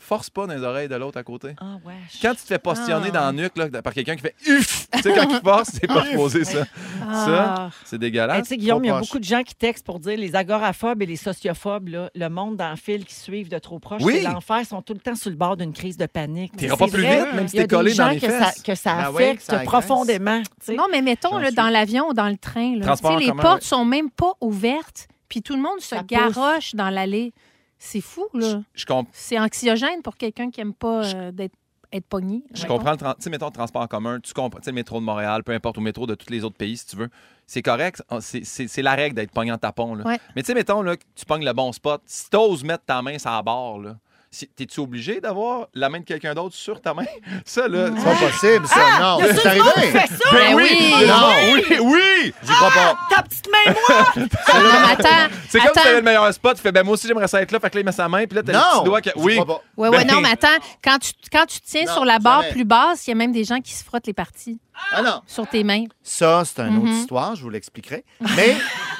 Speaker 6: force pas dans les oreilles de l'autre à côté.
Speaker 5: Ah, ouais.
Speaker 6: Quand tu te fais postillonner
Speaker 5: Ah.
Speaker 6: dans la nuque là, par quelqu'un qui fait « Uf! » Tu sais, quand il force, c'est pas supposé, ça.
Speaker 7: Ah.
Speaker 6: Ça, c'est
Speaker 5: Hey,
Speaker 6: dégueulasse.
Speaker 5: tu sais, Guillaume, il y a
Speaker 8: Trop proche.
Speaker 5: beaucoup de gens qui textent pour dire les agoraphobes et les sociophobes, là, le monde dans le fil qui suivent de trop proche,
Speaker 6: Oui.
Speaker 5: c'est l'enfer, ils sont tout le temps sur le bord d'une crise de panique. Mais
Speaker 6: T'iras
Speaker 5: c'est
Speaker 6: pas plus
Speaker 5: vrai,
Speaker 6: vite, même si
Speaker 5: il y a
Speaker 6: t'es collé
Speaker 5: des
Speaker 6: dans
Speaker 5: gens
Speaker 6: les
Speaker 5: que
Speaker 6: fesses.
Speaker 5: ça, que ça
Speaker 8: Ben oui,
Speaker 5: affecte
Speaker 8: que ça agresse.
Speaker 5: profondément. tu sais.
Speaker 7: Non, mais mettons,
Speaker 8: J'en
Speaker 7: là,
Speaker 8: suis.
Speaker 7: dans l'avion ou dans le train, là,
Speaker 6: Transport
Speaker 7: tu sais,
Speaker 6: en
Speaker 7: les
Speaker 6: commun,
Speaker 7: portes
Speaker 6: ouais.
Speaker 7: sont même pas ouvertes, puis tout le monde se
Speaker 5: Ça pousse.
Speaker 7: garoche dans l'allée. C'est fou, là.
Speaker 6: Je, comp-
Speaker 7: C'est anxiogène pour quelqu'un qui aime pas euh, d'être être pogné.
Speaker 6: je
Speaker 7: mettons.
Speaker 6: comprends le tran- tu sais, mettons, le transport en commun, tu comprends, tu sais, le métro de Montréal, peu importe, au métro de tous les autres pays, si tu veux. C'est correct. C'est, c'est, c'est la règle d'être pogné en tapon. Là.
Speaker 7: Ouais.
Speaker 6: Mais tu sais, mettons, là, que tu pognes le bon spot. Si t'oses mettre ta main sur la barre, là, si- t'es-tu obligé d'avoir la main de quelqu'un d'autre sur ta main? Ça, là...
Speaker 8: C'est pas possible, ça. non,
Speaker 5: Il y a
Speaker 8: c'est
Speaker 5: tout le monde qui
Speaker 8: arrivé.
Speaker 5: fait ça!
Speaker 7: Ben oui!
Speaker 8: Non.
Speaker 6: oui, oui!
Speaker 8: J'y crois pas.
Speaker 5: Ta petite main moite!
Speaker 7: Non, mais attends,
Speaker 6: C'est comme si t'avais le
Speaker 7: attends.
Speaker 6: meilleur spot, tu fais, ben moi aussi, j'aimerais ça être là, fait que là, il met sa main, puis là, t'as le
Speaker 8: Non!
Speaker 6: petit doigt que...
Speaker 8: j'y
Speaker 6: Oui,
Speaker 8: crois pas.
Speaker 7: Ouais, ouais,
Speaker 6: Ben-
Speaker 7: non, mais attends, quand tu, quand tu tiens
Speaker 8: Non,
Speaker 7: sur la barre
Speaker 8: jamais.
Speaker 7: plus basse, il y a même des gens qui se frottent les parties
Speaker 8: Ah non.
Speaker 7: sur tes mains.
Speaker 8: Ça, c'est une autre
Speaker 7: Mhm.
Speaker 8: histoire, je vous l'expliquerai. Mais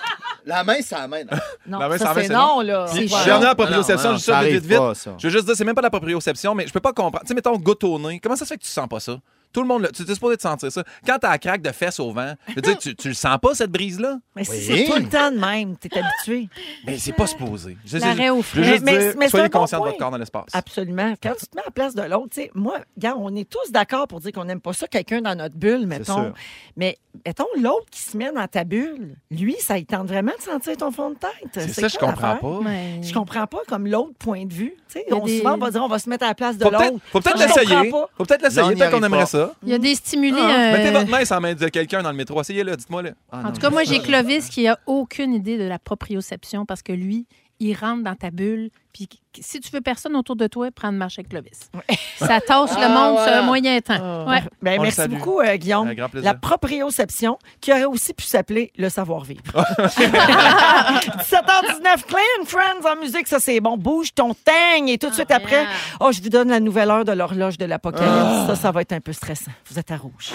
Speaker 8: la main, c'est la main. non.
Speaker 5: Non,
Speaker 6: La main,
Speaker 5: ça,
Speaker 6: ça va,
Speaker 5: c'est
Speaker 6: c'est
Speaker 5: non, là.
Speaker 7: C'est
Speaker 6: Puis,
Speaker 7: chaud.
Speaker 6: dernière
Speaker 8: Non,
Speaker 6: proprioception,
Speaker 8: non,
Speaker 6: juste
Speaker 8: ça
Speaker 6: ça, vite,
Speaker 8: arrive
Speaker 6: vite, vite.
Speaker 8: pas, ça.
Speaker 6: Je veux juste dire, c'est même pas la proprioception, mais je peux pas comprendre. Tu sais, mettons, goutte au nez. Comment ça se fait que tu sens pas ça? Tout le monde, le- tu es supposé te sentir ça. Quand t'as la craque de fesses au vent, je veux dire, tu, tu le sens pas, cette brise-là?
Speaker 5: Mais si
Speaker 8: Oui.
Speaker 5: c'est tout le temps de même, t'es habitué.
Speaker 6: Mais c'est pas supposé. Je, je-
Speaker 7: L'arrêt au
Speaker 6: je veux
Speaker 7: frais.
Speaker 6: juste
Speaker 5: Mais-
Speaker 6: dire,
Speaker 5: mais c'est
Speaker 6: soyez
Speaker 5: un bon
Speaker 6: conscient de
Speaker 5: point.
Speaker 6: votre corps dans l'espace.
Speaker 5: Absolument. Quand tu te mets à la place de l'autre, tu sais, moi, regarde, on est tous d'accord pour dire qu'on n'aime pas ça, quelqu'un dans notre bulle, mettons.
Speaker 8: sûr.
Speaker 5: Mais mettons, l'autre qui se met dans ta bulle, lui, ça il tente vraiment de sentir ton fond de tête.
Speaker 6: C'est ça, je
Speaker 5: quoi
Speaker 6: comprends
Speaker 5: l'affaire?
Speaker 6: pas.
Speaker 7: Mais-
Speaker 5: Je comprends pas comme l'autre point de vue. Tu sais,
Speaker 7: Il y a
Speaker 5: on
Speaker 7: des-
Speaker 5: souvent va dire on va se mettre à la place de
Speaker 6: Faut peut-être,
Speaker 5: l'autre.
Speaker 6: faut peut-être
Speaker 5: Ça, je
Speaker 6: l'essayer.
Speaker 5: comprends pas.
Speaker 6: Faut peut-être
Speaker 8: Non,
Speaker 6: l'essayer,
Speaker 8: on y
Speaker 6: peut-être qu'on
Speaker 8: arrive
Speaker 6: aimerait
Speaker 8: pas.
Speaker 6: ça.
Speaker 7: Il y a des stimuli.
Speaker 6: Ah,
Speaker 7: euh,
Speaker 6: Mettez votre main sur la main de quelqu'un dans le métro. Essayez-le, dites-moi là.
Speaker 8: Ah,
Speaker 7: En
Speaker 8: non,
Speaker 7: tout cas, moi,
Speaker 8: ça-
Speaker 7: j'ai Clovis qui a aucune idée de la proprioception parce que lui, il rentre dans ta bulle. Puis si tu veux personne autour de toi, prends une marche avec Clovis. Ça tasse le
Speaker 8: Ah,
Speaker 7: monde sur
Speaker 8: voilà.
Speaker 7: un moyen temps. Ouais.
Speaker 5: Ben,
Speaker 6: On le
Speaker 5: merci
Speaker 6: salue.
Speaker 5: beaucoup, euh, Guillaume.
Speaker 6: Avec grand plaisir.
Speaker 5: La proprioception, qui aurait aussi pu s'appeler le savoir-vivre. dix-sept heures dix-neuf, Clay and Friends en musique, ça c'est bon. Bouge ton teigne. Et tout de suite
Speaker 7: Ah,
Speaker 5: après,
Speaker 7: yeah.
Speaker 5: oh, je vous donne la nouvelle heure de l'horloge de l'apocalypse. Ça, ça va être un peu stressant. Vous êtes à rouge.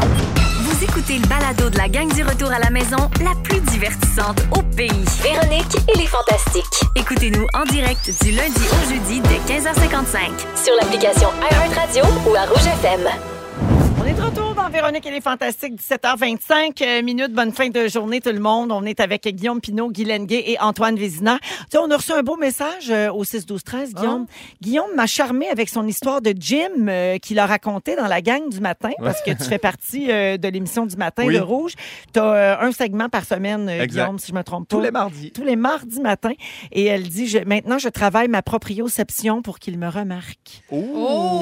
Speaker 3: Vous écoutez le balado de la gang du retour à la maison, la plus divertissante au pays.
Speaker 4: Véronique et les Fantastiques.
Speaker 3: Écoutez-nous en direct du lundi au jeudi dès quinze heures cinquante-cinq.
Speaker 4: Sur l'application iHeartRadio ou à Rouge F M.
Speaker 5: On est de retour dans Véronique et les Fantastiques, dix-sept heures vingt-cinq euh, minutes. Bonne fin de journée, tout le monde. On est avec Guillaume Pinault, Guy Lenguet et Antoine Vézina. Tu sais, on a reçu un beau message euh, au six douze treize, Guillaume. Guillaume m'a charmé avec son histoire de gym euh, qu'il a raconté dans la gang du matin, parce que tu fais partie euh, de l'émission du matin
Speaker 6: Oui.
Speaker 5: de Rouge. Tu as un segment par semaine, euh,
Speaker 6: Exact.
Speaker 5: Guillaume, si je me trompe pas.
Speaker 6: Tous les mardis.
Speaker 5: Tous les mardis matin. Et elle dit, je- maintenant, je travaille ma proprioception pour qu'il me remarque.
Speaker 6: Oh!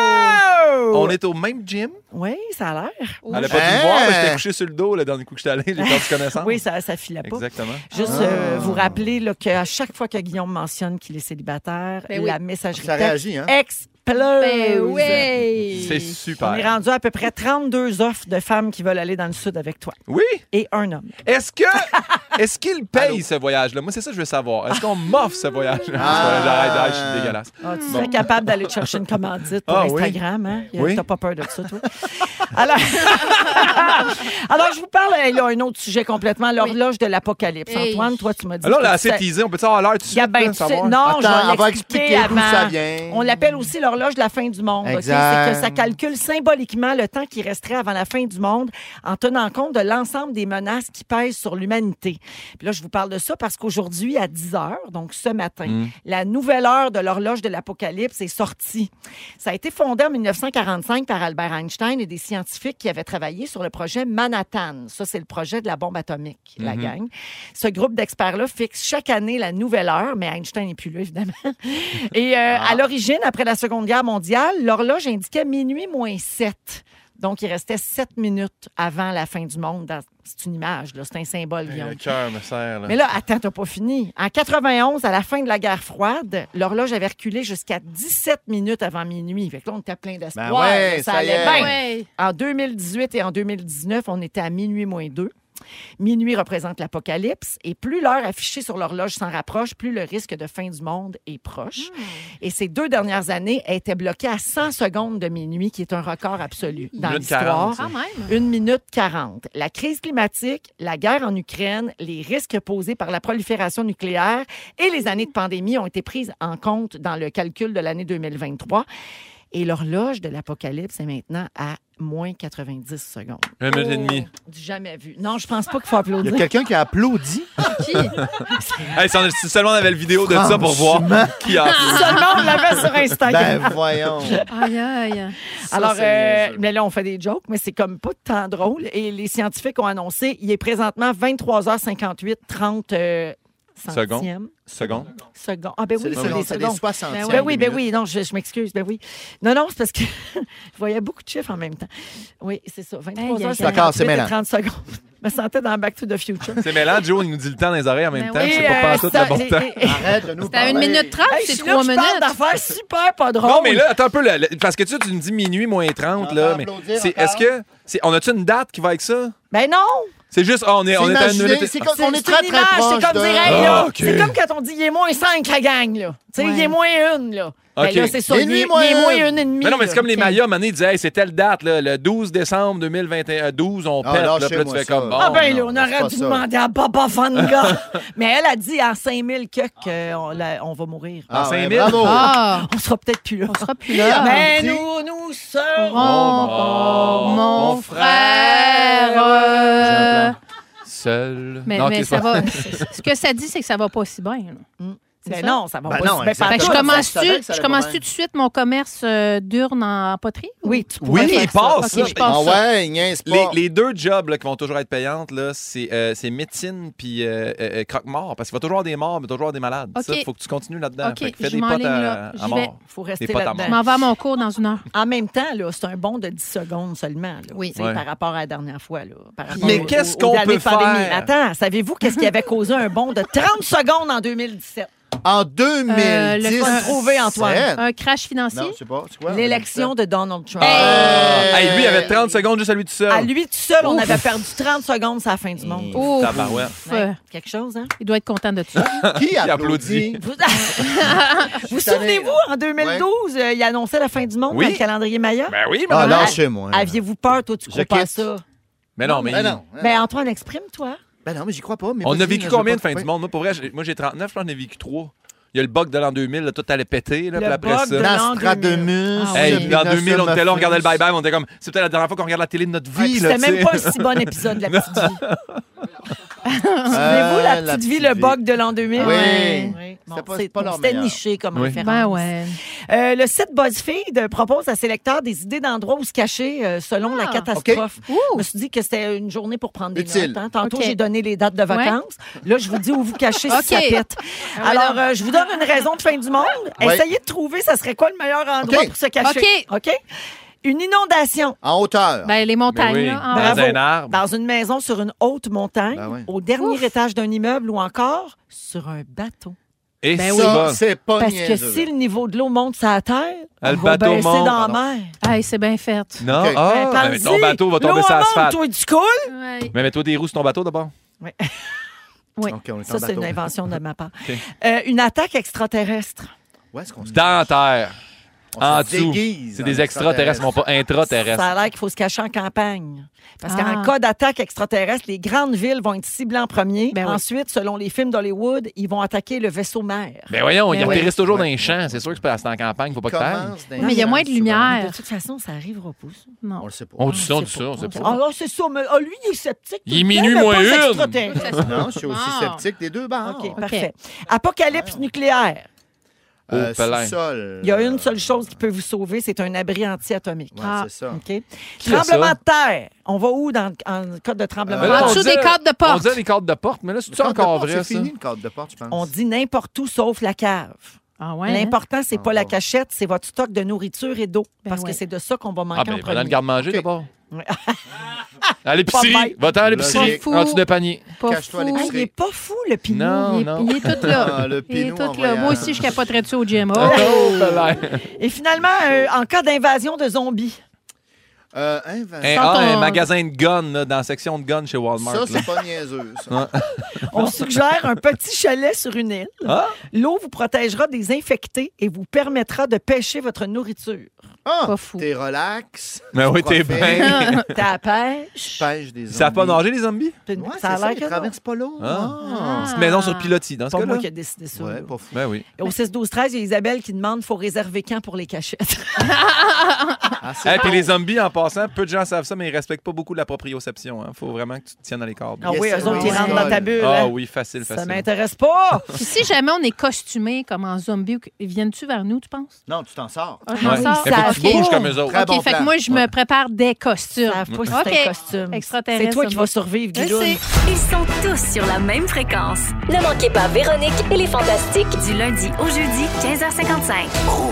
Speaker 5: Oh!
Speaker 6: On est au même gym.
Speaker 5: Oui, ça a l'air.
Speaker 6: Elle n'a pas dû
Speaker 8: Hein?
Speaker 6: me voir, mais j'étais couché sur le dos le dernier coup que j'étais allé. J'ai perdu connaissance.
Speaker 5: Oui, ça, ça filait pas.
Speaker 6: Exactement.
Speaker 5: Juste euh, vous rappeler là, qu'à chaque fois que Guillaume mentionne qu'il est célibataire,
Speaker 7: Ben oui.
Speaker 5: la messagerie
Speaker 8: Ça
Speaker 5: texte
Speaker 8: réagit, hein?
Speaker 5: explose.
Speaker 7: Ben oui.
Speaker 6: C'est
Speaker 5: On est
Speaker 6: super.
Speaker 5: rendu à peu près trente-deux offres de femmes qui veulent aller dans le sud avec toi.
Speaker 6: Oui.
Speaker 5: Et un homme.
Speaker 6: Est-ce que est-ce qu'il paye ce voyage-là? Moi, c'est ça que je veux savoir. Est-ce qu'on m'offre ce voyage?
Speaker 8: Ah.
Speaker 6: J'arrête, j'arrête, je suis dégueulasse.
Speaker 5: Ah, tu
Speaker 6: Bon.
Speaker 5: serais capable d'aller te chercher une commandite pour
Speaker 6: Ah, oui.
Speaker 5: Instagram, hein?
Speaker 6: Oui.
Speaker 5: T'as pas peur de ça, toi? Alors, Alors je vous parle, il y a un autre sujet complètement, l'horloge de l'apocalypse.
Speaker 7: Hey.
Speaker 5: Antoine, toi, tu m'as dit...
Speaker 6: Alors,
Speaker 5: que
Speaker 6: là,
Speaker 5: tu
Speaker 6: assez
Speaker 5: sais-
Speaker 6: teasé. On peut-tu avoir l'heure tout de suite?
Speaker 5: Yeah, ben,
Speaker 6: là,
Speaker 5: tu sais-
Speaker 6: savoir?
Speaker 5: non,
Speaker 8: Attends,
Speaker 5: je vais
Speaker 8: on va
Speaker 5: l'expliquer
Speaker 8: expliquer d'où
Speaker 5: avant.
Speaker 8: ça vient.
Speaker 5: On l'appelle aussi l'horloge de la fin du monde. ok?
Speaker 8: Exact.
Speaker 5: C'est que ça calcule symboliquement le temps qui resterait avant la fin du monde en tenant compte de l'ensemble des menaces qui pèsent sur l'humanité. Puis là, je vous parle de ça parce qu'aujourd'hui, à dix heures, donc ce matin,
Speaker 6: Mm.
Speaker 5: la nouvelle heure de l'horloge de l'apocalypse est sortie. Ça a été fondé en dix-neuf cent quarante-cinq par Albert Einstein et des scientifiques qui avaient travaillé sur le projet Manhattan. Ça, c'est le projet de la bombe atomique, la
Speaker 6: Mhm.
Speaker 5: gang. Ce groupe d'experts-là fixe chaque année la nouvelle heure, mais Einstein n'est plus là, évidemment. Et euh, à l'origine, après la Seconde Guerre mondiale, l'horloge indiquait minuit moins sept. Donc, il restait sept minutes avant la fin du monde. Dans- C'est une image, là. C'est un symbole, Guillaume.
Speaker 6: Le cœur me serre. Là.
Speaker 5: Mais là, attends, t'as pas fini. En quatre-vingt-onze, à la fin de la guerre froide, l'horloge avait reculé jusqu'à dix-sept minutes avant minuit. Fait que là, on était plein d'espoir.
Speaker 8: Ben ouais,
Speaker 5: là, ça
Speaker 8: ça y
Speaker 5: allait
Speaker 8: est.
Speaker 5: bien.
Speaker 7: Ouais.
Speaker 5: En deux mille dix-huit et en deux mille dix-neuf, on était à minuit moins deux. Minuit représente l'apocalypse et plus l'heure affichée sur l'horloge s'en rapproche, plus le risque de fin du monde est proche.
Speaker 7: Hmm.
Speaker 5: Et ces deux dernières années, elle était bloquée à cent secondes de minuit, qui est un record absolu dans
Speaker 6: Minute
Speaker 5: l'histoire.
Speaker 6: quarante,
Speaker 7: Quand même.
Speaker 5: Une minute quarante. La crise climatique, la guerre en Ukraine, les risques posés par la prolifération nucléaire et les années de pandémie ont été prises en compte dans le calcul de l'année deux mille vingt-trois. Et l'horloge de l'apocalypse est maintenant à moins quatre-vingt-dix secondes.
Speaker 6: Une minute et demie.
Speaker 5: Du jamais vu. Non, je pense pas qu'il faut
Speaker 8: Il y
Speaker 5: applaudir.
Speaker 8: a quelqu'un qui a applaudi.
Speaker 7: Qui?
Speaker 6: Hey, si, on, si seulement on avait le vidéo de ça pour voir qui a
Speaker 5: Seulement, on l'avait sur Instagram.
Speaker 8: Ben voyons.
Speaker 7: Aïe, aïe.
Speaker 8: Ça,
Speaker 5: Alors,
Speaker 8: c'est
Speaker 5: euh,
Speaker 8: niaiseux.
Speaker 5: mais là, on fait des jokes, mais c'est comme pas tant drôle. Et les scientifiques ont annoncé, il est présentement vingt-trois heures cinquante-huit, trente euh, centièmes.
Speaker 6: Seconde.
Speaker 5: Secondes. Ah, ben
Speaker 8: C'est
Speaker 5: oui,
Speaker 8: des,
Speaker 5: c'est des
Speaker 8: secondes, c'est des
Speaker 5: secondes.
Speaker 8: soixantièmes.
Speaker 7: Ben
Speaker 5: Ben
Speaker 8: de
Speaker 5: oui, ben
Speaker 8: minute.
Speaker 5: oui, non, je, je m'excuse, ben oui. Non, non, c'est parce que je voyais beaucoup de chiffres en même temps. Oui, c'est ça, vingt-trois
Speaker 7: Aïe, aïe,
Speaker 5: heures
Speaker 7: aïe.
Speaker 8: D'accord, c'est
Speaker 5: cinquante-huit et
Speaker 8: mêlant.
Speaker 5: trente secondes. Je me sentais dans Back to the Future.
Speaker 6: C'est mêlant, Joe, il nous dit le temps dans les oreilles en même
Speaker 7: Ben
Speaker 6: temps.
Speaker 7: oui.
Speaker 6: C'est
Speaker 5: Et,
Speaker 6: pas
Speaker 5: euh,
Speaker 6: pas tout
Speaker 5: ça-
Speaker 6: le bon
Speaker 5: et-
Speaker 6: temps.
Speaker 5: et- et-
Speaker 8: Arrête de nous
Speaker 7: C'était à une
Speaker 8: parler.
Speaker 7: minute trente,
Speaker 5: Hey, je
Speaker 7: c'est
Speaker 5: suis là,
Speaker 7: trois
Speaker 5: je
Speaker 7: minutes.
Speaker 5: parle d'affaires super pas drôles.
Speaker 6: Non, mais là, attends un peu. le- le- parce que tu, sais, tu me dis minuit moins trente.
Speaker 8: On
Speaker 6: Là,
Speaker 8: va
Speaker 6: mais
Speaker 8: applaudir
Speaker 6: c'est,
Speaker 8: encore.
Speaker 6: est-ce que. C'est, on a-tu une date qui va avec ça?
Speaker 5: Ben non!
Speaker 6: C'est juste, ah, on est, on est à une
Speaker 8: Imaginez,
Speaker 6: minute.
Speaker 8: c'est comme
Speaker 5: C'est
Speaker 8: on est
Speaker 5: c'est
Speaker 8: très,
Speaker 5: une
Speaker 8: très
Speaker 5: image,
Speaker 8: proche
Speaker 5: c'est comme
Speaker 8: de...
Speaker 5: dire, hey, là,
Speaker 6: Ah, OK.
Speaker 5: c'est comme quand on dit, il est moins cinq, la gang, là. Tu sais,
Speaker 7: Ouais.
Speaker 5: il est moins une, là. Ben
Speaker 6: OK.
Speaker 5: là, c'est ça,
Speaker 8: Il est
Speaker 5: il est,
Speaker 8: nuit moins
Speaker 5: il est moins
Speaker 8: une.
Speaker 5: une et demie.
Speaker 6: Mais non, mais c'est
Speaker 5: là.
Speaker 6: comme les
Speaker 5: OK.
Speaker 6: Mayas, Mané disait, hey, c'est telle date, là, le douze décembre deux mille vingt et un, douze, on
Speaker 8: Ah,
Speaker 6: pète. Là,
Speaker 8: lâchez-moi
Speaker 6: puis là, tu fais
Speaker 8: ça.
Speaker 6: comme, bon.
Speaker 5: Ah ben
Speaker 8: non,
Speaker 5: là, on
Speaker 8: c'est
Speaker 5: aurait
Speaker 8: pas
Speaker 5: dû
Speaker 8: ça.
Speaker 5: demander à Baba Vanga. Mais elle a dit en cinq mille que on, la- on va mourir.
Speaker 8: Ah,
Speaker 6: En
Speaker 8: ouais,
Speaker 6: cinq mille?
Speaker 8: bravo.
Speaker 7: Ah,
Speaker 5: On sera peut-être plus là.
Speaker 7: on sera plus
Speaker 8: Qui a
Speaker 7: là.
Speaker 5: Mais
Speaker 8: dit-
Speaker 5: nous, nous serons.
Speaker 7: Oh, mon
Speaker 6: mon
Speaker 7: frère. euh,
Speaker 6: Seul.
Speaker 7: Mais,
Speaker 6: Non,
Speaker 7: mais
Speaker 6: ok,
Speaker 7: ça
Speaker 6: c'est pas-
Speaker 7: va. Ce que ça dit, c'est que ça va pas aussi bien. là. C'est
Speaker 5: Ben
Speaker 7: ça?
Speaker 5: non, ça va
Speaker 8: Ben
Speaker 5: pas.
Speaker 8: non,
Speaker 5: si bien
Speaker 8: exactement.
Speaker 7: Fait que je
Speaker 5: partout.
Speaker 7: commence-tu
Speaker 8: je savais que ça
Speaker 7: je
Speaker 8: allait
Speaker 7: commence
Speaker 8: pas
Speaker 7: tout de suite mon commerce euh, d'urne en poterie?
Speaker 5: Oui, tu
Speaker 6: Oui,
Speaker 5: pourrais
Speaker 6: il
Speaker 5: faire ça.
Speaker 6: passe.
Speaker 7: Ok,
Speaker 6: ça.
Speaker 7: je passe
Speaker 8: Ah
Speaker 7: ça.
Speaker 8: ouais, il niaise pas.
Speaker 6: Les, les deux jobs là, qui vont toujours être payantes, là, c'est, euh, c'est médecine puis euh, euh, euh, croque-mort. Parce qu'il va toujours avoir des morts, mais toujours avoir des malades.
Speaker 7: OK.
Speaker 6: Ça, il faut que tu continues là-dedans.
Speaker 7: OK,
Speaker 6: Fait que fais
Speaker 7: je
Speaker 6: des potes
Speaker 7: m'enligne
Speaker 6: à,
Speaker 7: là.
Speaker 6: à
Speaker 7: J'y
Speaker 6: mort.
Speaker 7: vais.
Speaker 5: Faut rester
Speaker 6: Des potes à
Speaker 5: là-dedans.
Speaker 7: Je m'en vais à mon cours dans une heure.
Speaker 5: En même temps, là, c'est un bond de dix secondes seulement. Là,
Speaker 7: Oui.
Speaker 5: tu sais,
Speaker 6: Ouais.
Speaker 5: par rapport à la dernière fois. Là, par rapport
Speaker 6: Mais
Speaker 5: au-
Speaker 6: qu'est-ce
Speaker 5: au-
Speaker 6: qu'on
Speaker 5: aux années
Speaker 6: peut
Speaker 5: de pandémie.
Speaker 6: faire?
Speaker 5: Attends, savez-vous qu'est-ce qui avait causé un bond de trente secondes en deux mille dix-sept?
Speaker 8: En deux mille dix.
Speaker 7: Euh, le
Speaker 5: faut le trouver, Antoine.
Speaker 7: Un crash financier?
Speaker 8: Non, je sais pas. C'est quoi?
Speaker 5: L'élection de Donald Trump.
Speaker 6: Ah, hey, lui, il avait trente secondes juste à lui tout seul.
Speaker 5: À lui tout seul, on avait perdu trente secondes, c'est la fin du monde.
Speaker 7: Oh,
Speaker 6: Tabarouette.
Speaker 5: Ouais, quelque chose, hein?
Speaker 7: il doit être content de ça.
Speaker 8: Qui
Speaker 6: applaudit.
Speaker 8: applaudit?
Speaker 5: Vous, vous souvenez-vous, en deux mille douze, euh, il annonçait la fin du monde
Speaker 6: Oui.
Speaker 5: dans le calendrier Maya?
Speaker 6: Ben oui, mais
Speaker 8: Ah,
Speaker 6: non.
Speaker 8: lâchez-moi.
Speaker 5: Aviez-vous peur, toi, tu
Speaker 8: Je
Speaker 5: crois pas à
Speaker 8: quitte.
Speaker 5: ça?
Speaker 6: Mais non, mais.
Speaker 8: Ben non.
Speaker 5: Ben, Antoine, exprime-toi.
Speaker 8: Ben non, mais j'y crois pas. Mais
Speaker 6: On a
Speaker 8: vas-y,
Speaker 6: vécu
Speaker 8: je vais
Speaker 6: combien de
Speaker 8: pas
Speaker 6: fins du
Speaker 8: couper.
Speaker 6: monde? Moi, pour vrai, j'ai- moi j'ai trente-neuf, je pense que j'en ai vécu trois. Il y a le bug de l'an deux mille, là, tout allait péter, là,
Speaker 5: Le
Speaker 6: puis après
Speaker 5: bug de
Speaker 6: ça.
Speaker 5: l'an
Speaker 8: Nostradamus.
Speaker 5: Ah
Speaker 6: Hey,
Speaker 5: oui.
Speaker 6: dans deux mille, on était là, on regardait le bye-bye, on était comme, c'est peut-être la dernière fois qu'on regarde la télé de notre
Speaker 5: Ouais,
Speaker 6: vie,
Speaker 5: puis
Speaker 6: là,
Speaker 5: C'était
Speaker 6: tu
Speaker 5: même
Speaker 6: sais.
Speaker 5: pas un si bon épisode de La Petite Vie.
Speaker 8: Euh,
Speaker 5: Souvenez-vous, La Petite Vie, le bug de l'an deux mille?
Speaker 8: Oui.
Speaker 5: Oui. Bon,
Speaker 8: C'était pas-
Speaker 5: c'est-
Speaker 8: pas
Speaker 5: bon,
Speaker 8: leur
Speaker 5: C'était
Speaker 8: meilleur.
Speaker 5: niché comme
Speaker 6: Oui.
Speaker 5: référence.
Speaker 7: Ben ouais.
Speaker 5: Euh, le site BuzzFeed propose à ses lecteurs des idées d'endroits où se cacher euh, selon la
Speaker 7: Ah,
Speaker 5: catastrophe.
Speaker 7: OK.
Speaker 5: Je me suis dit que c'était une journée pour prendre des
Speaker 8: Utile.
Speaker 5: notes. hein. Tantôt,
Speaker 7: OK.
Speaker 5: j'ai donné les dates de vacances. Là, je vous dis où vous cachez si
Speaker 7: OK.
Speaker 5: ça pète.
Speaker 7: Ah ouais,
Speaker 5: Alors,
Speaker 7: non.
Speaker 5: euh, je vous donne une raison de fin du monde.
Speaker 8: Ouais.
Speaker 5: Essayez de trouver, ça serait quoi le meilleur endroit
Speaker 8: OK.
Speaker 5: pour se cacher. OK? Une inondation.
Speaker 8: En hauteur.
Speaker 7: Ben, les montagnes,
Speaker 6: Mais oui.
Speaker 7: là. en
Speaker 6: Dans
Speaker 7: bas.
Speaker 5: Bravo.
Speaker 6: un arbre.
Speaker 5: Dans une maison sur une haute montagne,
Speaker 8: Ben ouais.
Speaker 5: au dernier étage d'un immeuble ou encore sur un bateau.
Speaker 6: Et
Speaker 7: Ben
Speaker 6: c'est
Speaker 8: Ça,
Speaker 6: bon.
Speaker 8: c'est pas
Speaker 5: Parce que
Speaker 8: niaiseux.
Speaker 5: si le niveau de l'eau monte sur la terre,
Speaker 6: Ah,
Speaker 5: on
Speaker 6: le
Speaker 5: va
Speaker 6: bateau
Speaker 5: baisser
Speaker 6: monte.
Speaker 5: dans la
Speaker 8: Pardon.
Speaker 5: mer.
Speaker 7: Hey, c'est bien fait.
Speaker 6: Non?
Speaker 8: OK.
Speaker 6: Ah,
Speaker 5: Ben,
Speaker 6: ben, mais
Speaker 5: pense-y.
Speaker 6: ton bateau va tomber
Speaker 5: L'eau
Speaker 6: sur
Speaker 5: monte,
Speaker 6: l'asphalte.
Speaker 5: toi, tu coules.
Speaker 7: Ouais.
Speaker 6: Mais mets-toi des roues sur ton bateau d'abord.
Speaker 5: Oui.
Speaker 7: Oui.
Speaker 8: OK, on est en
Speaker 5: Ça, c'est
Speaker 8: bateau.
Speaker 5: une invention de ma part.
Speaker 6: OK.
Speaker 5: Euh, une attaque extraterrestre.
Speaker 8: Où est-ce qu'on se
Speaker 6: Dans la terre.
Speaker 8: On
Speaker 6: En
Speaker 8: se
Speaker 6: dessous.
Speaker 8: déguise
Speaker 6: C'est
Speaker 8: en
Speaker 6: des extraterrestres, non pas intraterrestres.
Speaker 5: Ça a l'air qu'il faut se cacher en campagne. Parce
Speaker 7: Ah.
Speaker 5: qu'en cas d'attaque extraterrestre, les grandes villes vont être ciblées en premier.
Speaker 7: Ben oui.
Speaker 5: Ensuite, selon les films d'Hollywood, ils vont attaquer le vaisseau mère.
Speaker 6: Ben voyons,
Speaker 7: Ben
Speaker 6: ils
Speaker 7: oui.
Speaker 6: atterrissent toujours dans
Speaker 8: Ouais.
Speaker 6: les champs. C'est sûr que c'est pas- c'est en campagne, faut pas que t'ailles.
Speaker 8: commence dans
Speaker 7: Mais il y a
Speaker 8: les
Speaker 7: moins de
Speaker 8: champs,
Speaker 7: lumière.
Speaker 5: Mais de toute façon, ça arrivera pas. ça.
Speaker 8: souvent.
Speaker 7: Non.
Speaker 8: On le sait pas.
Speaker 6: On dit ça, on
Speaker 5: On
Speaker 6: dit
Speaker 5: sait
Speaker 6: ça, on sait pas.
Speaker 5: Ah, ah, c'est ça. Mais ah, lui, il est sceptique.
Speaker 6: Il est
Speaker 5: tout le temps,
Speaker 6: minuit
Speaker 5: mais
Speaker 6: moins
Speaker 5: pas les
Speaker 6: une.
Speaker 5: extraterrestres.
Speaker 8: Non, je suis aussi
Speaker 7: Bon.
Speaker 8: sceptique des deux bords.
Speaker 5: OK, parfait. Apocalypse nucléaire.
Speaker 8: Euh,
Speaker 6: Oh, pelin.
Speaker 8: sous-sol.
Speaker 5: Il y a une seule chose qui peut vous sauver, c'est un abri anti-atomique.
Speaker 8: Ouais,
Speaker 7: Ah.
Speaker 8: c'est ça.
Speaker 5: OK?
Speaker 6: Qui a
Speaker 5: Tremblement
Speaker 6: ça?
Speaker 5: de terre. On va où dans, en cas de tremblement
Speaker 8: Euh,
Speaker 5: de
Speaker 6: là,
Speaker 5: terre?
Speaker 7: En
Speaker 6: on
Speaker 7: dessous
Speaker 6: disait-
Speaker 7: des cadres de
Speaker 6: On
Speaker 7: porte.
Speaker 6: disait les cadres de porte, mais là, c'est
Speaker 8: Le cadre de
Speaker 6: encore
Speaker 8: porte,
Speaker 6: vrai,
Speaker 8: c'est
Speaker 6: ça?
Speaker 8: fini, le cadre de porte, je pense.
Speaker 5: On dit n'importe où sauf la cave.
Speaker 7: Ah ouais. hein?
Speaker 5: L'important, c'est pas
Speaker 8: Ah,
Speaker 5: la
Speaker 8: bon.
Speaker 5: cachette, c'est votre stock de nourriture et d'eau.
Speaker 7: Ben
Speaker 5: parce
Speaker 7: ouais.
Speaker 5: que c'est de ça qu'on va manquer
Speaker 6: Ah, ben,
Speaker 5: en
Speaker 6: va dans le
Speaker 5: premier.
Speaker 6: garde-manger
Speaker 8: OK.
Speaker 6: d'abord.
Speaker 5: Ouais.
Speaker 6: À l'épicerie.
Speaker 5: Pas bête.
Speaker 6: Va-t'en à l'épicerie.
Speaker 8: Logique.
Speaker 6: En dessous de panier.
Speaker 7: Pas
Speaker 8: Cache-toi à
Speaker 7: fou.
Speaker 5: Ah,
Speaker 8: l'épicerie.
Speaker 5: il est pas fou, le pinot.
Speaker 6: Non,
Speaker 7: Il est,
Speaker 6: non.
Speaker 7: il est tout là.
Speaker 8: Ah, le
Speaker 7: il est
Speaker 8: Pinot
Speaker 7: tout
Speaker 8: en
Speaker 7: là.
Speaker 8: voyage.
Speaker 7: Moi aussi, je capoterais dessus au G M A.
Speaker 6: Oh, pelin.
Speaker 5: Et finalement, euh, en cas d'invasion de zombies.
Speaker 8: Euh, hein, Vincent?
Speaker 6: Un,
Speaker 7: Quand
Speaker 6: ah,
Speaker 7: on-
Speaker 6: un magasin de guns, là, dans la section de guns chez Walmart.
Speaker 8: Ça,
Speaker 6: là.
Speaker 8: c'est pas niaiseux, ça.
Speaker 5: On suggère un petit chalet sur une île.
Speaker 6: Ah?
Speaker 5: L'eau vous protégera des infectés et vous permettra de pêcher votre nourriture.
Speaker 8: Ah,
Speaker 7: Pas fou.
Speaker 8: t'es relax.
Speaker 6: Mais oui, t'es
Speaker 8: profites,
Speaker 6: bien.
Speaker 5: T'as la pêche.
Speaker 8: Pêche des
Speaker 6: Ils savent pas
Speaker 8: zombies.
Speaker 6: nager, les zombies?
Speaker 5: Puis
Speaker 8: Ouais,
Speaker 5: ça
Speaker 8: c'est
Speaker 5: a
Speaker 8: ça,
Speaker 5: l'air
Speaker 8: ils
Speaker 5: que non.
Speaker 8: traversent pas l'eau.
Speaker 6: Ah.
Speaker 8: Ah.
Speaker 6: Petite maison sur pilotis, dans ce
Speaker 5: Pas moi
Speaker 6: cas-là.
Speaker 5: qui ai décidé ça.
Speaker 8: Ouais,
Speaker 5: là.
Speaker 8: pas fou.
Speaker 6: Ben oui.
Speaker 5: Au six douze treize, il y a Isabelle qui demande faut réserver quand pour les cachettes.
Speaker 8: Ah, c'est
Speaker 6: Et puis
Speaker 8: bon.
Speaker 6: les zombies, en passant, peu de gens savent ça, mais ils respectent pas beaucoup la proprioception. Il faut vraiment que tu te tiennes dans les cordes.
Speaker 5: Ah oui,
Speaker 8: Yes,
Speaker 5: eux autres,
Speaker 8: oui.
Speaker 5: ils rentrent dans ta bulle.
Speaker 6: Ah
Speaker 5: hein.
Speaker 6: oui, facile,
Speaker 5: Ça
Speaker 6: facile.
Speaker 5: m'intéresse pas.
Speaker 7: Puis si jamais on est costumé comme en zombie, ils viennent-tu vers nous, tu penses?
Speaker 8: Non, tu t'en sors.
Speaker 7: Ah, je
Speaker 6: Ouais.
Speaker 7: m'en sors.
Speaker 6: Mais faut que tu
Speaker 5: Ça
Speaker 6: bouges
Speaker 5: fait-
Speaker 6: comme eux autres.
Speaker 8: Très
Speaker 7: OK,
Speaker 8: bon
Speaker 7: fait
Speaker 8: plan.
Speaker 7: que moi, je me prépare des costumes.
Speaker 5: Ils savent pas si
Speaker 7: OK.
Speaker 5: c'est un costume.
Speaker 7: Extraterrestre,
Speaker 5: C'est toi qui
Speaker 7: ça
Speaker 5: vas
Speaker 7: va.
Speaker 5: survivre,
Speaker 7: Je
Speaker 5: Guidoune.
Speaker 7: sais.
Speaker 3: Ils sont tous sur la même fréquence.
Speaker 4: Ne manquez pas Véronique et les Fantastiques.
Speaker 3: Du lundi au jeudi, quinze heures cinquante-cinq.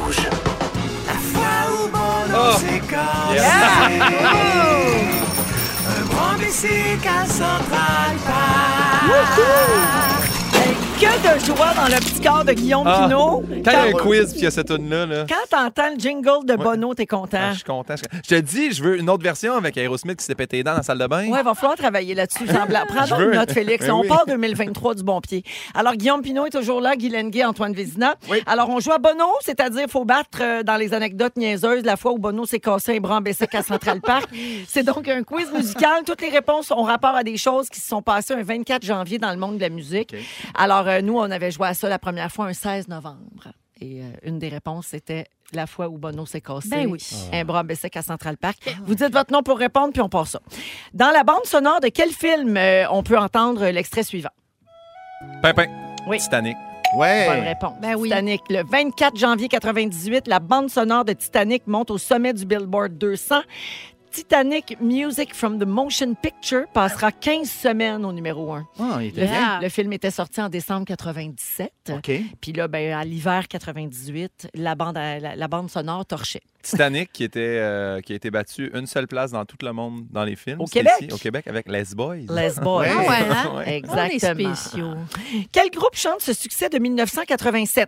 Speaker 5: Hey, que de joie dans le petit corps de Guillaume
Speaker 6: Ah.
Speaker 5: Pinot.
Speaker 6: Quand il y a un quiz puis il y a cette tune-là, là,
Speaker 5: Quand t'entends le jingle de Bono, t'es content.
Speaker 6: ah, je suis content. Je je te dis, je veux une autre version avec Aerosmith qui s'est pété les dents dans la salle de bain.
Speaker 5: Ouais, il va falloir travailler là-dessus. Semblant. Prends
Speaker 6: Je
Speaker 5: donc
Speaker 6: veux.
Speaker 5: une note, Félix.
Speaker 6: Ben
Speaker 5: On
Speaker 6: oui.
Speaker 5: part deux mille vingt-trois du bon pied. Alors, Guillaume Pinot est toujours là, Guy Lenguet, Antoine Vézina.
Speaker 8: Oui.
Speaker 5: Alors, on joue à Bono, c'est-à-dire faut battre euh, dans les anecdotes niaiseuses la fois où Bono s'est cassé un bras en Bessic à Central Park. C'est donc un quiz musical. Toutes les réponses ont rapport à des choses qui se sont passées un vingt-quatre janvier dans le monde de la musique.
Speaker 8: OK.
Speaker 5: Alors, euh, nous, on avait joué à ça la première fois un seize novembre. Et euh, une des réponses, c'était la fois où Bono s'est cassé
Speaker 7: Ben oui.
Speaker 5: un bras en Bessic à Central Park. Vous dites votre nom pour répondre, puis on passe ça. Dans la bande sonore de quel film euh, on peut entendre l'extrait suivant?
Speaker 6: Pimpin.
Speaker 5: Oui.
Speaker 6: Titanic.
Speaker 8: Ouais.
Speaker 5: Bonne réponse.
Speaker 7: Ben oui.
Speaker 5: Titanic. Le vingt-quatre janvier quatre-vingt-dix-huit, la bande sonore de Titanic monte au sommet du Billboard deux cents. Titanic Music from the Motion Picture passera quinze semaines au numéro un.
Speaker 8: Ah, il était
Speaker 5: Le,
Speaker 8: bien.
Speaker 7: Yeah.
Speaker 5: le film était sorti en décembre quatre-vingt-dix-sept.
Speaker 8: OK.
Speaker 5: Puis là, ben, à l'hiver quatre-vingt-dix-huit, la bande, la, la bande sonore torchait.
Speaker 6: Titanic qui, était, euh, qui a été battu une seule place dans tout le monde dans les films.
Speaker 5: Au
Speaker 6: C'était
Speaker 5: Québec?
Speaker 6: Ici, au Québec, avec Les Boys.
Speaker 5: Les Boys.
Speaker 8: Ouais.
Speaker 7: Ah ouais, hein?
Speaker 6: Ouais.
Speaker 7: On est
Speaker 5: Exactement.
Speaker 7: spéciaux.
Speaker 5: Quel groupe chante ce succès de mille neuf cent quatre-vingt-sept?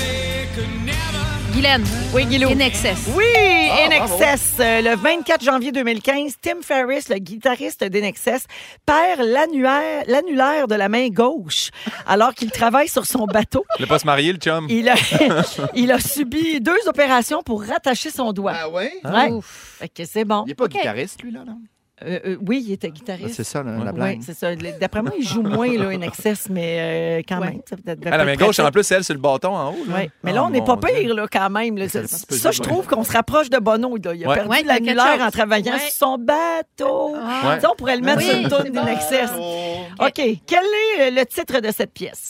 Speaker 7: Guylaine.
Speaker 5: Oui, Guilou.
Speaker 7: In Excess.
Speaker 5: Oui,
Speaker 8: Ah,
Speaker 5: In Excess. Euh, le vingt-quatre janvier deux mille quinze, Tim Ferriss, le guitariste d'In Excess, perd l'annulaire, l'annulaire de la main gauche alors qu'il travaille sur son bateau.
Speaker 6: Il n'a pas se marier, le chum.
Speaker 5: Il a, il a subi deux opérations pour rattacher son doigt.
Speaker 8: Ah ouais?
Speaker 5: Ouais.
Speaker 7: Ouf.
Speaker 5: Fait que c'est bon.
Speaker 8: Il n'est pas guitariste, lui, là, non?
Speaker 5: Euh, euh, oui, il était
Speaker 8: Ah,
Speaker 5: guitariste.
Speaker 8: c'est ça, là, la
Speaker 5: Oui,
Speaker 8: blague.
Speaker 5: c'est ça. D'après moi, il joue moins là, In Excess, mais euh, quand
Speaker 7: Ouais.
Speaker 5: même. Ça peut être
Speaker 6: Ah, la main gauche, en plus, c'est elle sur le bâton en haut. là.
Speaker 5: Oui, mais là,
Speaker 6: Oh,
Speaker 5: on n'est
Speaker 6: mon
Speaker 5: pas
Speaker 6: Dieu.
Speaker 5: pire, là, quand même. là.
Speaker 8: Ça
Speaker 5: Ça,
Speaker 8: dépend un petit peu
Speaker 5: ça,
Speaker 8: de
Speaker 5: je
Speaker 8: ouais.
Speaker 5: trouve qu'on se rapproche de Bono. Là. Il a
Speaker 6: Ouais.
Speaker 5: perdu
Speaker 7: Ouais, il y a quelque
Speaker 5: l'annulaire
Speaker 7: chose.
Speaker 5: en travaillant
Speaker 7: Ouais.
Speaker 5: sur son bateau.
Speaker 7: Ah.
Speaker 6: Ouais.
Speaker 5: Tu sais, on pourrait le mettre
Speaker 7: Oui,
Speaker 5: sur une tourne
Speaker 7: c'est
Speaker 5: d'In
Speaker 7: bon.
Speaker 5: Excess.
Speaker 8: Oh.
Speaker 5: OK. Quel est euh, le titre de cette pièce?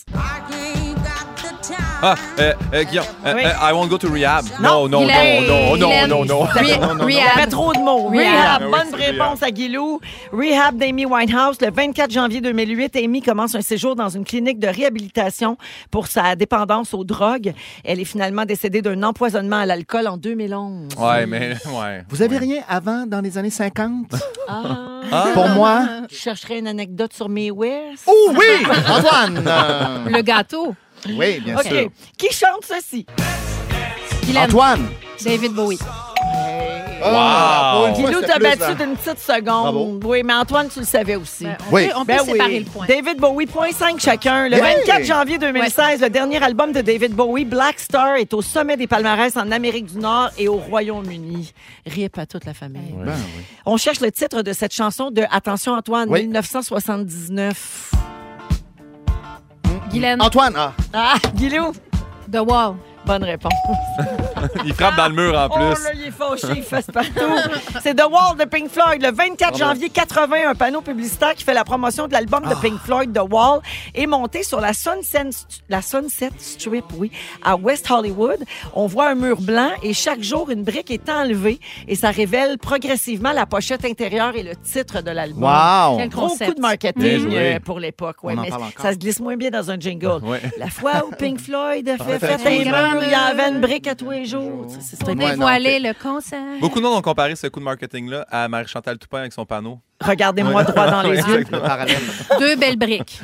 Speaker 6: Ah, euh, euh, Guillaume, euh,
Speaker 5: Oui.
Speaker 6: euh, I won't go to rehab.
Speaker 5: Non,
Speaker 6: Non, non,
Speaker 7: Guylaine.
Speaker 6: non, non, non,
Speaker 7: Guylaine.
Speaker 6: non, non.
Speaker 7: Re-
Speaker 5: Il y avait
Speaker 7: Rehab.
Speaker 5: trop de mots. Rehab.
Speaker 7: Rehab.
Speaker 6: Oui,
Speaker 5: Bonne
Speaker 6: c'est
Speaker 5: réponse à Guilou. Rehab d'Amy Winehouse. Le vingt-quatre janvier deux mille huit, Amy commence un séjour dans une clinique de réhabilitation pour sa dépendance aux drogues. Elle est finalement décédée d'un empoisonnement à l'alcool en deux mille onze.
Speaker 6: Ouais, mais, ouais.
Speaker 8: Vous avez
Speaker 6: Ouais.
Speaker 8: rien avant, dans les années cinquante?
Speaker 5: Ah.
Speaker 6: Ah.
Speaker 8: Pour moi?
Speaker 5: Je chercherais une anecdote sur Mae West.
Speaker 8: Oh oui! Antoine! Euh,
Speaker 7: Le gâteau.
Speaker 8: oui, bien
Speaker 5: OK.
Speaker 8: sûr.
Speaker 5: Qui chante ceci?
Speaker 7: Guylaine.
Speaker 8: Antoine!
Speaker 7: David Bowie.
Speaker 8: Ah, pour une fois,
Speaker 5: Guilou
Speaker 8: c'était
Speaker 5: t'a
Speaker 8: plus,
Speaker 5: battu
Speaker 8: hein.
Speaker 5: d'une petite seconde.
Speaker 8: Bravo.
Speaker 5: Oui, mais Antoine, tu le savais aussi.
Speaker 7: Ben, on
Speaker 8: Oui.
Speaker 7: peut, on peut
Speaker 5: Ben
Speaker 7: séparer
Speaker 5: oui.
Speaker 7: le point.
Speaker 5: David Bowie, point cinq chacun. Le
Speaker 8: Yeah.
Speaker 5: vingt-quatre janvier deux mille seize, le dernier album de David Bowie, Black Star, est au sommet des palmarès en Amérique du Nord et au Royaume-Uni. Rip à toute la famille.
Speaker 8: Ben oui.
Speaker 5: On cherche le titre de cette chanson de, attention Antoine,
Speaker 8: Oui.
Speaker 5: mille neuf cent soixante-dix-neuf.
Speaker 7: Guylaine.
Speaker 8: Antoine! Ah,
Speaker 5: Ah, Guilou,
Speaker 7: The Wall.
Speaker 5: bonne réponse.
Speaker 6: Il frappe dans le mur en
Speaker 5: Oh
Speaker 6: plus.
Speaker 5: là, il est fâché, il fesse partout. C'est The Wall de Pink Floyd. Le vingt-quatre janvier quatre-vingt, un panneau publicitaire qui fait la promotion de l'album de Pink Floyd, The Wall, est monté sur la Sunset, la Sunset Strip, oui, à West Hollywood. On voit un mur blanc et chaque jour, une brique est enlevée et ça révèle progressivement la pochette intérieure et le titre de l'album.
Speaker 8: wow!
Speaker 7: Quel
Speaker 5: Gros
Speaker 7: concept.
Speaker 5: coup de marketing
Speaker 6: Bien joué.
Speaker 5: euh, pour l'époque. Ouais,
Speaker 8: On en
Speaker 5: mais
Speaker 8: parle encore.
Speaker 5: ça se glisse moins bien dans un jingle.
Speaker 6: Ouais.
Speaker 5: La fois où Pink Floyd a fait,
Speaker 8: fait
Speaker 5: fait
Speaker 8: un
Speaker 5: un mur,
Speaker 7: mur.
Speaker 5: il y avait une brique à tous les jours. C'est- C'est
Speaker 7: Pour
Speaker 5: un
Speaker 8: Ouais, non,
Speaker 7: dévoiler le concept.
Speaker 6: Beaucoup de monde ont comparé ce coup de marketing-là à Marie-Chantal Toupin avec son panneau.
Speaker 5: Regardez-moi droit dans les yeux.
Speaker 8: Le parallèle.
Speaker 7: Deux belles briques.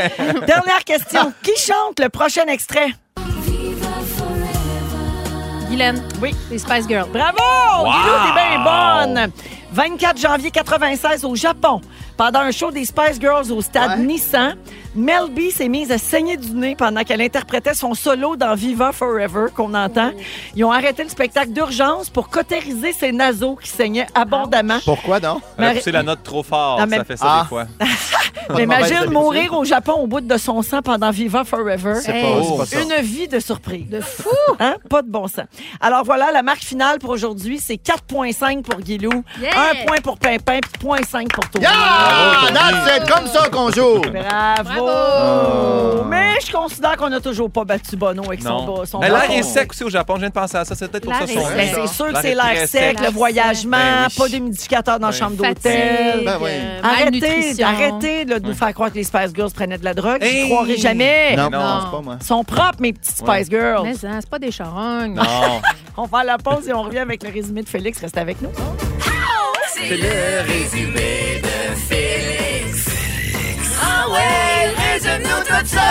Speaker 5: Dernière question. Qui chante le prochain extrait?
Speaker 7: Guylaine. Guylaine.
Speaker 5: Oui.
Speaker 7: Les Spice Girls.
Speaker 5: Bravo! Guilou, t'es bien bonne! vingt-quatre janvier quatre-vingt-seize au Japon, pendant un show des Spice Girls au stade
Speaker 8: Ouais.
Speaker 5: Nissan, Mel B s'est mise à saigner du nez pendant qu'elle interprétait son solo dans Viva Forever, qu'on entend. Ils ont arrêté le spectacle d'urgence pour cautériser ses naseaux qui saignaient abondamment.
Speaker 8: Pourquoi donc?
Speaker 6: Elle a
Speaker 5: Mais-
Speaker 6: poussé la note trop fort,
Speaker 5: Non, mais-
Speaker 6: ça fait ça
Speaker 8: Ah.
Speaker 6: des fois.
Speaker 5: Mais imagine
Speaker 8: Mauvaise
Speaker 5: mourir
Speaker 8: habitude.
Speaker 5: au Japon au bout de son sang pendant Viva Forever.
Speaker 8: C'est
Speaker 7: Hey.
Speaker 8: pas, c'est pas ça.
Speaker 5: Une vie de surprise. De fou! Hein? Pas de bon sens. Alors voilà, la marque finale pour aujourd'hui, c'est quatre virgule cinq pour Guilou,
Speaker 7: Yeah!
Speaker 5: un point pour Pimpin, puis zéro virgule cinq pour toi.
Speaker 8: Yeah! That's it, comme ça qu'on joue.
Speaker 5: Bravo!
Speaker 8: Oh.
Speaker 5: Mais je considère qu'on n'a toujours pas battu Bono avec son,
Speaker 6: Non.
Speaker 5: ba- son
Speaker 6: Mais l'air
Speaker 5: bâton.
Speaker 6: est sec aussi au Japon. Je viens de penser à ça. C'est peut-être pour ça
Speaker 7: L'air
Speaker 6: son
Speaker 7: est
Speaker 5: Ben,
Speaker 7: sec.
Speaker 5: c'est sûr que
Speaker 6: L'air
Speaker 5: c'est
Speaker 6: est
Speaker 5: l'air
Speaker 6: très
Speaker 5: sec,
Speaker 6: sec.
Speaker 5: le voyagement,
Speaker 6: Ben oui.
Speaker 5: pas d'humidificateur dans la
Speaker 6: Oui.
Speaker 5: chambre
Speaker 7: Fatigue,
Speaker 5: d'hôtel.
Speaker 8: Ben oui.
Speaker 7: euh,
Speaker 5: Arrêtez,
Speaker 7: malnutrition.
Speaker 5: arrêtez là, de nous faire croire que les Spice Girls prenaient de la drogue. Je
Speaker 6: Hey!
Speaker 5: croirais jamais.
Speaker 8: Non,
Speaker 6: Non.
Speaker 8: non, c'est pas moi.
Speaker 5: Ils sont propres, mes petites Spice
Speaker 6: Ouais.
Speaker 5: Girls.
Speaker 7: Mais hein, c'est pas des charognes.
Speaker 6: Non.
Speaker 5: On va à la pause et on revient avec le résumé de Félix. Restez avec nous.
Speaker 3: C'est le résumé de Félix. Ah ouais, résume-nous tout ça.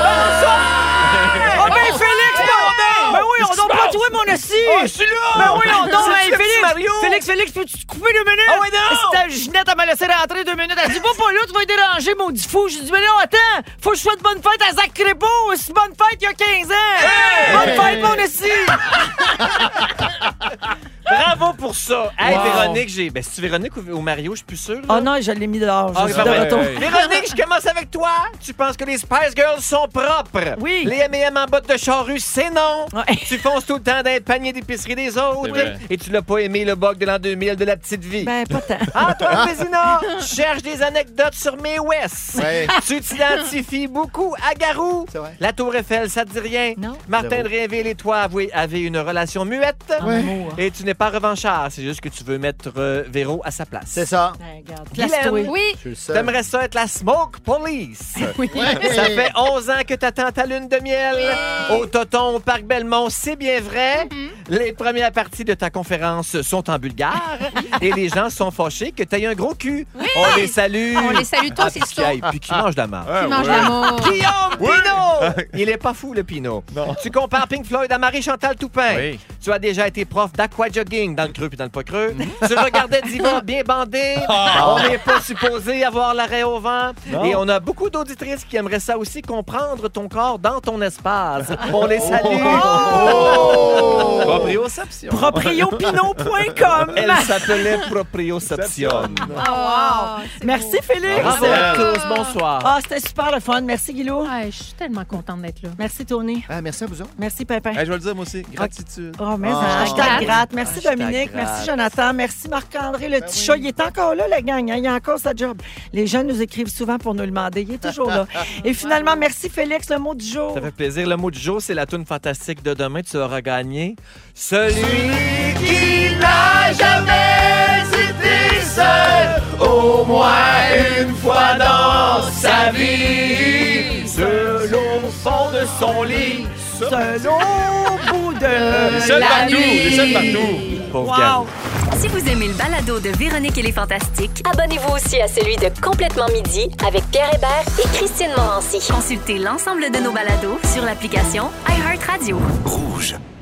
Speaker 5: Oh ben Félix, pardon! Ben oui, on doit pas jouer mon assis!
Speaker 6: Oh, je suis là!
Speaker 5: Ben oui, on doit,
Speaker 6: C'est
Speaker 5: hey,
Speaker 6: le petit
Speaker 5: Félix!
Speaker 6: Mario!
Speaker 5: Félix, Félix, peux-tu te couper deux minutes?
Speaker 6: Ah ouais, non!
Speaker 5: C'était Ginette, elle m'a laissé rentrer deux minutes. Elle dit, va pas là, tu vas être dérangé, maudit fou. J'ai dit, mais non, attends, faut que je souhaite bonne fête à Zach Crépeau. C'est bonne fête il y a quinze ans! Bonne fête, mon assis!
Speaker 2: Bravo pour ça. Hey,
Speaker 5: Wow.
Speaker 2: Véronique, j'ai. Ben, c'est-tu Véronique ou, ou Mario? Je suis plus sûr. là.
Speaker 5: Oh non, je l'ai mis dehors. Je
Speaker 2: Ah,
Speaker 5: suis
Speaker 2: c'est
Speaker 5: de
Speaker 2: pas
Speaker 5: retour.
Speaker 6: vrai.
Speaker 2: Véronique, je commence avec toi. Tu penses que les Spice Girls sont propres?
Speaker 5: Oui.
Speaker 2: Les M et M en botte de charrue, c'est non.
Speaker 5: Ouais.
Speaker 2: Tu fonces tout le temps dans les paniers d'épicerie des autres.
Speaker 6: C'est vrai.
Speaker 2: Et tu l'as pas aimé le bug de l'an deux mille de la petite vie.
Speaker 5: Ben, pas tant.
Speaker 2: Antoine Vézina cherche des anecdotes sur Mae West.
Speaker 8: Ouais.
Speaker 2: Tu t'identifies beaucoup à Garou.
Speaker 8: C'est vrai.
Speaker 2: La Tour Eiffel, ça te dit rien?
Speaker 5: Non.
Speaker 2: Martin
Speaker 8: Zéro.
Speaker 2: de Réinville et toi avouez- avez une relation muette.
Speaker 5: En amour.
Speaker 2: Et tu n'es pas revanchard, c'est juste que tu veux mettre euh, Véro à sa place.
Speaker 8: C'est ça.
Speaker 5: Ben, regarde,
Speaker 2: Guylaine.
Speaker 5: place-toi.
Speaker 7: Oui.
Speaker 8: Je suis le seul.
Speaker 2: T'aimerais ça être la Smoke Police.
Speaker 7: Oui.
Speaker 2: Ça fait onze ans que t'attends ta lune de miel. Au Toton, au Parc Belmont, c'est bien vrai. Les premières parties de ta conférence sont en bulgare. Et les gens sont fâchés que t'aies un gros cul. On les salue.
Speaker 7: On les salue tous,
Speaker 2: Ah,
Speaker 7: c'est
Speaker 2: puis
Speaker 7: sûr.
Speaker 2: qui- Puis qui mange de la marde.
Speaker 7: Qui mange l'amour.
Speaker 2: Guillaume Pinot! Il est pas fou, le Pinot.
Speaker 6: Non.
Speaker 2: Tu compares Pink Floyd à Marie-Chantal Toupin.
Speaker 6: Oui.
Speaker 2: Tu as déjà été prof d'aquajogging dans le creux puis dans le pas creux. Tu regardais Diva bien bandé. On n'est pas supposé avoir l'arrêt au vent.
Speaker 6: Non.
Speaker 2: Et on a beaucoup d'auditrices qui aimeraient ça aussi, comprendre ton corps dans ton espace. On les salue.
Speaker 8: Oh!
Speaker 6: Proprioception.
Speaker 5: Propriopino point com.
Speaker 2: Elle s'appelait Proprioception.
Speaker 7: Oh, c'est
Speaker 5: Merci,
Speaker 7: beau.
Speaker 5: Félix.
Speaker 2: Bravo à tous. Bonsoir.
Speaker 5: Ah, c'était super le fun. Merci, Guilou.
Speaker 7: Ah, je suis tellement contente d'être là.
Speaker 5: Merci, Tony.
Speaker 8: Ah, merci à vous autres.
Speaker 5: Merci, Pépin.
Speaker 6: Hey, je vais le dire, moi aussi. Gratitude.
Speaker 5: Oh, mais
Speaker 8: Ah.
Speaker 5: hein, hashtag
Speaker 7: Hashtag
Speaker 5: gratte. Merci,
Speaker 2: Hashtag
Speaker 5: Dominique.
Speaker 2: gratte.
Speaker 5: Merci, Jonathan. Merci, Marc-André, le petit
Speaker 8: oui.
Speaker 5: chat. Il est encore là, la gang. hein. Il a encore sa job. Les gens nous écrivent souvent pour nous le demander. Il est toujours là. Et finalement, merci, Félix, le mot du jour.
Speaker 2: Ça fait plaisir. Le mot du jour, c'est la toune fantastique de demain. Tu auras gagné. Celui qui n'a jamais été seul, au moins une fois dans sa vie, seul au fond de son lit.
Speaker 5: Seul au bout de
Speaker 6: Seul
Speaker 5: la
Speaker 6: partout.
Speaker 5: nuit.
Speaker 6: Des seuls partout.
Speaker 2: Pauvre Gary.
Speaker 5: Wow.
Speaker 3: Si vous aimez le balado de Véronique et les Fantastiques,
Speaker 4: Abonnez-vous aussi à celui de Complètement Midi avec Pierre Hébert et Christine Morancy.
Speaker 3: consultez l'ensemble de nos balados sur l'application iHeartRadio.
Speaker 9: Rouge.